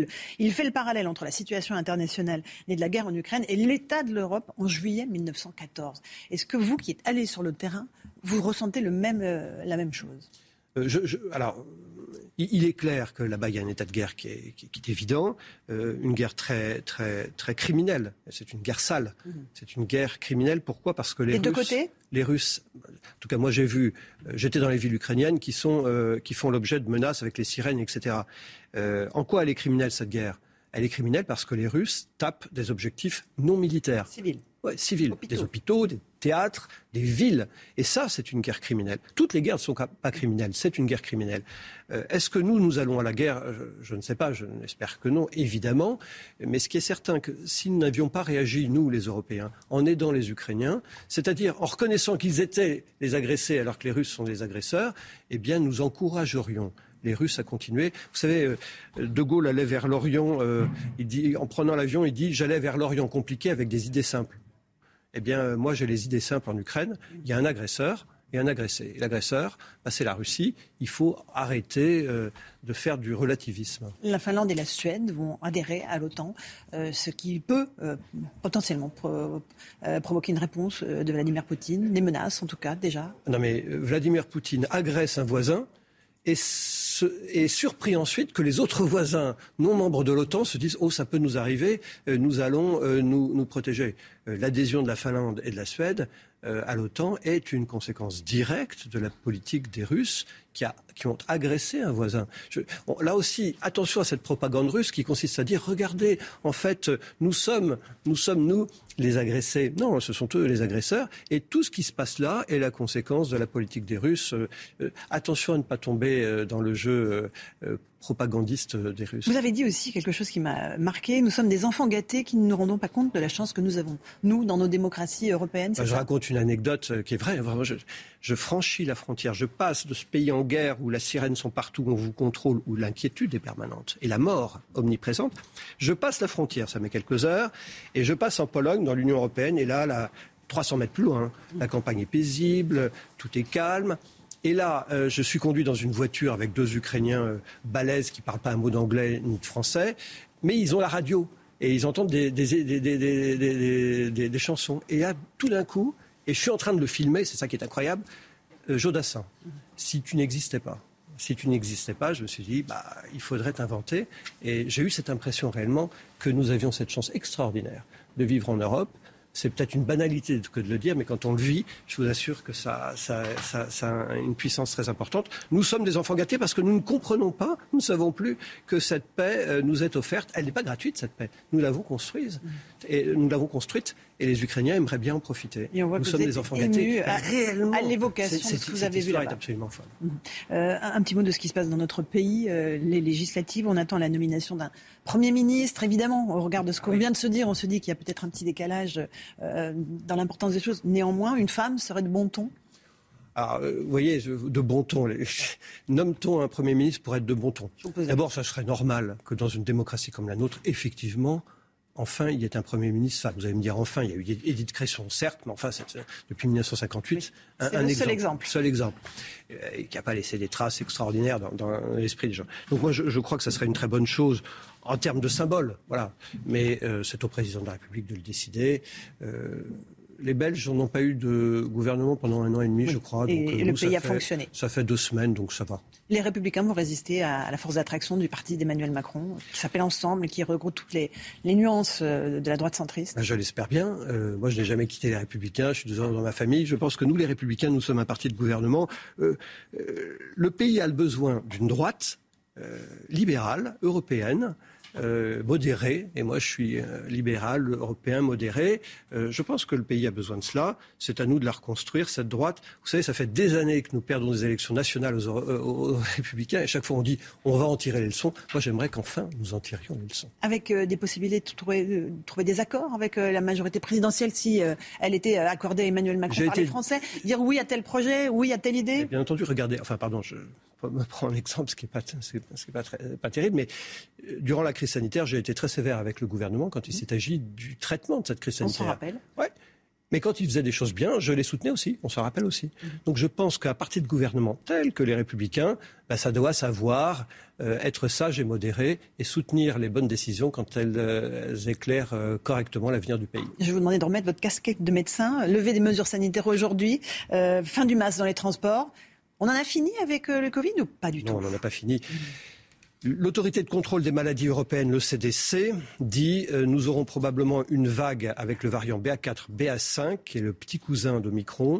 Il fait le parallèle entre la situation internationale née de la guerre en Ukraine et l'état de l'Europe en juillet mille neuf cent quatorze. Est-ce que vous, qui êtes allé sur le terrain, vous ressentez le même, euh, la même chose ? euh, je, je, Alors, il est clair que là-bas, il y a un état de guerre qui est, qui, qui est évident, euh, une guerre très, très, très criminelle. C'est une guerre sale. Mmh. C'est une guerre criminelle. Pourquoi ? Parce que les, les Russes... deux côtés ? Les Russes, en tout cas moi j'ai vu, j'étais dans les villes ukrainiennes qui, sont, euh, qui font l'objet de menaces avec les sirènes, et cetera. Euh, en quoi elle est criminelle cette guerre ? Elle est criminelle parce que les Russes tapent des objectifs non militaires. Civils. Ouais, civils. Hôpitaux. Des hôpitaux, des théâtres, des villes. Et ça, c'est une guerre criminelle. Toutes les guerres ne sont pas criminelles. C'est une guerre criminelle. Euh, est-ce que nous, nous allons à la guerre ? je, je ne sais pas. Je n'espère que non, évidemment. Mais ce qui est certain, que si nous n'avions pas réagi, nous, les Européens, en aidant les Ukrainiens, c'est-à-dire en reconnaissant qu'ils étaient les agressés alors que les Russes sont les agresseurs, eh bien, nous encouragerions les Russes à continuer. Vous savez, De Gaulle allait vers l'Orient. Euh, il dit, en prenant l'avion, il dit « J'allais vers l'Orient compliqué avec des idées simples ». Eh bien, moi, j'ai les idées simples en Ukraine. Il y a un agresseur et un agressé. Et l'agresseur, bah, c'est la Russie. Il faut arrêter euh, de faire du relativisme. La Finlande et la Suède vont adhérer à l'OTAN, euh, ce qui peut euh, potentiellement pro- euh, provoquer une réponse de Vladimir Poutine, des menaces en tout cas, déjà. Non, mais Vladimir Poutine agresse un voisin et se, est surpris ensuite que les autres voisins non membres de l'OTAN se disent « Oh, ça peut nous arriver, nous allons euh, nous, nous protéger ». L'adhésion de la Finlande et de la Suède euh, à l'OTAN est une conséquence directe de la politique des Russes qui, a, qui ont agressé un voisin. Je, bon, là aussi, attention à cette propagande russe qui consiste à dire « Regardez, en fait, nous sommes, nous sommes, nous, les agressés ». Non, ce sont eux les agresseurs. Et tout ce qui se passe là est la conséquence de la politique des Russes. Euh, euh, attention à ne pas tomber euh, dans le jeu euh, euh, propagandiste des Russes. Vous avez dit aussi quelque chose qui m'a marqué. Nous sommes des enfants gâtés qui ne nous rendons pas compte de la chance que nous avons, nous, dans nos démocraties européennes. Bah, je raconte une anecdote qui est vraie. Vraiment, je, je franchis la frontière. Je passe de ce pays en guerre où la sirène sont partout, où on vous contrôle, où l'inquiétude est permanente et la mort omniprésente. Je passe la frontière, ça met quelques heures, et je passe en Pologne, dans l'Union européenne, et là, là trois cents mètres plus loin, la campagne est paisible, tout est calme. Et là, euh, je suis conduit dans une voiture avec deux Ukrainiens euh, balèzes qui ne parlent pas un mot d'anglais ni de français, mais ils ont la radio et ils entendent des, des, des, des, des, des, des, des chansons. Et là, tout d'un coup, et je suis en train de le filmer, c'est ça qui est incroyable, euh, Jodassin, si tu n'existais pas. Si tu n'existais pas, je me suis dit, bah, il faudrait t'inventer. Et j'ai eu cette impression réellement que nous avions cette chance extraordinaire de vivre en Europe. C'est peut-être une banalité que de le dire, mais quand on le vit, je vous assure que ça, ça, ça, ça a une puissance très importante. Nous sommes des enfants gâtés parce que nous ne comprenons pas, nous ne savons plus que cette paix nous est offerte. Elle n'est pas gratuite, cette paix. Nous l'avons construite. Et nous l'avons construite et les Ukrainiens aimeraient bien en profiter. Et on voit nous que sommes vous des êtes enfants ému gâtés. à, Réellement, à l'évocation c'est, de ce que vous cette avez vu histoire là-bas. est absolument folle. Euh, un, un petit mot de ce qui se passe dans notre pays, euh, les législatives. On attend la nomination d'un Premier ministre, évidemment. Au regard de ce qu'on vient de se dire, on se dit qu'il y a peut-être un petit décalage euh, dans l'importance des choses. Néanmoins, une femme serait de bon ton? Alors, euh, vous voyez, de bon ton. Les... Nomme-t-on un Premier ministre pour être de bon ton? D'abord, ça serait normal que dans une démocratie comme la nôtre, effectivement, enfin, il y ait un Premier ministre. Enfin, vous allez me dire, enfin, il y a eu Édith Cresson, certes, mais enfin, c'est, depuis dix-neuf cent cinquante-huit, oui, un, c'est un le exemple, seul exemple. Seul exemple. Euh, qui n'a pas laissé des traces extraordinaires dans, dans l'esprit des gens. Donc moi, je, je crois que ça serait une très bonne chose en termes de symbole, voilà. Mais euh, c'est au président de la République de le décider. Euh, les Belges n'ont pas eu de gouvernement pendant un an et demi, oui, je crois. Et, donc, et nous, le pays a fait, fonctionné. Ça fait deux semaines, donc ça va. Les Républicains vont résister à, à la force d'attraction du parti d'Emmanuel Macron, qui s'appelle Ensemble et qui regroupe toutes les, les nuances de la droite centriste. Ben, je l'espère bien. Euh, moi, je n'ai jamais quitté les Républicains. Je suis deux ans dans ma famille. Je pense que nous, les Républicains, nous sommes un parti de gouvernement. Euh, euh, le pays a le besoin d'une droite euh, libérale, européenne, Euh, modéré, et moi je suis euh, libéral, européen, modéré. Euh, je pense que le pays a besoin de cela. C'est à nous de la reconstruire, cette droite. Vous savez, ça fait des années que nous perdons des élections nationales aux, aux, aux Républicains, et chaque fois on dit on va en tirer les leçons. Moi j'aimerais qu'enfin nous en tirions les leçons. Avec euh, des possibilités de trouver, de trouver des accords avec euh, la majorité présidentielle si euh, elle était accordée à Emmanuel Macron J'ai par été... les Français, dire oui à tel projet, oui à telle idée. Et bien entendu, regardez, enfin pardon, je me prends un exemple, ce qui n'est pas, ce qui est pas, très, pas terrible, mais durant la crise sanitaire, j'ai été très sévère avec le gouvernement quand il s'est agi du traitement de cette crise sanitaire. On s'en rappelle. Ouais. Mais quand il faisait des choses bien, je les soutenais aussi, on s'en rappelle aussi. Mmh. Donc je pense qu'à partir de gouvernements tels que les Républicains, bah, ça doit savoir euh, être sage et modéré et soutenir les bonnes décisions quand elles, euh, elles éclairent euh, correctement l'avenir du pays. Je vais vous demander de remettre votre casquette de médecin, lever des mesures sanitaires aujourd'hui, euh, fin du masque dans les transports. On en a fini avec euh, le Covid ou pas du tout? Non, on n'en a pas fini. L'autorité de contrôle des maladies européennes, le C D C, dit euh, nous aurons probablement une vague avec le variant B A quatre, B A cinq, qui est le petit cousin d'Omicron.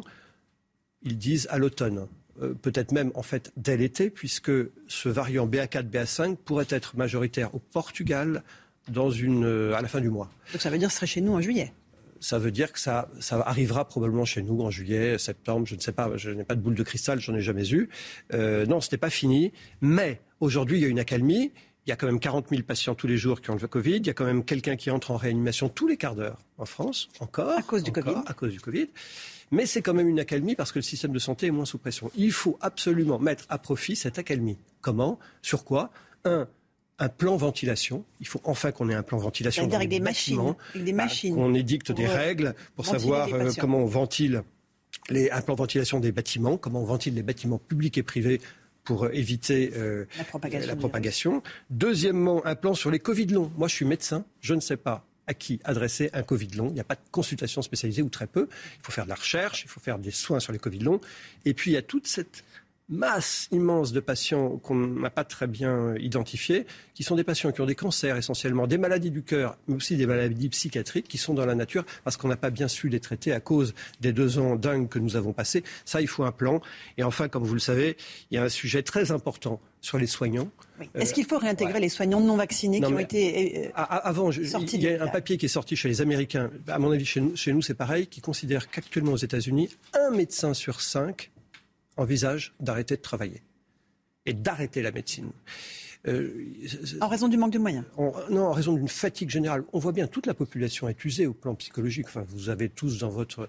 Ils disent à l'automne. Euh, peut-être même en fait dès l'été, puisque ce variant B A quatre, B A cinq pourrait être majoritaire au Portugal dans une, euh, à la fin du mois. Donc ça veut dire que ce serait chez nous en juillet? Ça veut dire que ça, ça arrivera probablement chez nous en juillet, septembre, je ne sais pas, je n'ai pas de boule de cristal, j'en ai jamais eu. Euh, non, ce n'est pas fini, mais aujourd'hui, il y a une accalmie. Il y a quand même quarante mille patients tous les jours qui ont le Covid. Il y a quand même quelqu'un qui entre en réanimation tous les quarts d'heure en France, encore. À cause du encore, Covid. À cause du Covid. Mais c'est quand même une accalmie parce que le système de santé est moins sous pression. Il faut absolument mettre à profit cette accalmie. Comment? Sur quoi? Un, un plan ventilation. Il faut enfin qu'on ait un plan ventilation dans avec les des bâtiments. Machines, avec des machines. Qu'on édicte des règles pour savoir euh, comment on ventile les, un plan ventilation des bâtiments, comment on ventile les bâtiments publics et privés pour éviter euh, la propagation. La propagation. Deuxièmement, un plan sur les Covid longs. Moi, je suis médecin, je ne sais pas à qui adresser un Covid long. Il n'y a pas de consultation spécialisée ou très peu. Il faut faire de la recherche, il faut faire des soins sur les Covid longs. Et puis, il y a toute cette masse immense de patients qu'on n'a pas très bien identifiés, qui sont des patients qui ont des cancers essentiellement, des maladies du cœur, mais aussi des maladies psychiatriques qui sont dans la nature parce qu'on n'a pas bien su les traiter à cause des deux ans dingues que nous avons passés. Ça, il faut un plan. Et enfin, comme vous le savez, il y a un sujet très important sur les soignants. Oui. Est-ce qu'il faut réintégrer ouais. les soignants non vaccinés non, qui ont été euh, avant, je, sortis il y a un papier qui est sorti chez les Américains, à mon avis chez nous, chez nous c'est pareil, qui considère qu'actuellement aux États-Unis, un médecin sur cinq envisage d'arrêter de travailler et d'arrêter la médecine. Euh, en raison du manque de moyens? en, Non, en raison d'une fatigue générale. On voit bien, toute la population est usée au plan psychologique. Enfin, vous avez tous dans votre,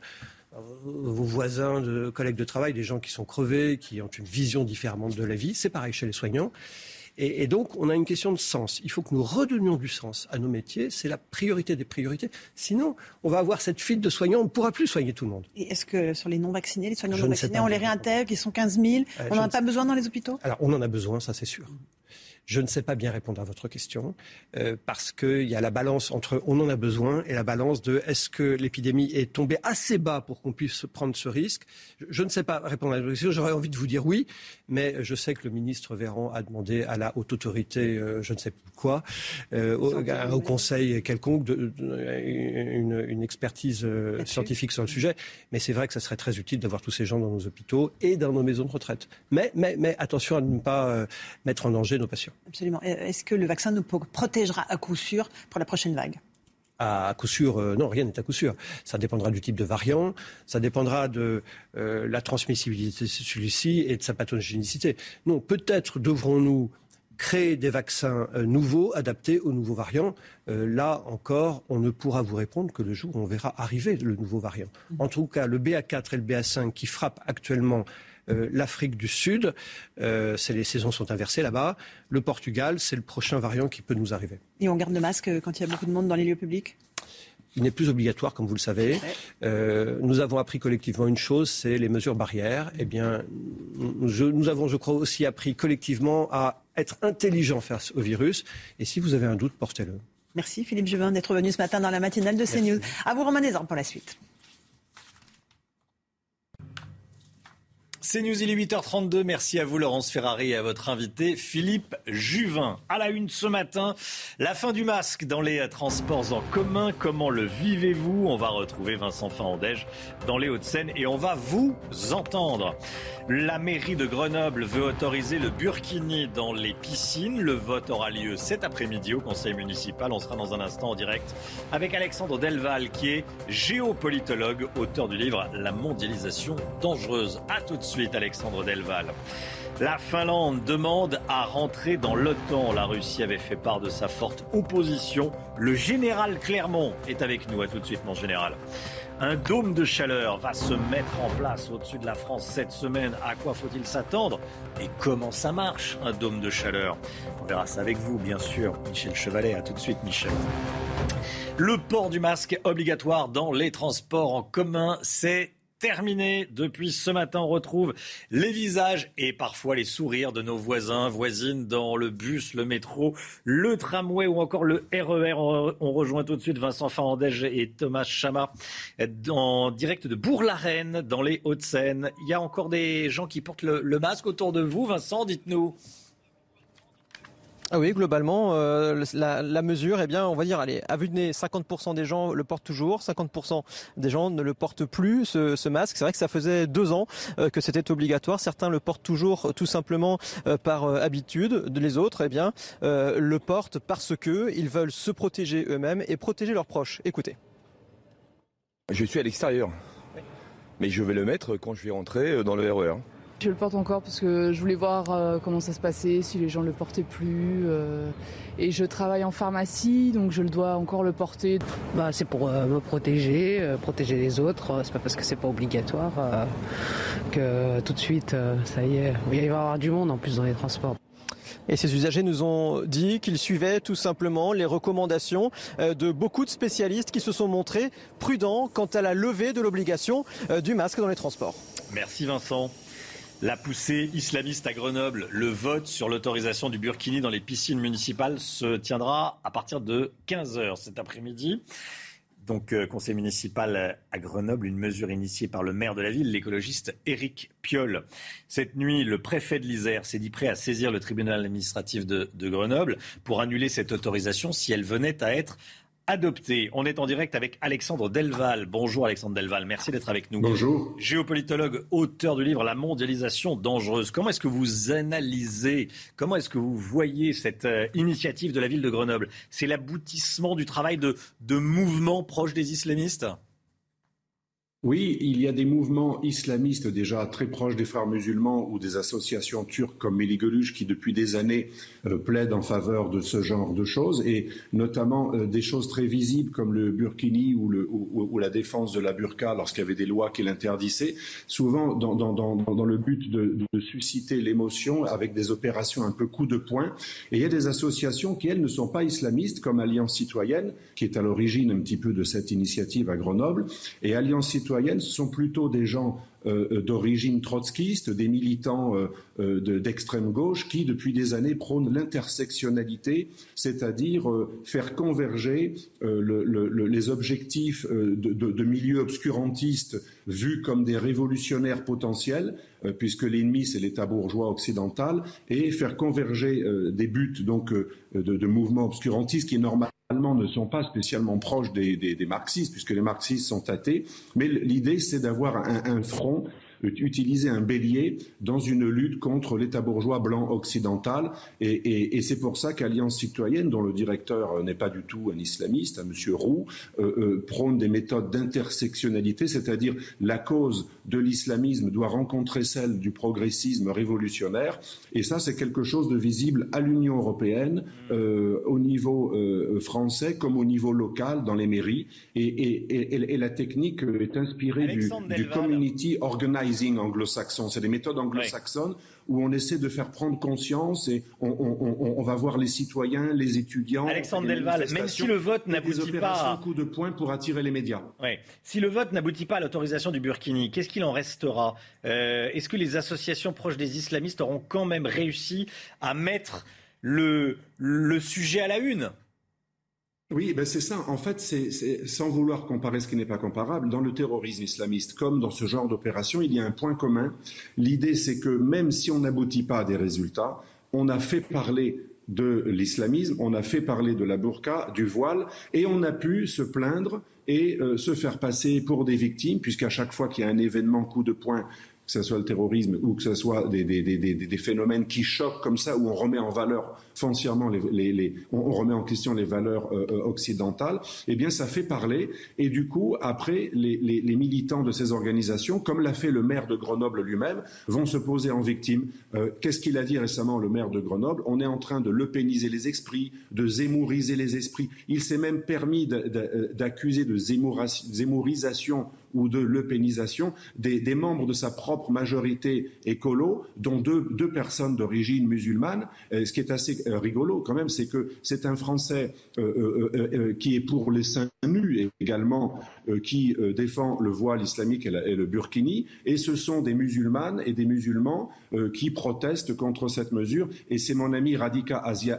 vos voisins, de, collègues de travail, des gens qui sont crevés, qui ont une vision différente de la vie. C'est pareil chez les soignants. Et, et donc, on a une question de sens. Il faut que nous redonnions du sens à nos métiers. C'est la priorité des priorités. Sinon, on va avoir cette file de soignants. On ne pourra plus soigner tout le monde. Et est-ce que sur les non-vaccinés, les soignants non-vaccinés, on les réintègre, ils sont quinze mille, euh, on n'en a pas besoin dans les hôpitaux? Alors, on en a besoin, ça c'est sûr. Je ne sais pas bien répondre à votre question euh, parce qu'il y a la balance entre on en a besoin et la balance de est-ce que l'épidémie est tombée assez bas pour qu'on puisse prendre ce risque. Je, je ne sais pas répondre à votre question. J'aurais envie de vous dire oui, mais je sais que le ministre Véran a demandé à la haute autorité, euh, je ne sais plus quoi, euh, au, au conseil quelconque, de, de, une, une expertise euh, scientifique sur le sujet. Mais c'est vrai que ça serait très utile d'avoir tous ces gens dans nos hôpitaux et dans nos maisons de retraite. Mais, mais, mais attention à ne pas euh, mettre en danger nos patients. Absolument. Est-ce que le vaccin nous protégera à coup sûr pour la prochaine vague ? À coup sûr, euh, non, rien n'est à coup sûr. Ça dépendra du type de variant, ça dépendra de euh, la transmissibilité de celui-ci et de sa pathogénicité. Non, peut-être devrons-nous créer des vaccins euh, nouveaux, adaptés aux nouveaux variants. Euh, là encore, on ne pourra vous répondre que le jour où on verra arriver le nouveau variant. En tout cas, le B A quatre et le B A cinq qui frappent actuellement Euh, l'Afrique du Sud, euh, c'est, les saisons sont inversées là-bas. Le Portugal, c'est le prochain variant qui peut nous arriver. Et on garde le masque quand il y a beaucoup de monde dans les lieux publics ? Il n'est plus obligatoire, comme vous le savez. Euh, nous avons appris collectivement une chose, c'est les mesures barrières. Eh bien, je, nous avons, je crois, aussi appris collectivement à être intelligents face au virus. Et si vous avez un doute, portez-le. Merci Philippe Juvin d'être venu ce matin dans la matinale de CNews. À vous Romain Desarmes pour la suite. C'est News, il est huit heures trente-deux. Merci à vous, Laurence Ferrari, et à votre invité, Philippe Juvin. À la une ce matin, la fin du masque dans les transports en commun. Comment le vivez-vous ? On va retrouver Vincent Fahandège dans les Hauts-de-Seine et on va vous entendre. La mairie de Grenoble veut autoriser le burkini dans les piscines. Le vote aura lieu cet après-midi au conseil municipal. On sera dans un instant en direct avec Alexandre Delval, qui est géopolitologue, auteur du livre La mondialisation dangereuse. À tout de suite, Alexandre Delval. La Finlande demande à rentrer dans l'OTAN. La Russie avait fait part de sa forte opposition. Le général Clermont est avec nous. À tout de suite, mon général. Un dôme de chaleur va se mettre en place au-dessus de la France cette semaine. À quoi faut-il s'attendre ? Et comment ça marche, un dôme de chaleur ? On verra ça avec vous, bien sûr. Michel Chevalet, à tout de suite, Michel. Le port du masque obligatoire dans les transports en commun, c'est terminé. Depuis ce matin, on retrouve les visages et parfois les sourires de nos voisins, voisines dans le bus, le métro, le tramway ou encore le R E R. On rejoint tout de suite Vincent Fahandège et Thomas Chama en direct de Bourg-la-Reine dans les Hauts-de-Seine. Il y a encore des gens qui portent le, le masque autour de vous. Vincent, dites-nous. Ah oui, globalement, euh, la, la mesure, eh bien, on va dire, allez, à vue de nez, cinquante pour cent des gens le portent toujours, cinquante pour cent des gens ne le portent plus, ce, ce masque. C'est vrai que ça faisait deux ans euh, que c'était obligatoire. Certains le portent toujours tout simplement euh, par euh, habitude. Les autres, eh bien, euh, le portent parce que ils veulent se protéger eux-mêmes et protéger leurs proches. Écoutez. Je suis à l'extérieur, mais je vais le mettre quand je vais rentrer dans le R E R. Je le porte encore parce que je voulais voir euh, comment ça se passait, si les gens ne le portaient plus. Euh, et je travaille en pharmacie, donc je le dois encore le porter. Bah, c'est pour euh, me protéger, euh, protéger les autres. C'est pas parce que c'est pas obligatoire euh, que tout de suite, euh, ça y est, il va y avoir du monde en plus dans les transports. Et ces usagers nous ont dit qu'ils suivaient tout simplement les recommandations de beaucoup de spécialistes qui se sont montrés prudents quant à la levée de l'obligation du masque dans les transports. Merci Vincent. La poussée islamiste à Grenoble, le vote sur l'autorisation du burkini dans les piscines municipales se tiendra à partir de quinze heures cet après-midi. Donc, euh, conseil municipal à Grenoble, une mesure initiée par le maire de la ville, l'écologiste Éric Piolle. Cette nuit, le préfet de l'Isère s'est dit prêt à saisir le tribunal administratif de, de Grenoble pour annuler cette autorisation si elle venait à être adopté. On est en direct avec Alexandre Delval. Bonjour Alexandre Delval, merci d'être avec nous. Bonjour. Géopolitologue, auteur du livre La mondialisation dangereuse. Comment est-ce que vous analysez, comment est-ce que vous voyez cette euh, initiative de la ville de Grenoble ? C'est l'aboutissement du travail de, de mouvements proches des islamistes ? Oui, il y a des mouvements islamistes déjà très proches des frères musulmans ou des associations turques comme Meligoluge qui depuis des années euh, plaident en faveur de ce genre de choses et notamment euh, des choses très visibles comme le burkini ou, le, ou, ou la défense de la burqa lorsqu'il y avait des lois qui l'interdisaient, souvent dans, dans, dans, dans le but de, de susciter l'émotion avec des opérations un peu coup de poing. Et il y a des associations qui, elles, ne sont pas islamistes comme Alliance citoyenne qui est à l'origine un petit peu de cette initiative à Grenoble et Alliance citoyenne citoyenne, ce sont plutôt des gens euh, d'origine trotskiste, des militants euh, euh, de, d'extrême gauche qui, depuis des années, prônent l'intersectionnalité, c'est-à-dire euh, faire converger euh, le, le, les objectifs euh, de, de, de milieux obscurantistes vus comme des révolutionnaires potentiels, euh, puisque l'ennemi c'est l'État bourgeois occidental, et faire converger euh, des buts donc euh, de, de mouvements obscurantistes qui normalement ne sont pas spécialement proches des, des, des marxistes, puisque les marxistes sont athées, mais l'idée c'est d'avoir un, un front, utiliser un bélier dans une lutte contre l'État bourgeois blanc occidental, et, et, et c'est pour ça qu'Alliance citoyenne, dont le directeur n'est pas du tout un islamiste, un monsieur Roux, euh, euh, prône des méthodes d'intersectionnalité, c'est-à-dire la cause de l'islamisme doit rencontrer celle du progressisme révolutionnaire, et ça c'est quelque chose de visible à l'Union européenne, euh, au niveau euh, français comme au niveau local dans les mairies, et, et, et, et la technique est inspirée du, du community organizing anglo-saxon. C'est des méthodes anglo-saxonnes où on essaie de faire prendre conscience et on, on, on, on va voir les citoyens, les étudiants. Alexandre Delval, même si le vote n'aboutit pas à coup de poing pour attirer les médias. Ouais. Si le vote n'aboutit pas à l'autorisation du burkini, qu'est-ce qu'il en restera ? euh, Est-ce que les associations proches des islamistes auront quand même réussi à mettre le, le sujet à la une ? Oui, ben c'est ça. En fait, c'est, c'est, sans vouloir comparer ce qui n'est pas comparable, dans le terrorisme islamiste, comme dans ce genre d'opération, il y a un point commun. L'idée, c'est que même si on n'aboutit pas à des résultats, on a fait parler de l'islamisme, on a fait parler de la burqa, du voile, et on a pu se plaindre et euh, se faire passer pour des victimes, puisqu'à chaque fois qu'il y a un événement coup de poing, que ce soit le terrorisme ou que ce soit des, des, des, des, des phénomènes qui choquent comme ça, où on remet en valeur foncièrement, les, les, les, on, on remet en question les valeurs euh, occidentales, eh bien ça fait parler. Et du coup, après, les, les, les militants de ces organisations, comme l'a fait le maire de Grenoble lui-même, vont se poser en victime. Euh, qu'est-ce qu'il a dit récemment, le maire de Grenoble ? On est en train de lepéniser les esprits, de zémouriser les esprits. Il s'est même permis de, de, d'accuser de zémourisation ou de lepénisation des, des membres de sa propre majorité écolo, dont deux, deux personnes d'origine musulmane. Euh, ce qui est assez euh, rigolo quand même, c'est que c'est un Français euh, euh, euh, qui est pour les seins nus et également euh, qui euh, défend le voile islamique et, la, et le burkini, et ce sont des musulmanes et des musulmans euh, qui protestent contre cette mesure. Et c'est mon ami Radhika Asia,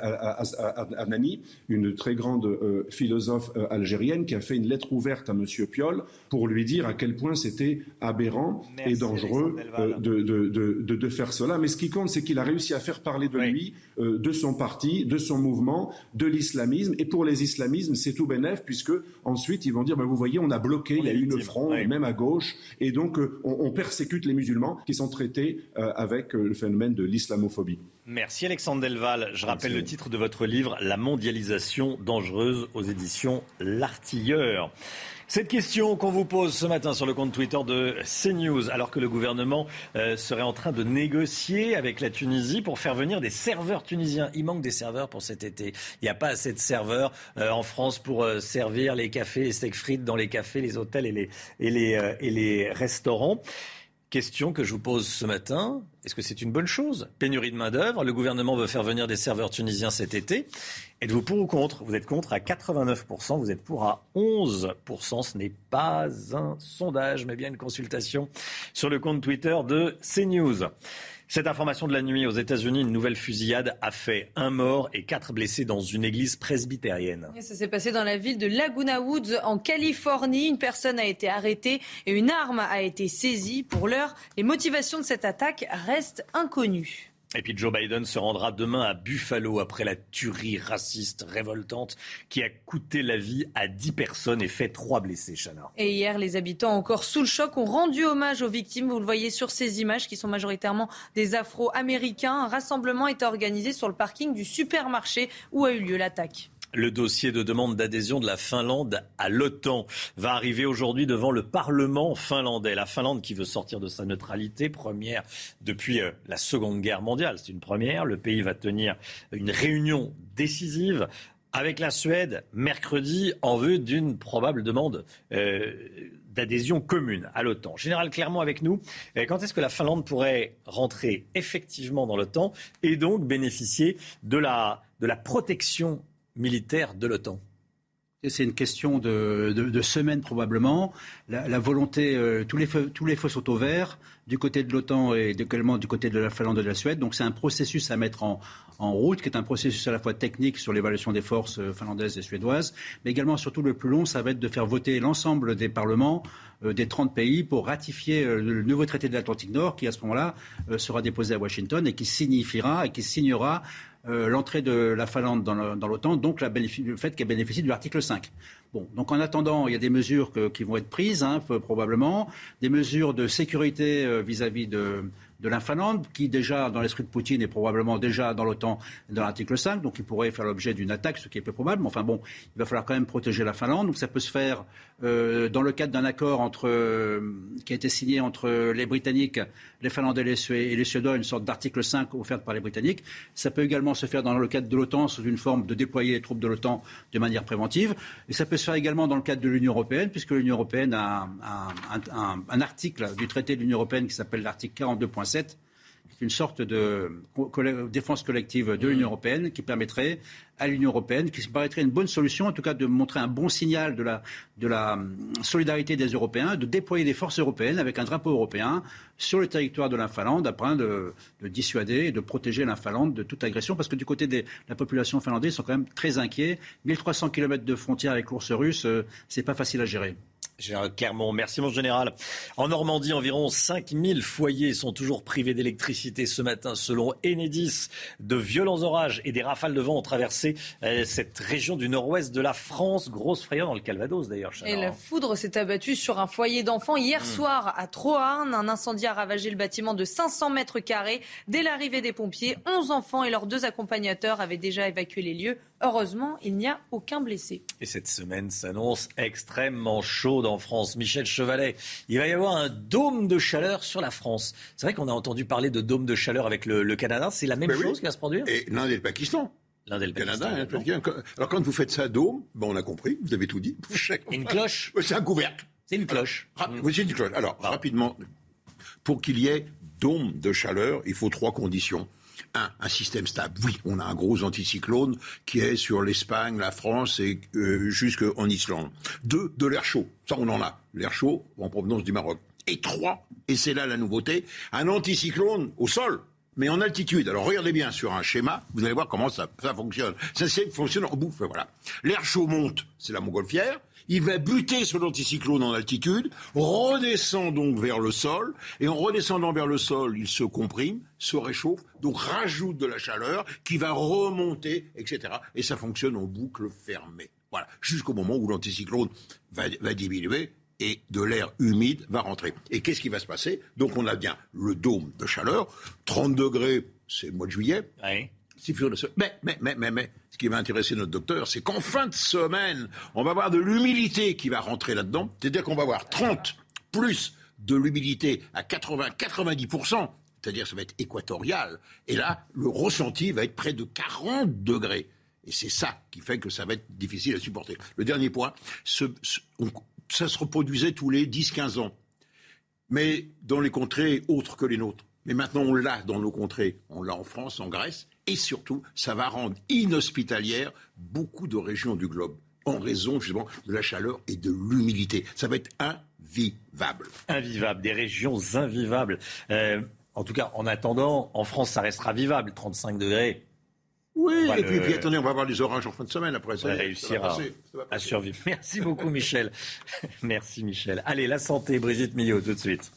Anani, une très grande euh, philosophe euh, algérienne, qui a fait une lettre ouverte à Monsieur Piolle pour lui dire à quel point c'était aberrant Merci, et dangereux euh, de, de, de, de, de faire cela. Mais ce qui compte, c'est qu'il a réussi à faire parler de oui. lui, euh, de son parti, de son mouvement, de l'islamisme. Et pour les islamismes, c'est tout bénef, puisque ensuite ils vont dire, ben, vous voyez, on a bloqué, on il y a eu une fronde, oui. même à gauche, et donc euh, on, on persécute les musulmans qui sont traités euh, avec euh, le phénomène de l'islamophobie. Merci Alexandre Delval. Je rappelle Merci. le titre de votre livre, La mondialisation dangereuse, aux éditions L'Artilleur. Cette question qu'on vous pose ce matin sur le compte Twitter de CNews, alors que le gouvernement euh, serait en train de négocier avec la Tunisie pour faire venir des serveurs tunisiens. Il manque des serveurs pour cet été. Il n'y a pas assez de serveurs euh, en France pour euh, servir les cafés, les steaks frites dans les cafés, les hôtels et les, et les, euh, et les restaurants. Question que je vous pose ce matin, est-ce que c'est une bonne chose ? Pénurie de main-d'œuvre, le gouvernement veut faire venir des serveurs tunisiens cet été. Êtes-vous pour ou contre ? Vous êtes contre à quatre-vingt-neuf pour cent, vous êtes pour à onze pour cent. Ce n'est pas un sondage, mais bien une consultation sur le compte Twitter de CNews. Cette information de la nuit aux États-Unis, une nouvelle fusillade a fait un mort et quatre blessés dans une église presbytérienne. Et ça s'est passé dans la ville de Laguna Woods en Californie. Une personne a été arrêtée et une arme a été saisie. Pour l'heure, les motivations de cette attaque restent inconnues. Et puis Joe Biden se rendra demain à Buffalo après la tuerie raciste révoltante qui a coûté la vie à dix personnes et fait trois blessés, Chana. Et hier, les habitants encore sous le choc ont rendu hommage aux victimes. Vous le voyez sur ces images qui sont majoritairement des Afro-Américains. Un rassemblement est organisé sur le parking du supermarché où a eu lieu l'attaque. Le dossier de demande d'adhésion de la Finlande à l'OTAN va arriver aujourd'hui devant le Parlement finlandais. La Finlande qui veut sortir de sa neutralité, première depuis la Seconde Guerre mondiale. C'est une première. Le pays va tenir une réunion décisive avec la Suède mercredi en vue d'une probable demande euh, d'adhésion commune à l'OTAN. Général Clermont avec nous. Quand est-ce que la Finlande pourrait rentrer effectivement dans l'OTAN et donc bénéficier de la, de la protection militaire de l'OTAN? c'est une question de, de, de semaines probablement. La, la volonté, euh, tous, les feux, tous les feux sont au vert du côté de l'OTAN et également du côté de la Finlande et de la Suède. Donc c'est un processus à mettre en, en route, qui est un processus à la fois technique sur l'évaluation des forces finlandaises et suédoises, mais également, surtout le plus long, ça va être de faire voter l'ensemble des parlements euh, des trente pays pour ratifier euh, le nouveau traité de l'Atlantique Nord, qui à ce moment-là euh, sera déposé à Washington et qui signifiera et qui signera Euh, l'entrée de la Finlande dans, le, dans l'OTAN, donc la, le fait qu'elle bénéficie de l'article cinq. Bon, donc en attendant, il y a des mesures que, qui vont être prises, hein, probablement, des mesures de sécurité euh, vis-à-vis de, de la Finlande, qui déjà, dans l'esprit de Poutine, est probablement déjà dans l'OTAN, dans l'article cinq, donc il pourrait faire l'objet d'une attaque, ce qui est peu probable. Mais enfin bon, il va falloir quand même protéger la Finlande, donc ça peut se faire euh, dans le cadre d'un accord entre, euh, qui a été signé entre les Britanniques, les Finlandais et les, Sué- et les Suédois, une sorte d'article cinq offert par les Britanniques. Ça peut également se faire dans le cadre de l'OTAN, sous une forme de déployer les troupes de l'OTAN de manière préventive. Et ça peut se faire également dans le cadre de l'Union européenne, puisque l'Union européenne a un, un, un, un article du traité de l'Union européenne qui s'appelle l'article quarante-deux point sept, qui est une sorte de coll- défense collective de l'Union européenne qui permettrait à l'Union européenne, qui paraîtrait une bonne solution, en tout cas de montrer un bon signal de la, de la solidarité des Européens, de déployer des forces européennes avec un drapeau européen sur le territoire de la Finlande, afin de, de dissuader et de protéger la Finlande de toute agression, parce que du côté de la population finlandaise, ils sont quand même très inquiets. mille trois cents kilomètres de frontière avec l'ours russe, euh, c'est pas facile à gérer. Gérald Clermont, merci mon général. En Normandie, environ cinq mille foyers sont toujours privés d'électricité ce matin, selon Enedis. De violents orages et des rafales de vent ont traversé euh, cette région du nord-ouest de la France. Grosse frayeur dans le Calvados d'ailleurs. Chana. Et la foudre s'est abattue sur un foyer d'enfants hier mmh. soir à Troarn. Un incendie a ravagé le bâtiment de cinq cents mètres carrés. Dès l'arrivée des pompiers, onze enfants et leurs deux accompagnateurs avaient déjà évacué les lieux. Heureusement, il n'y a aucun blessé. Et cette semaine s'annonce extrêmement chaude en France. Michel Chevalet, il va y avoir un dôme de chaleur sur la France. C'est vrai qu'on a entendu parler de dôme de chaleur avec le, le Canada. C'est la même Mais chose oui. qui va se produire. Et l'Inde et le Pakistan. L'Inde et le Canada, Pakistan. hein, alors quand vous faites ça dôme, ben on a compris, vous avez tout dit. Une cloche. C'est un couvercle. C'est une cloche. Alors, rap- oui, c'est une cloche. Alors, ah. rapidement, pour qu'il y ait dôme de chaleur, il faut trois conditions. Un, un système stable. Oui, on a un gros anticyclone qui est sur l'Espagne, la France et euh, jusqu'en Islande. Deux, de l'air chaud. Ça, on en a. L'air chaud en provenance du Maroc. Et trois, et c'est là la nouveauté, un anticyclone au sol, mais en altitude. Alors regardez bien sur un schéma, vous allez voir comment ça, ça fonctionne. Ça c'est, fonctionne en bouffe, voilà. L'air chaud monte, c'est la montgolfière. Il va buter sur l'anticyclone en altitude, redescend donc vers le sol, et en redescendant vers le sol, il se comprime, se réchauffe, donc rajoute de la chaleur qui va remonter, et cetera. Et ça fonctionne en boucle fermée. Voilà, jusqu'au moment où l'anticyclone va, va diminuer et de l'air humide va rentrer. Et qu'est-ce qui va se passer ? Donc on a bien le dôme de chaleur, trente degrés, c'est le mois de juillet. Oui. Mais, mais, mais, mais, mais, ce qui va intéresser notre docteur, c'est qu'en fin de semaine, on va avoir de l'humidité qui va rentrer là-dedans. C'est-à-dire qu'on va avoir trente plus de l'humidité à quatre-vingts à quatre-vingt-dix pour cent. C'est-à-dire que ça va être équatorial. Et là, le ressenti va être près de quarante degrés. Et c'est ça qui fait que ça va être difficile à supporter. Le dernier point, ce, ce, on, ça se reproduisait tous les dix à quinze ans. Mais dans les contrées autres que les nôtres. Mais maintenant, on l'a dans nos contrées. On l'a en France, en Grèce. Et surtout, ça va rendre inhospitalière beaucoup de régions du globe, en raison justement de la chaleur et de l'humidité. Ça va être invivable. Invivable, des régions invivables. Euh, en tout cas, en attendant, en France, ça restera vivable, trente-cinq degrés. Oui, et le... puis, puis attendez, on va avoir des orages en fin de semaine après. Ça on va ça réussir va à, passer, ça va à survivre. Merci beaucoup, Michel. Merci, Michel. Allez, la santé, Brigitte Millot, tout de suite.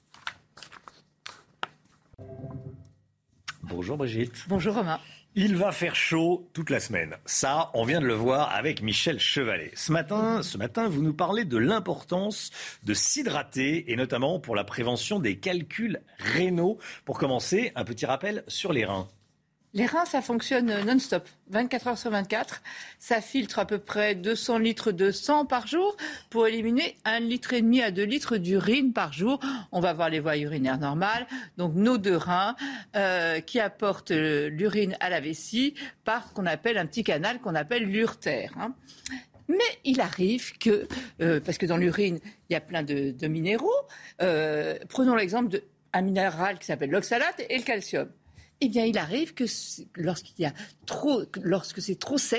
Bonjour Brigitte. Bonjour Romain. Il va faire chaud toute la semaine. Ça, on vient de le voir avec Michel Chevalet. Ce matin, ce matin, vous nous parlez de l'importance de s'hydrater et notamment pour la prévention des calculs rénaux. Pour commencer, un petit rappel sur les reins. Les reins, ça fonctionne non-stop, vingt-quatre heures sur vingt-quatre. Ça filtre à peu près deux cents litres de sang par jour pour éliminer un litre et demi à deux litres d'urine par jour. On va voir les voies urinaires normales. Donc nos deux reins euh, qui apportent l'urine à la vessie par ce qu'on appelle un petit canal qu'on appelle l'urtère. Hein. Mais il arrive que, euh, parce que dans l'urine, il y a plein de, de minéraux. Euh, prenons l'exemple d'un minéral qui s'appelle l'oxalate et le calcium. Eh bien, il arrive que lorsqu'il y a trop, lorsque c'est trop sec,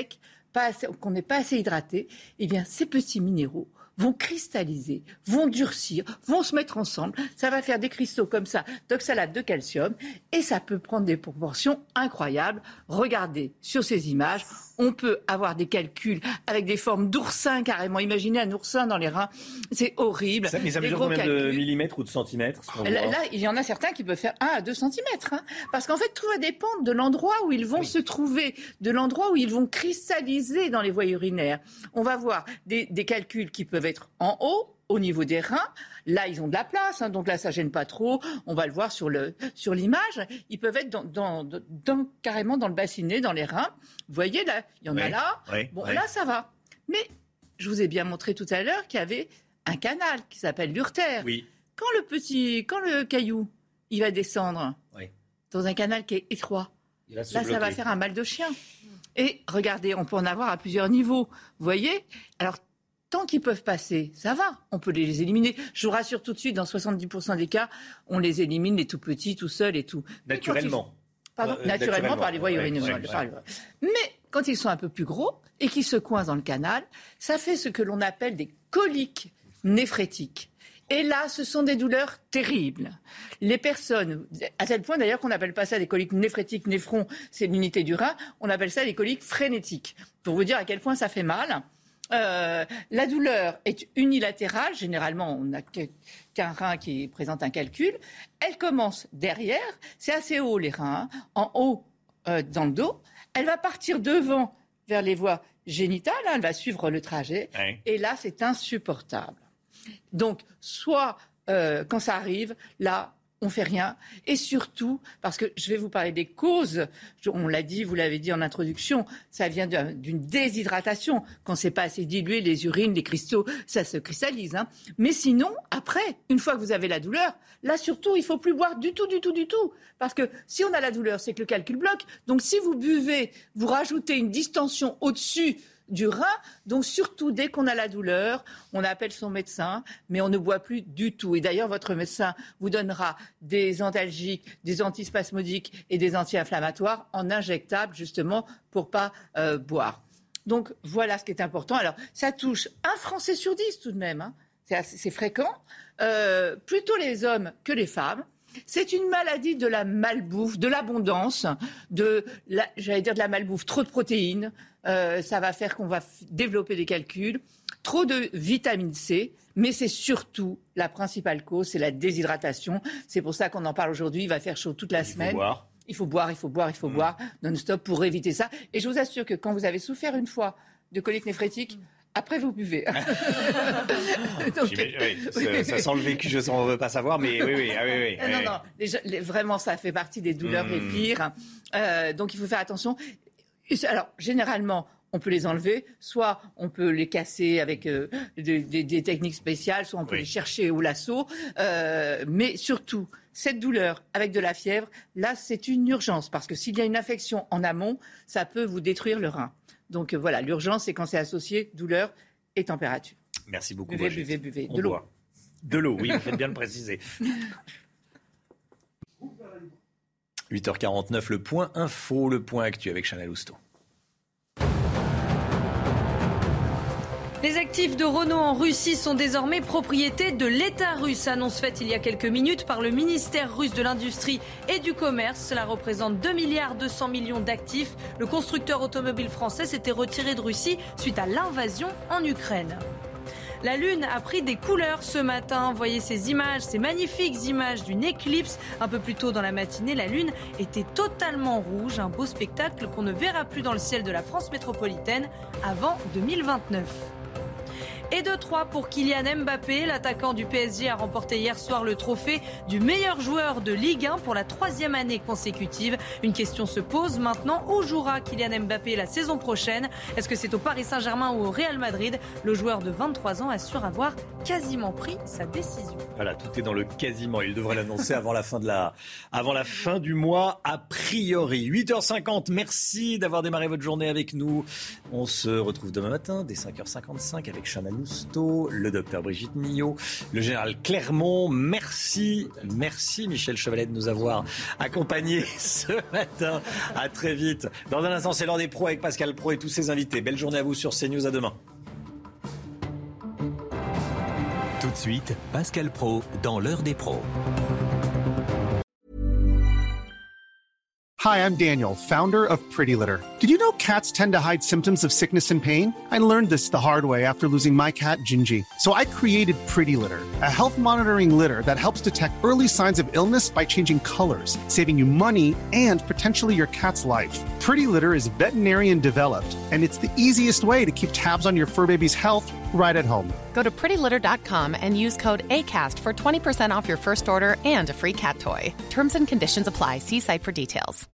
pas assez, qu'on n'est pas assez hydraté, eh bien, ces petits minéraux vont cristalliser, vont durcir, vont se mettre ensemble. Ça va faire des cristaux comme ça, d'oxalate de calcium, et ça peut prendre des proportions incroyables. Regardez sur ces images, on peut avoir des calculs avec des formes d'oursins carrément. Imaginez un oursin dans les reins, c'est horrible. Ça, mais ça mesure combien calculs. de millimètres ou de centimètres là, là, il y en a certains qui peuvent faire un à deux centimètres. Hein, parce qu'en fait, tout va dépendre de l'endroit où ils vont oui. se trouver, de l'endroit où ils vont cristalliser dans les voies urinaires. On va voir des, des calculs qui peuvent être en haut, au niveau des reins. Là, ils ont de la place, hein, donc là, ça gêne pas trop. On va le voir sur, le, sur l'image. Ils peuvent être dans, dans, dans, carrément dans le bassinet, dans les reins. Vous voyez, là, il y en oui, a là. Oui, bon, oui. Là, ça va. Mais je vous ai bien montré tout à l'heure qu'il y avait un canal qui s'appelle l'urtère. Oui. Quand le petit, quand le caillou, il va descendre oui. dans un canal qui est étroit, là, bloquer. Ça va faire un mal de chien. Et regardez, on peut en avoir à plusieurs niveaux. Vous voyez ? Alors, tant qu'ils peuvent passer, ça va, on peut les éliminer. Je vous rassure tout de suite, dans soixante-dix pour cent des cas, on les élimine, les tout petits, tout seuls et tout. Naturellement. Ils... Pardon, euh, naturellement, naturellement, par les voies ouais, urinaires. Ouais, ouais. Mais quand ils sont un peu plus gros et qu'ils se coincent dans le canal, ça fait ce que l'on appelle des coliques néphrétiques. Et là, ce sont des douleurs terribles. Les personnes, à tel point d'ailleurs qu'on n'appelle pas ça des coliques néphrétiques, néphron, c'est l'unité du rein, on appelle ça des coliques frénétiques. Pour vous dire à quel point ça fait mal. Euh, la douleur est unilatérale. Généralement, on n'a qu'un rein qui présente un calcul. Elle commence derrière. C'est assez haut, les reins. Hein, en haut, euh, dans le dos. Elle va partir devant, vers les voies génitales. Hein, elle va suivre le trajet. Ouais. Et là, c'est insupportable. Donc, soit, euh, quand ça arrive, là... on fait rien. Et surtout, parce que je vais vous parler des causes, on l'a dit, vous l'avez dit en introduction, ça vient d'une déshydratation. Quand c'est pas assez dilué, les urines, les cristaux, ça se cristallise. Hein. Mais sinon, après, une fois que vous avez la douleur, là surtout, il faut plus boire du tout, du tout, du tout. Parce que si on a la douleur, c'est que le calcul bloque. Donc si vous buvez, vous rajoutez une distension au-dessus du rein, donc surtout dès qu'on a la douleur, on appelle son médecin, mais on ne boit plus du tout. Et d'ailleurs, votre médecin vous donnera des antalgiques, des antispasmodiques et des anti-inflammatoires en injectables, justement, pour pas euh, boire. Donc voilà ce qui est important. Alors, ça touche un Français sur dix tout de même, hein. c'est, assez, c'est fréquent, euh, plutôt les hommes que les femmes. C'est une maladie de la malbouffe, de l'abondance, de la, j'allais dire de la malbouffe, trop de protéines, euh, ça va faire qu'on va f- développer des calculs, trop de vitamine C, mais c'est surtout la principale cause, c'est la déshydratation. C'est pour ça qu'on en parle aujourd'hui, il va faire chaud toute la il semaine. Faut boire. Il faut boire, il faut boire, il faut mmh. boire non-stop pour éviter ça. Et je vous assure que quand vous avez souffert une fois de colique néphrétique, après, vous buvez. Donc, oui, ça, ça sent le vécu, je ne veux pas savoir, mais oui, oui. Ah, oui, oui, non, oui. non, non. Les, les, vraiment, ça fait partie des douleurs mmh. les pires. Euh, donc, il faut faire attention. Alors, généralement, on peut les enlever, soit on peut les casser avec euh, des, des, des techniques spéciales, soit on peut oui. les chercher au lasso. Euh, mais surtout, cette douleur avec de la fièvre, là, c'est une urgence. Parce que s'il y a une infection en amont, ça peut vous détruire le rein. Donc euh, voilà, l'urgence, c'est quand c'est associé douleur et température. Merci beaucoup. Buvez, buvez, buvez. De On l'eau. Boit. De l'eau, oui, vous faites bien de préciser. huit heures quarante-neuf, le point info, le point actu avec Chanel Housteau. Les actifs de Renault en Russie sont désormais propriété de l'État russe. Annonce faite il y a quelques minutes par le ministère russe de l'Industrie et du Commerce. Cela représente deux milliards deux cents millions d'actifs. Le constructeur automobile français s'était retiré de Russie suite à l'invasion en Ukraine. La Lune a pris des couleurs ce matin. Voyez ces images, ces magnifiques images d'une éclipse. Un peu plus tôt dans la matinée, la Lune était totalement rouge. Un beau spectacle qu'on ne verra plus dans le ciel de la France métropolitaine avant deux mille vingt-neuf. Et deux trois pour Kylian Mbappé. L'attaquant du P S G a remporté hier soir le trophée du meilleur joueur de Ligue un pour la troisième année consécutive. Une question se pose maintenant. Où jouera Kylian Mbappé la saison prochaine ? Est-ce que c'est au Paris Saint-Germain ou au Real Madrid ? Le joueur de vingt-trois ans assure avoir quasiment pris sa décision. Voilà, tout est dans le quasiment. Il devrait l'annoncer avant la fin de la, avant la fin du mois, a priori. huit heures cinquante, merci d'avoir démarré votre journée avec nous. On se retrouve demain matin dès cinq heures cinquante-cinq avec Chanel Lousteau, le docteur Brigitte Millot, le général Clermont. Merci, merci Michel Chevalet de nous avoir accompagnés ce matin. À très vite. Dans un instant, c'est l'heure des pros avec Pascal Praud et tous ses invités. Belle journée à vous sur CNews. À demain. Tout de suite, Pascal Praud dans l'heure des pros. Hi, I'm Daniel, founder of Pretty Litter. Did you know cats tend to hide symptoms of sickness and pain? I learned this the hard way after losing my cat, Gingy. So I created Pretty Litter, a health monitoring litter that helps detect early signs of illness by changing colors, saving you money and potentially your cat's life. Pretty Litter is veterinarian developed, and it's the easiest way to keep tabs on your fur baby's health right at home. Go to pretty litter dot com and use code ACAST for twenty percent off your first order and a free cat toy. Terms and conditions apply. See site for details.